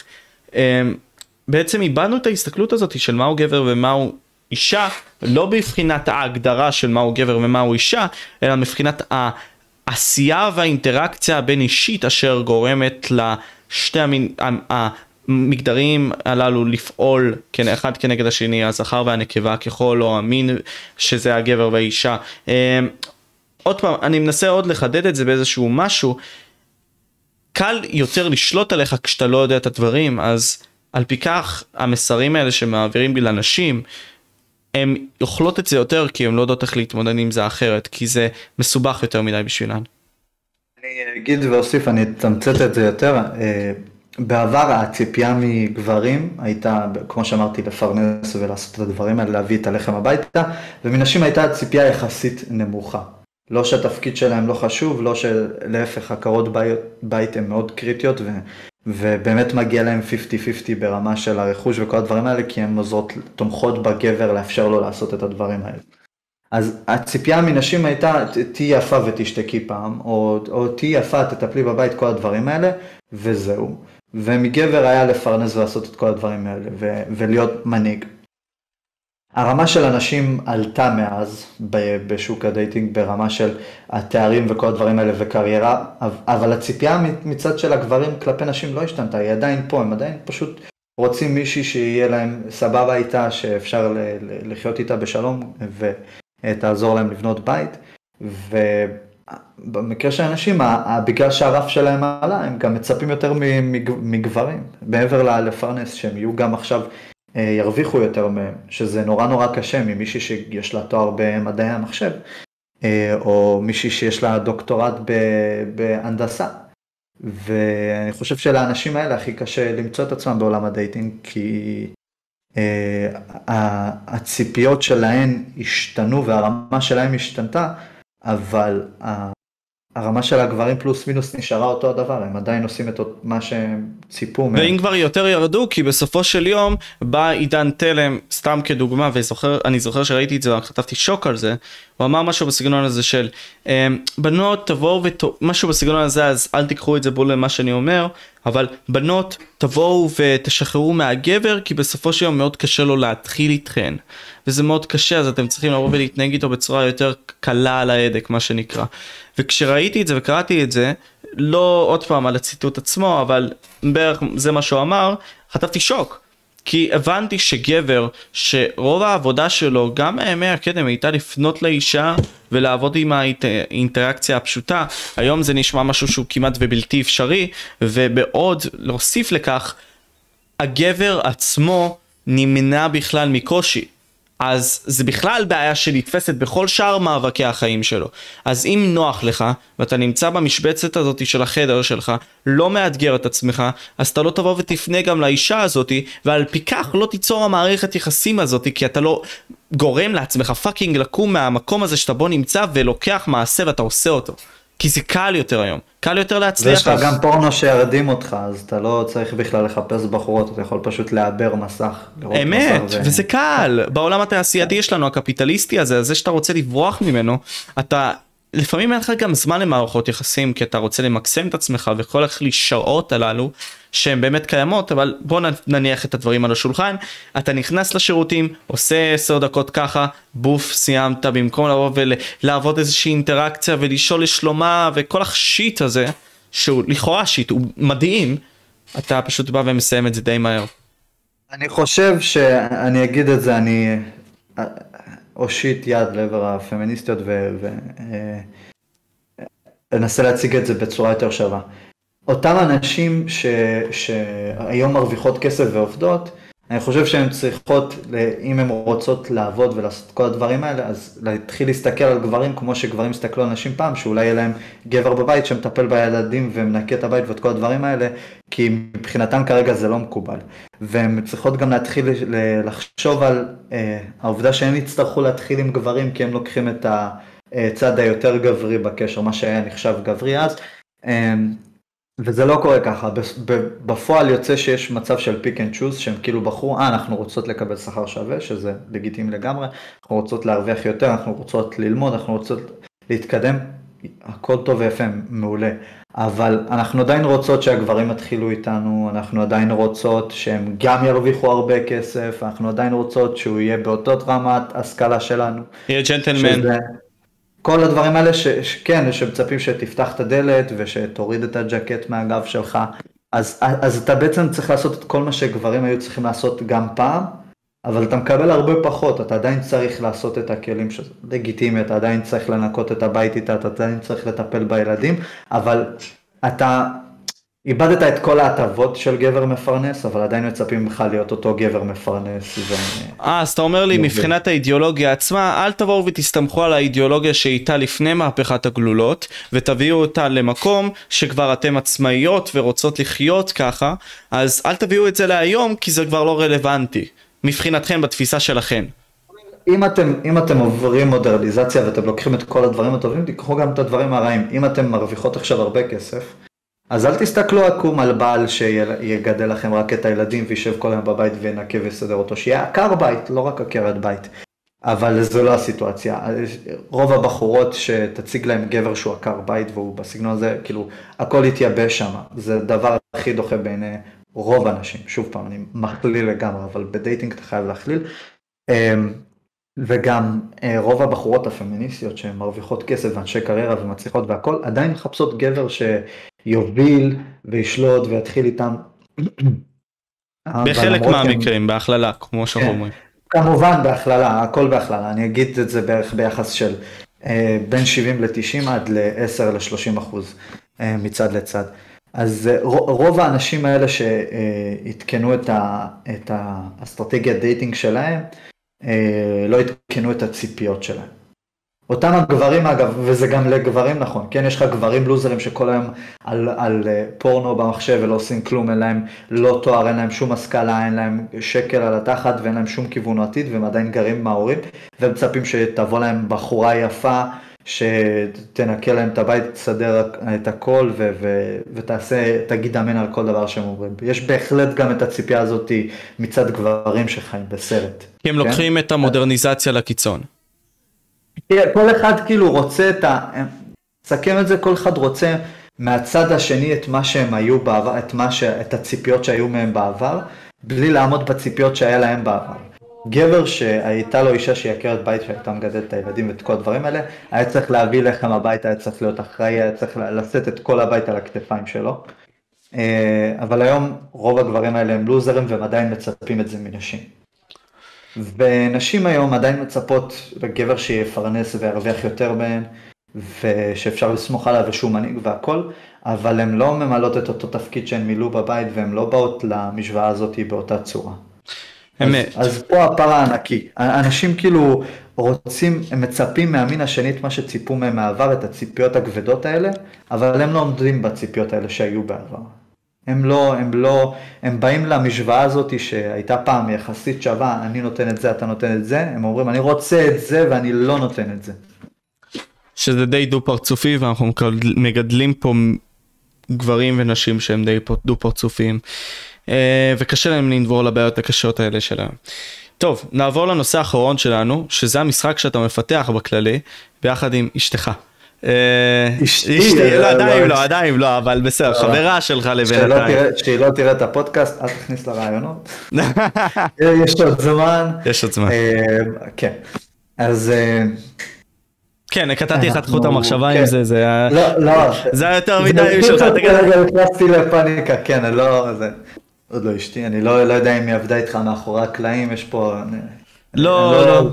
בעצם איבדנו את ההסתכלות הזאת של מהו גבר ומהו אישה, לא בבחינת ההגדרה של מהו גבר ומהו אישה, אלא מבחינת העשייה והאינטראקציה הבין אישית אשר גורמת לשתי המין, המגדרים הללו לפעול אחד כנגד השני, הזכר והנקבה ככל או המין שזה הגבר והאישה. עוד פעם, אני מנסה עוד לחדד את זה באיזשהו משהו, קל יותר לשלוט עליך כשאתה לא יודע את הדברים, אז על פי כך המסרים האלה שמעבירים בי לאנשים, הם יוכלות את זה יותר כי הם לא יודעות איך להתמודד עם זה אחרת, כי זה מסובך יותר מדי בשבילן. אני אגיד ואוסיף, אני אתמצת את זה יותר. בעבר הציפייה מגברים הייתה, כמו שאמרתי, לפרנס ולעשות את הדברים האלה, להביא את הלחם הביתה, ומנשים הייתה ציפייה יחסית נמוכה. לא שהתפקיד שלהם לא חשוב, לא שלהפך, הכרות בית, בית הן מאוד קריטיות, ו, ובאמת מגיע להם חמישים חמישים ברמה של הרכוש וכל הדברים האלה, כי הן עוזרות, תומכות בגבר לאפשר לו לעשות את הדברים האלה. אז הציפייה מנשים הייתה, תהי יפה ותשתקי פעם, או, או תהי יפה, תטפלי בבית, כל הדברים האלה, וזהו. ומגבר היה לפרנס ולעשות את כל הדברים האלה, ו, ולהיות מנהיג. הרמה של אנשים עלתה מאז בשוק הדייטינג ברמה של התארים וכל הדברים האלה וקריירה, אבל הציפייה מצד של הגברים כלפי נשים לא השתנתה, היא עדיין פה, הם עדיין פשוט רוצים מישהי שיהיה להם סבבה איתה, שאפשר לחיות איתה בשלום ותעזור להם לבנות בית, ובמקרה של אנשים, בגלל שהרף שלהם עלה, הם גם מצפים יותר מגברים, מעבר לפרנס, שהם יהיו גם עכשיו ירוויחו יותר מהם, שזה נורא נורא קשה ממישהי שיש לה תואר במדעי המחשב, או מישהי שיש לה דוקטורט בהנדסה. ואני חושב שלאנשים האלה הכי קשה למצוא את עצמם בעולם הדייטינג, כי הציפיות שלהם השתנו והרמה שלהם השתנתה, אבל הרמה של הגברים פלוס מינוס נשארה אותו הדבר, הם עדיין עושים את מה שהם ציפו מהם. ואם כבר יותר ירדו, כי בסופו של יום בא עידן תלם, סתם כדוגמה, ואני זוכר שראיתי את זה, כתבתי שוק על זה, הוא אמר משהו בסגנון הזה של, בנות תבואו משהו בסגנון הזה, אז אל תיקחו את זה בול למה שאני אומר, אבל בנות תבואו ותשחררו מהגבר, כי בסופו של יום מאוד קשה לו להתחיל איתכן, וזה מאוד קשה, אז אתם צריכים לבוא ולהתנהג איתו בצורה יותר קלה על ההדק, מה שנקרא. וכשראיתי את זה וקראתי את זה, לא עוד פעם על הציטוט עצמו, אבל בערך זה מה שהוא אמר, חטפתי שוק. כי הבנתי שגבר, שרוב העבודה שלו, גם מהימי האקדמי, הייתה לפנות לאישה ולעבוד עם האינטראקציה הפשוטה. היום זה נשמע משהו שהוא כמעט ובלתי אפשרי, ובעוד להוסיף לכך, הגבר עצמו נמנע בכלל מקושי. אז זה בכלל בעיה שנתפסת בכל שאר מאבקי החיים שלו. אז אם נוח לך, ואתה נמצא במשבצת הזאת של החדר שלך, לא מאתגר את עצמך, אז אתה לא תבוא ותפנה גם לאישה הזאת, ועל פי כך לא תיצור המערכת יחסים הזאת, כי אתה לא גורם לעצמך פאקינג לקום מהמקום הזה שאתה בו נמצא, ולוקח מעשה ואתה עושה אותו. כי זה קל יותר היום, קל יותר להצליח. ויש לך גם פורנו שירדים אותך, אז אתה לא צריך בכלל לחפש בחורות, אתה יכול פשוט לעבר מסך. אמת, מסך וזה ו... קל. בעולם התעשייתי יש לנו הקפיטליסטי הזה, זה שאתה רוצה לברוח ממנו, אתה לפעמים אין לך גם זמן למערכות יחסים, כי אתה רוצה למקסם את עצמך וכל הכלישאות הללו, שהן באמת קיימות, אבל בוא נניח את הדברים על השולחן, אתה נכנס לשירותים, עושה עשר דקות ככה, בוף, סיימת, במקום לבוא ולעבוד איזושהי אינטראקציה ולשאול לשלומה, וכל השיט הזה, שהוא לכאורה שיט, הוא מדהים, אתה פשוט בא ומסיים את זה די מהר. אני חושב שאני אגיד את זה, אני אושיט יד לעבר הפמיניסטיות ואנסה להציג את זה בצורה יותר שווה. אותם אנשים ש... שהיום מרוויחות כסף ועובדות, אני חושב שהן צריכות, אם הן רוצות לעבוד ולעשות כל הדברים האלה, אז להתחיל להסתכל על גברים כמו שגברים הסתכלו על נשים פעם, שאולי יהיה להם גבר בבית שמטפל בילדים ומנקה את הבית ואת כל הדברים האלה, כי מבחינתם כרגע זה לא מקובל. והן צריכות גם להתחיל לחשוב על אה, העובדה שהן יצטרכו להתחיל עם גברים, כי הם לוקחים את הצד היותר גברי בקשר, מה שהיה נחשב גברי אז. אה, וזה לא קורה ככה, בפועל יוצא שיש מצב של פיק אנד צ'וז, שהם כאילו בחרו, אה, אנחנו רוצות לקבל שכר שווה, שזה לגיטימי לגמרי, אנחנו רוצות להרוויח יותר, אנחנו רוצות ללמוד, אנחנו רוצות להתקדם, הכל טוב ויפה, מעולה, אבל אנחנו עדיין רוצות שהגברים יתחילו איתנו, אנחנו עדיין רוצות שהם גם ירוויחו הרבה כסף, אנחנו עדיין רוצות שהוא יהיה באותות רמת השכלה שלנו. יהיה ג'נטלמן. שזה... כל הדברים האלה שכן, שמצפים שתפתח את הדלת ושתוריד את הג'קט מהגב שלך, אז, אז אתה בעצם צריך לעשות את כל מה שגברים היו צריכים לעשות גם פעם, אבל אתה מקבל הרבה פחות, אתה עדיין צריך לעשות את הכלים שזה לגיטימי, אתה עדיין צריך לנקות את הבית איתה, אתה עדיין צריך לטפל בילדים, אבל אתה איבדת את כל ההטבות של גבר מפרנס, אבל עדיין מצפים לך להיות אותו גבר מפרנס. אה, אז אתה אומר לי, מבחינת האידיאולוגיה עצמה, אל תבואו ותסתמכו על האידיאולוגיה שהייתה לפני מהפכת הגלולות, ותביאו אותה למקום שכבר אתם עצמאיות ורוצות לחיות ככה, אז אל תביאו את זה להיום, כי זה כבר לא רלוונטי, מבחינתכם בתפיסה שלכם. אם אתם, אם אתם עוברים מודרניזציה ואתם לוקחים את כל הדברים הטובים, תיקחו גם את הדברים הרעים. אם אתם מרוויחות עכשיו הרבה כסף, אז אל תסתכלו עקום על בעל שיגדל לכם רק את הילדים וישב כל היום בבית וינקה ויסדר אותו, שיהיה עקר בית, לא רק עקרת בית. אבל זו לא הסיטואציה. רוב הבחורות שתציג להם גבר שהוא עקר בית והוא בסגנון הזה, כאילו הכל יתייבש שם. זה דבר הכי דוחה בעיני רוב האנשים. שוב פעם, אני מכליל לגמרי, אבל בדייטינג אתה חייב להכליל. וגם רוב הבחורות הפמיניסטיות שהן מרוויחות כסף ואנשי קריירה ומצליחות והכל, עדיין מחפשות גבר שיוביל וישלוט ויתחיל איתם. בחלק מהמקרים, בהכללה, כמו שאנחנו אומרים. כמובן בהכללה, הכל בהכללה, אני אגיד את זה בערך ביחס של בין שבעים לתשעים עד ל-עשרה לשלושים אחוז מצד לצד. אז רוב האנשים האלה שהתקנו את האסטרטגיית דייטינג שלהם, לא התקנו את הציפיות שלהם. אותם הגברים אגב, וזה גם לגברים נכון, כן, יש לך גברים לוזרים שכל היום על, על פורנו במחשב ולא עושים כלום, אין להם לא תואר, אין להם שום השכלה, אין להם שקל על התחת ואין להם שום כיוון עתיד, והם עדיין גרים מההורים, והם מצפים שתבוא להם בחורה יפה, שתנקה להם את הבית, תסדר את הכל ו- ו- ותעשה, תגיד אמן על כל דבר שהם אומרים. יש בהחלט גם את הציפייה הזאת מצד גברים שחיים בסרט. כי הם כן? לוקחים את המודרניזציה לקיצון. כל אחד כאילו רוצה את ה... סכם את זה, כל אחד רוצה מהצד השני את מה שהם היו בעבר, את, מה ש... את הציפיות שהיו מהם בעבר, בלי לעמוד בציפיות שהיה להם בעבר. גבר שהייתה לו אישה שהיא עקרת בית שהייתה מגדלת את הילדים ואת כל הדברים האלה, היה צריך להביא לחם הבית, היה צריך להיות אחראי, היה צריך לשאת את כל הבית על הכתפיים שלו. אבל היום רוב הגברים האלה הם לוזרים והם עדיין מצפים את זה מנשים. ונשים היום עדיין מצפות לגבר שיפרנס וירוויח יותר בהן, ושאפשר לסמוך עליו ושהוא מנהיג והכל, אבל הן לא ממלאות את אותו תפקיד שהן מילאו בבית, והן לא באות למשוואה הזאת באותה צורה. אמת. אז, אז פה הפער הענקי. אנשים כאילו רוצים, הם מצפים מהמין השני את מה שציפו מהם מעבר, את הציפיות הכבדות האלה, אבל הם לא עומדים בציפיות האלה שהיו בעבר. הם לא, הם לא, הם באים למשוואה הזאת שהייתה פעם יחסית שווה, אני נותן את זה, אתה נותן את זה, הם אומרים אני רוצה את זה ואני לא נותן את זה. שזה די דו פרצופי, ואנחנו מגדלים פה גברים ונשים שהם די דו פרצופיים, וקשה להם לנבור לבעיות הקשות האלה שלהם. טוב, נעבור לנושא האחרון שלנו, שזה המשחק שאתה מפתח בכללי, ביחד עם אשתך. אשתי, לא, עדיין לא, עדיין לא, אבל בסדר, חברה שלך לבינתיים. שהיא לא תראה את הפודקאסט, אל תכניס לרעיונות. יש עוד זמן. יש עוד זמן. כן, אז... כן, קטעתי לך את חוט המחשבה עם זה, זה היה... לא, לא. זה היה יותר מדי שלך. רגע, נכנסתי לפאניקה, כן, אני לא... עוד לא אשתי, אני לא יודע אם היא עבדה איתך מאחורי הקלעים, יש פה... לא, לא.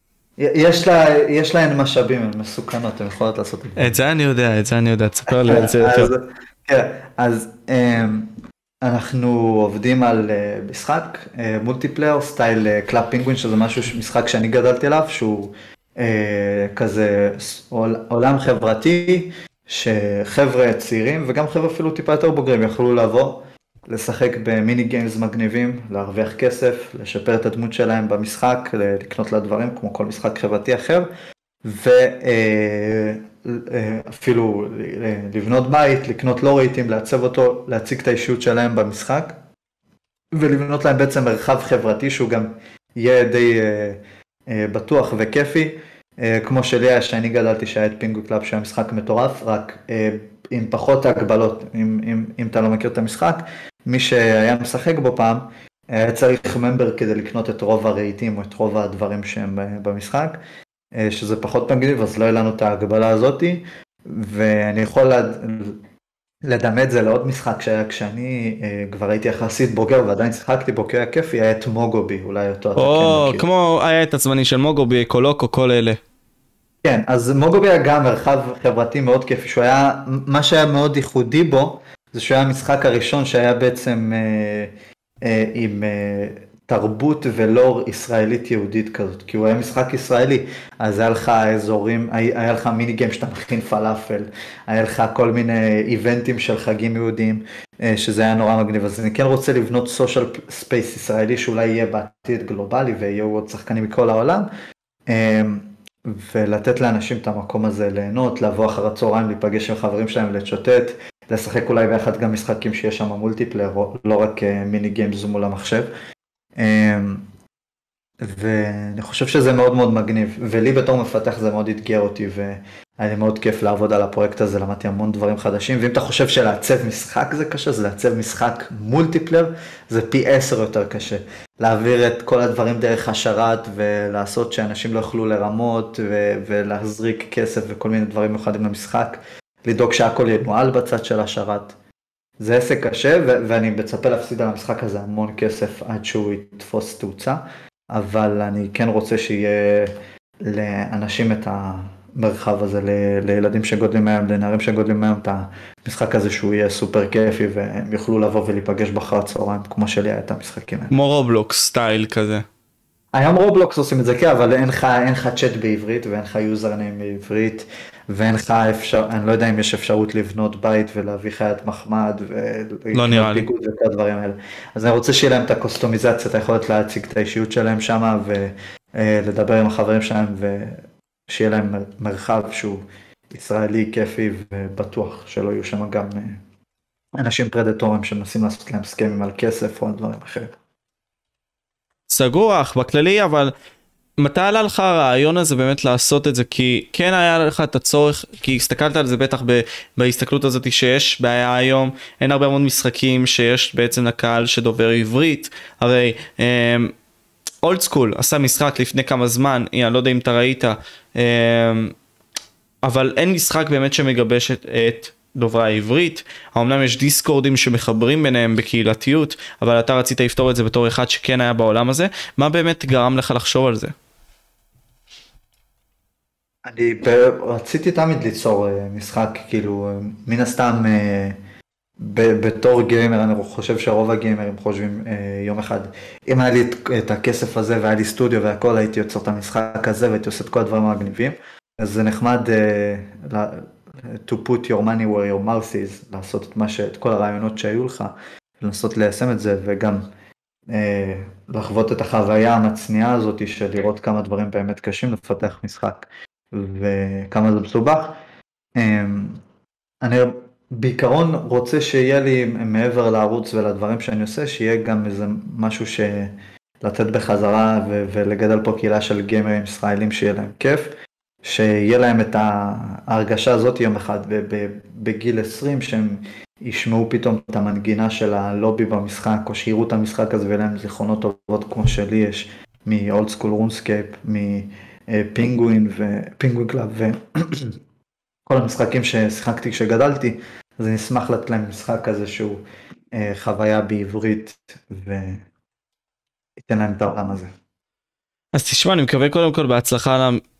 יש להן משאבים, הן מסוכנות, הן יכולות לעשות את זה. את זה אני יודע, את זה אני יודע, תספר לי את זה. כן, אז אנחנו עובדים על משחק מולטיפלייר סטייל קלאב פינגווין, שזה משהו, משחק שאני גדלתי עליו, שהוא כזה עולם חברתי, שחבר'ה צעירים וגם חבר'ה אפילו טיפה יותר בוגרים יכולו לבוא, לשחק במיני גיימס מגניבים, להרוויח כסף, לשפר את הדמות שלהם במשחק, לקנות לה דברים כמו כל משחק חברתי אחר, ואפילו לבנות בית, לקנות לא רהיטים, לעצב אותו, להציג את האישיות שלהם במשחק, ולבנות להם בעצם מרחב חברתי שהוא גם יהיה די בטוח וכיפי, כמו שלי היה שאני גדלתי שהיה את פינגו קלאב שהיה משחק מטורף, רק עם פחות הגבלות, אם, אם, אם אתה לא מכיר את המשחק, מי שהיה משחק בו פעם, היה צריך ממבר כדי לקנות את רוב הרהיטים או את רוב הדברים שהם במשחק, שזה פחות מגניב, אז לא היה לנו את ההגבלה הזאת, ואני יכול לדמה את זה לעוד משחק שהיה כשאני כבר הייתי יחסית בוגר ועדיין שיחקתי בו, כי היה כיפי, היה את מוגובי, אולי אותו אתה כן מכיר. כמו היה את הזמני של מוגובי, קולוקו, כל אלה. כן, אז מוגובי היה גם מרחב חברתי מאוד כיפי, שהוא היה, מה שהיה מאוד ייחודי בו, זה שהוא היה המשחק הראשון שהיה בעצם אה, אה, עם אה, תרבות ולור ישראלית יהודית כזאת, כי הוא היה משחק ישראלי, אז היה לך אזורים, היה, היה לך מיני גיים שאתה מכין פלאפל, היה לך כל מיני איבנטים של חגים יהודיים, אה, שזה היה נורא מגניב, אז אני כן רוצה לבנות סושיאל ספייס ישראלי, שאולי יהיה בעתיד גלובלי, ויהיו עוד שחקנים מכל העולם, אה, ולתת לאנשים את המקום הזה ליהנות, לבוא אחר הצהריים, להיפגש עם חברים שלהם, לצ'וטט, לשחק אולי ביחד גם משחקים שיש שם מולטיפלייר, לא רק מיני גיימס מול המחשב. ואני חושב שזה מאוד מאוד מגניב, ולי בתור מפתח זה מאוד התגיע אותי, והיה לי מאוד כיף לעבוד על הפרויקט הזה, למדתי המון דברים חדשים, ואם אתה חושב שלעצב משחק זה קשה, זה לעצב משחק מולטיפלייר, זה פי עשר יותר קשה. להעביר את כל הדברים דרך השרת, ולעשות שאנשים לא יוכלו לרמות, ו- ולהזריק כסף וכל מיני דברים מיוחדים למשחק, לדאוג שהכל ינועל בצד של השרת. זה עסק קשה, ו- ואני מצפה להפסיד על המשחק הזה המון כסף, עד שהוא יתפוס תאוצה. אבל אני כן רוצה שיהיה לאנשים את המרחב הזה, ל- לילדים שגודלים מהם, לנערים שגודלים מהם, את המשחק הזה שהוא יהיה סופר כיפי, והם יוכלו לבוא ולהיפגש בחר הצהריים, כמו שלי היה את המשחקים האלה. כמו רובלוקס סטייל כזה. היום רובלוקס עושים את זה כן, אבל אין לך, אין לך צ'אט בעברית, ואין לך יוזרניים בעברית, ואין לך אפשר, אני לא יודע אם יש אפשרות לבנות בית ולהביא חיית מחמד, לא נראה לי. וכל הדברים האלה. אז אני רוצה שיהיה להם את הקוסטומיזציה, את היכולת להציג את האישיות שלהם שם, ולדבר עם החברים שלהם, ושיהיה להם מרחב שהוא ישראלי, כיפי ובטוח, שלא יהיו שם גם אנשים פרדטורים שמנסים לעשות להם סכמים על כסף או על דברים אחרים. סגור אך בכללי, אבל מתי עלה לך הרעיון הזה באמת לעשות את זה? כי כן היה לך את הצורך, כי הסתכלת על זה בטח ב, בהסתכלות הזאת שיש בעיה היום, אין הרבה מאוד משחקים שיש בעצם לקהל שדובר עברית, הרי אולד סקול עשה משחק לפני כמה זמן, אני לא יודע אם אתה ראית, אמ, אבל אין משחק באמת שמגבש את, את דוברי העברית, האמנם יש דיסקורדים שמחברים ביניהם בקהילתיות, אבל אתה רצית לפתור את זה בתור אחד שכן היה בעולם הזה, מה באמת גרם לך לחשוב על זה? אני רציתי תמיד ליצור משחק, כאילו, מן הסתם, בתור גיימר, אני חושב שרוב הגיימרים חושבים יום אחד, אם היה לי את הכסף הזה והיה לי סטודיו והכל, הייתי יוצר את המשחק הזה והייתי עושה את כל הדברים המגניבים, אז זה נחמד to put your money where your mouth is, לעשות את, מה ש... את כל הרעיונות שהיו לך, לנסות ליישם את זה, וגם אה, לחוות את החוויה המצניעה הזאת, של לראות כמה דברים באמת קשים, לפתח משחק, וכמה זה מסובך. אה, אני בעיקרון רוצה שיהיה לי, מעבר לערוץ ולדברים שאני עושה, שיהיה גם איזה משהו שלתת בחזרה, ו... ולגדל פה קהילה של גיימרים ישראלים, שיהיה להם כיף. שיהיה להם את ההרגשה הזאת יום אחד בגיל עשרים, שהם ישמעו פתאום את המנגינה של הלובי במשחק, או שיראו את המשחק הזה ויהיה להם זיכרונות טובות כמו שלי יש, מ-Old School RuneScape, מפינגווין ופינגווין קלאב, וכל המשחקים ששיחקתי כשגדלתי, אז אני אשמח לתת להם משחק כזה שהוא חוויה בעברית, וייתן להם את העולם הזה. אז תשמע, אני מקווה קודם כל בהצלחה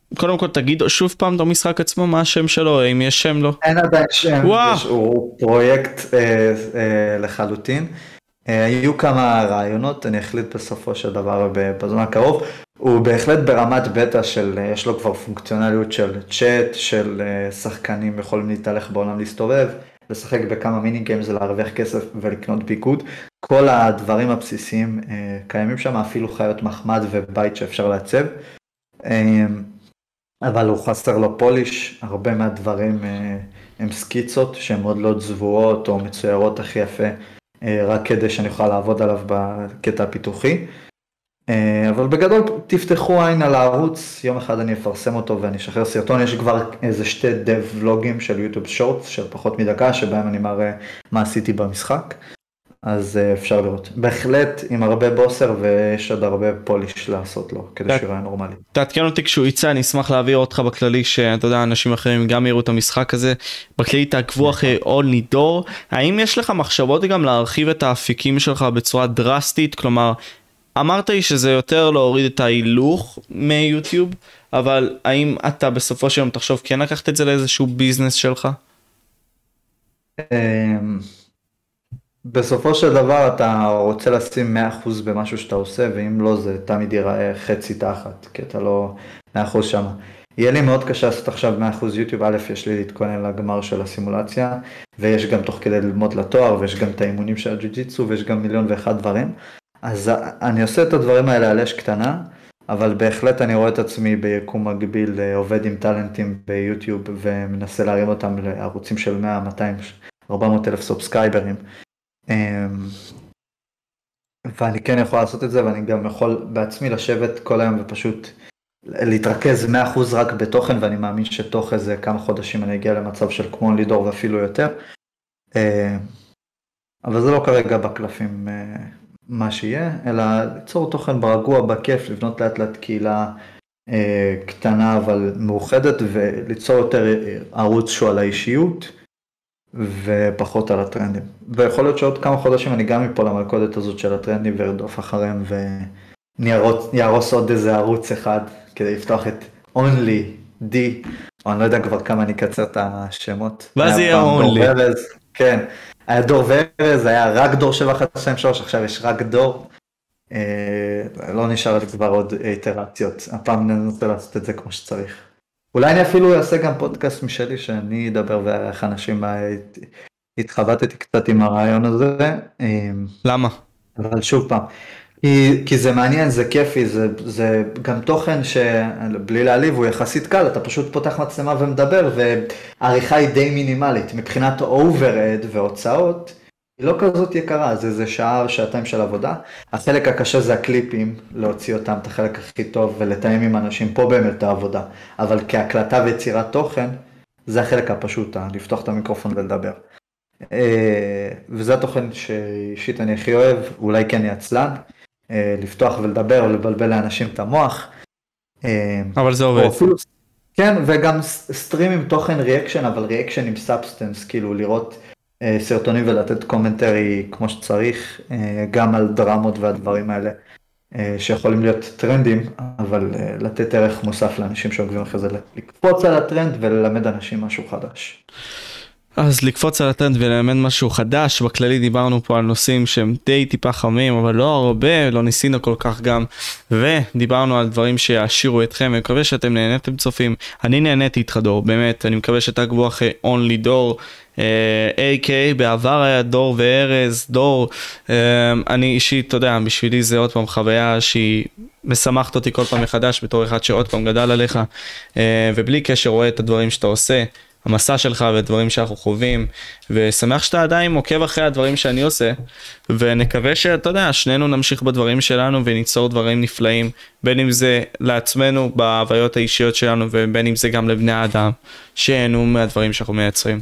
קודם כל תגיד שוב פעם את המשחק עצמו, מה השם שלו, אם יש שם לו. אין עדיין שם, יש, הוא פרויקט אה, אה, לחלוטין. אה, היו כמה רעיונות, אני החליט בסופו של דבר בזמן הקרוב. הוא בהחלט ברמת בטא של, יש לו כבר פונקציונליות של צ'אט, של אה, שחקנים יכולים להתהלך בעולם להסתובב, לשחק בכמה מיני גיימס, להרוויח כסף ולקנות ביגוד. כל הדברים הבסיסיים אה, קיימים שם, אפילו חיות מחמד ובית שאפשר לעצב. אה, אבל הוא חסר לו פוליש, הרבה מהדברים אה, הם סקיצות שהן עוד לא צבועות או מצוירות הכי יפה, אה, רק כדי שאני אוכל לעבוד עליו בקטע הפיתוחי. אה, אבל בגדול תפתחו עין על הערוץ, יום אחד אני אפרסם אותו ואני אשחרר סרטון, יש כבר איזה שתי דב ולוגים של יוטיוב שורטס של פחות מדקה, שבהם אני מראה מה עשיתי במשחק. אז אפשר לראות. בהחלט עם הרבה בוסר ויש עוד הרבה פוליש לעשות לו, כדי שיראה נורמלי. תעדכן אותי כשהוא יצא, אני אשמח להעביר אותך בכללי, שאתה יודע, אנשים אחרים גם יראו את המשחק הזה. בכללי תעקבו אחרי Only Door. האם יש לך מחשבות גם להרחיב את האפיקים שלך בצורה דרסטית? כלומר, אמרת לי שזה יותר להוריד את ההילוך מיוטיוב, אבל האם אתה בסופו של יום תחשוב כן לקחת את זה לאיזשהו ביזנס שלך? בסופו של דבר אתה רוצה לשים מאה אחוז במשהו שאתה עושה, ואם לא זה תמיד ייראה חצי תחת, כי אתה לא מאה אחוז שם. יהיה לי מאוד קשה לעשות עכשיו מאה אחוז יוטיוב, א' יש לי להתכונן לגמר של הסימולציה, ויש גם תוך כדי ללמוד לתואר, ויש גם את האימונים של הג'ו-ג'יטסו, ויש גם מיליון ואחד דברים. אז אני עושה את הדברים האלה על אש קטנה, אבל בהחלט אני רואה את עצמי ביקום מקביל, עובד עם טלנטים ביוטיוב, ומנסה להרים אותם לערוצים של מאה, מאתיים, ארבע מאות אלף סובסקרייברים. ואני כן יכול לעשות את זה, ואני גם יכול בעצמי לשבת כל היום ופשוט להתרכז מאה אחוז רק בתוכן, ואני מאמין שתוך איזה כמה חודשים אני אגיע למצב של כמו לידור ואפילו יותר. אבל זה לא כרגע בקלפים מה שיהיה, אלא ליצור תוכן ברגוע, בכיף, לבנות לאט לאט קהילה קטנה אבל מאוחדת, וליצור יותר ערוץ שהוא על האישיות, ופחות על הטרנדים. ויכול להיות שעוד כמה חודשים אני גם מפה למלכודת הזאת של הטרנדים ורדוף אחריהם, ויהרוס עוד איזה ערוץ אחד כדי לפתוח את Only D, או אני לא יודע כבר כמה אני אקצר את השמות. מה זה יהיה Only? כן, היה דור וארז, היה רק דור שבע אחת שתיים שלוש, עכשיו יש רק דור. לא נשאר לי כבר עוד איטרציות, הפעם ננסה לעשות את זה כמו שצריך. אולי אני אפילו אעשה גם פודקאסט משלי שאני אדבר ואיך אנשים התחבטתי קצת עם הרעיון הזה. למה? אבל שוב פעם, כי, כי זה מעניין, זה כיפי, זה, זה גם תוכן שבלי להעליב הוא יחסית קל, אתה פשוט פותח מצלמה ומדבר, והעריכה היא די מינימלית, מבחינת אוברד והוצאות, היא לא כזאת יקרה, זה איזה שעה או שעתיים של עבודה. החלק הקשה זה הקליפים, להוציא אותם את החלק הכי טוב ולתאם עם אנשים פה באמת את העבודה. אבל כהקלטה ויצירת תוכן, זה החלק הפשוט, לפתוח את המיקרופון ולדבר. וזה התוכן שאישית אני הכי אוהב, אולי כן יעצלן, לפתוח ולדבר או לבלבל לאנשים את המוח. אבל זה עובד. כן, וגם סטרים עם תוכן ריאקשן, אבל ריאקשן עם סאבסטנס, כאילו לראות סרטונים ולתת קומנטרי כמו שצריך, גם על דרמות והדברים האלה שיכולים להיות טרנדים, אבל לתת ערך מוסף לאנשים שעוקבים אחרי זה, לקפוץ על הטרנד וללמד אנשים משהו חדש. אז לקפוץ על הטרנד וללמד משהו חדש, בכללי דיברנו פה על נושאים שהם די טיפה חמים, אבל לא הרבה, לא ניסינו כל כך גם, ודיברנו על דברים שיעשירו אתכם, אני מקווה שאתם נהניתם צופים, אני נהניתי איתך דור, באמת, אני מקווה שתעקבו אחרי Only Door, איי קיי, בעבר היה דור וארז, דור, אני אישית, אתה יודע, בשבילי זה עוד פעם חוויה שהיא משמחת אותי כל פעם מחדש, בתור אחד שעוד פעם גדל עליך, ובלי קשר רואה את הדברים שאתה עושה, המסע שלך ודברים שאנחנו חווים, ושמח שאתה עדיין עוקב אחרי הדברים שאני עושה, ונקווה שאתה יודע, שנינו נמשיך בדברים שלנו וניצור דברים נפלאים, בין אם זה לעצמנו בהוויות האישיות שלנו, ובין אם זה גם לבני האדם, שיהנו מהדברים שאנחנו מייצרים.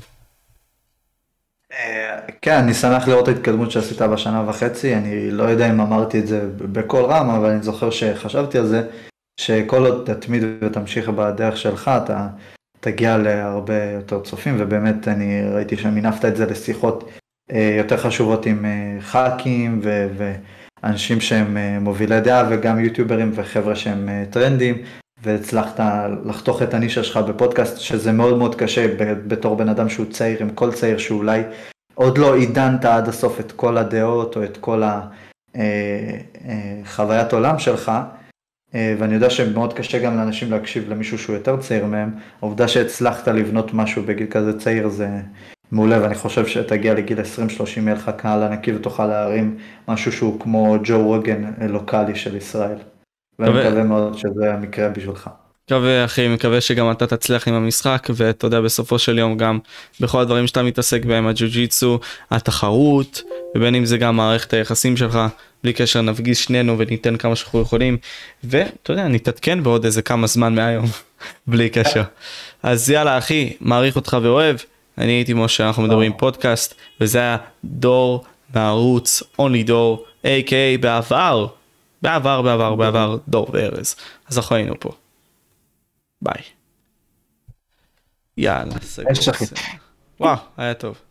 כן, אני שמח לראות את ההתקדמות שעשית בשנה וחצי, אני לא יודע אם אמרתי את זה בכל רם, אבל אני זוכר שחשבתי על זה, שכל עוד תתמיד ותמשיך בדרך שלך, אתה תגיע להרבה יותר צופים, ובאמת אני ראיתי שמינפת את זה לשיחות יותר חשובות עם ח"כים ואנשים שהם מובילי דעה, וגם יוטיוברים וחבר'ה שהם טרנדים, והצלחת לחתוך את הנישה שלך בפודקאסט, שזה מאוד מאוד קשה בתור בן אדם שהוא צעיר, עם כל צעיר שאולי עוד לא עידנת עד הסוף את כל הדעות או את כל החוויית עולם שלך, ואני יודע שמאוד קשה גם לאנשים להקשיב למישהו שהוא יותר צעיר מהם, העובדה שהצלחת לבנות משהו בגיל כזה צעיר זה מעולה, ואני חושב שתגיע לגיל עשרים שלושים יהיה לך קהל ענקי ותוכל להרים משהו שהוא כמו ג'ו רוגן לוקאלי של ישראל. ואני מקווה מאוד שזה המקרה בשבילך. מקווה אחי, מקווה שגם אתה תצליח עם המשחק, ואתה יודע בסופו של יום גם בכל הדברים שאתה מתעסק בהם, הג'ו-ג'יטסו, התחרות, ובין אם זה גם מערכת היחסים שלך, בלי קשר נפגיש שנינו וניתן כמה שאנחנו יכולים, ואתה יודע, נתעדכן בעוד איזה כמה זמן מהיום, בלי קשר. אז יאללה אחי, מעריך אותך ואוהב, אני הייתי משה, אנחנו מדברים פודקאסט, וזה היה דור מהערוץ, Only דור, איי קיי איי בעבר, בעבר, בעבר, בעבר, דור וארז. אז אנחנו היינו פה. ביי. יאללה, סגור. וואו, היה טוב.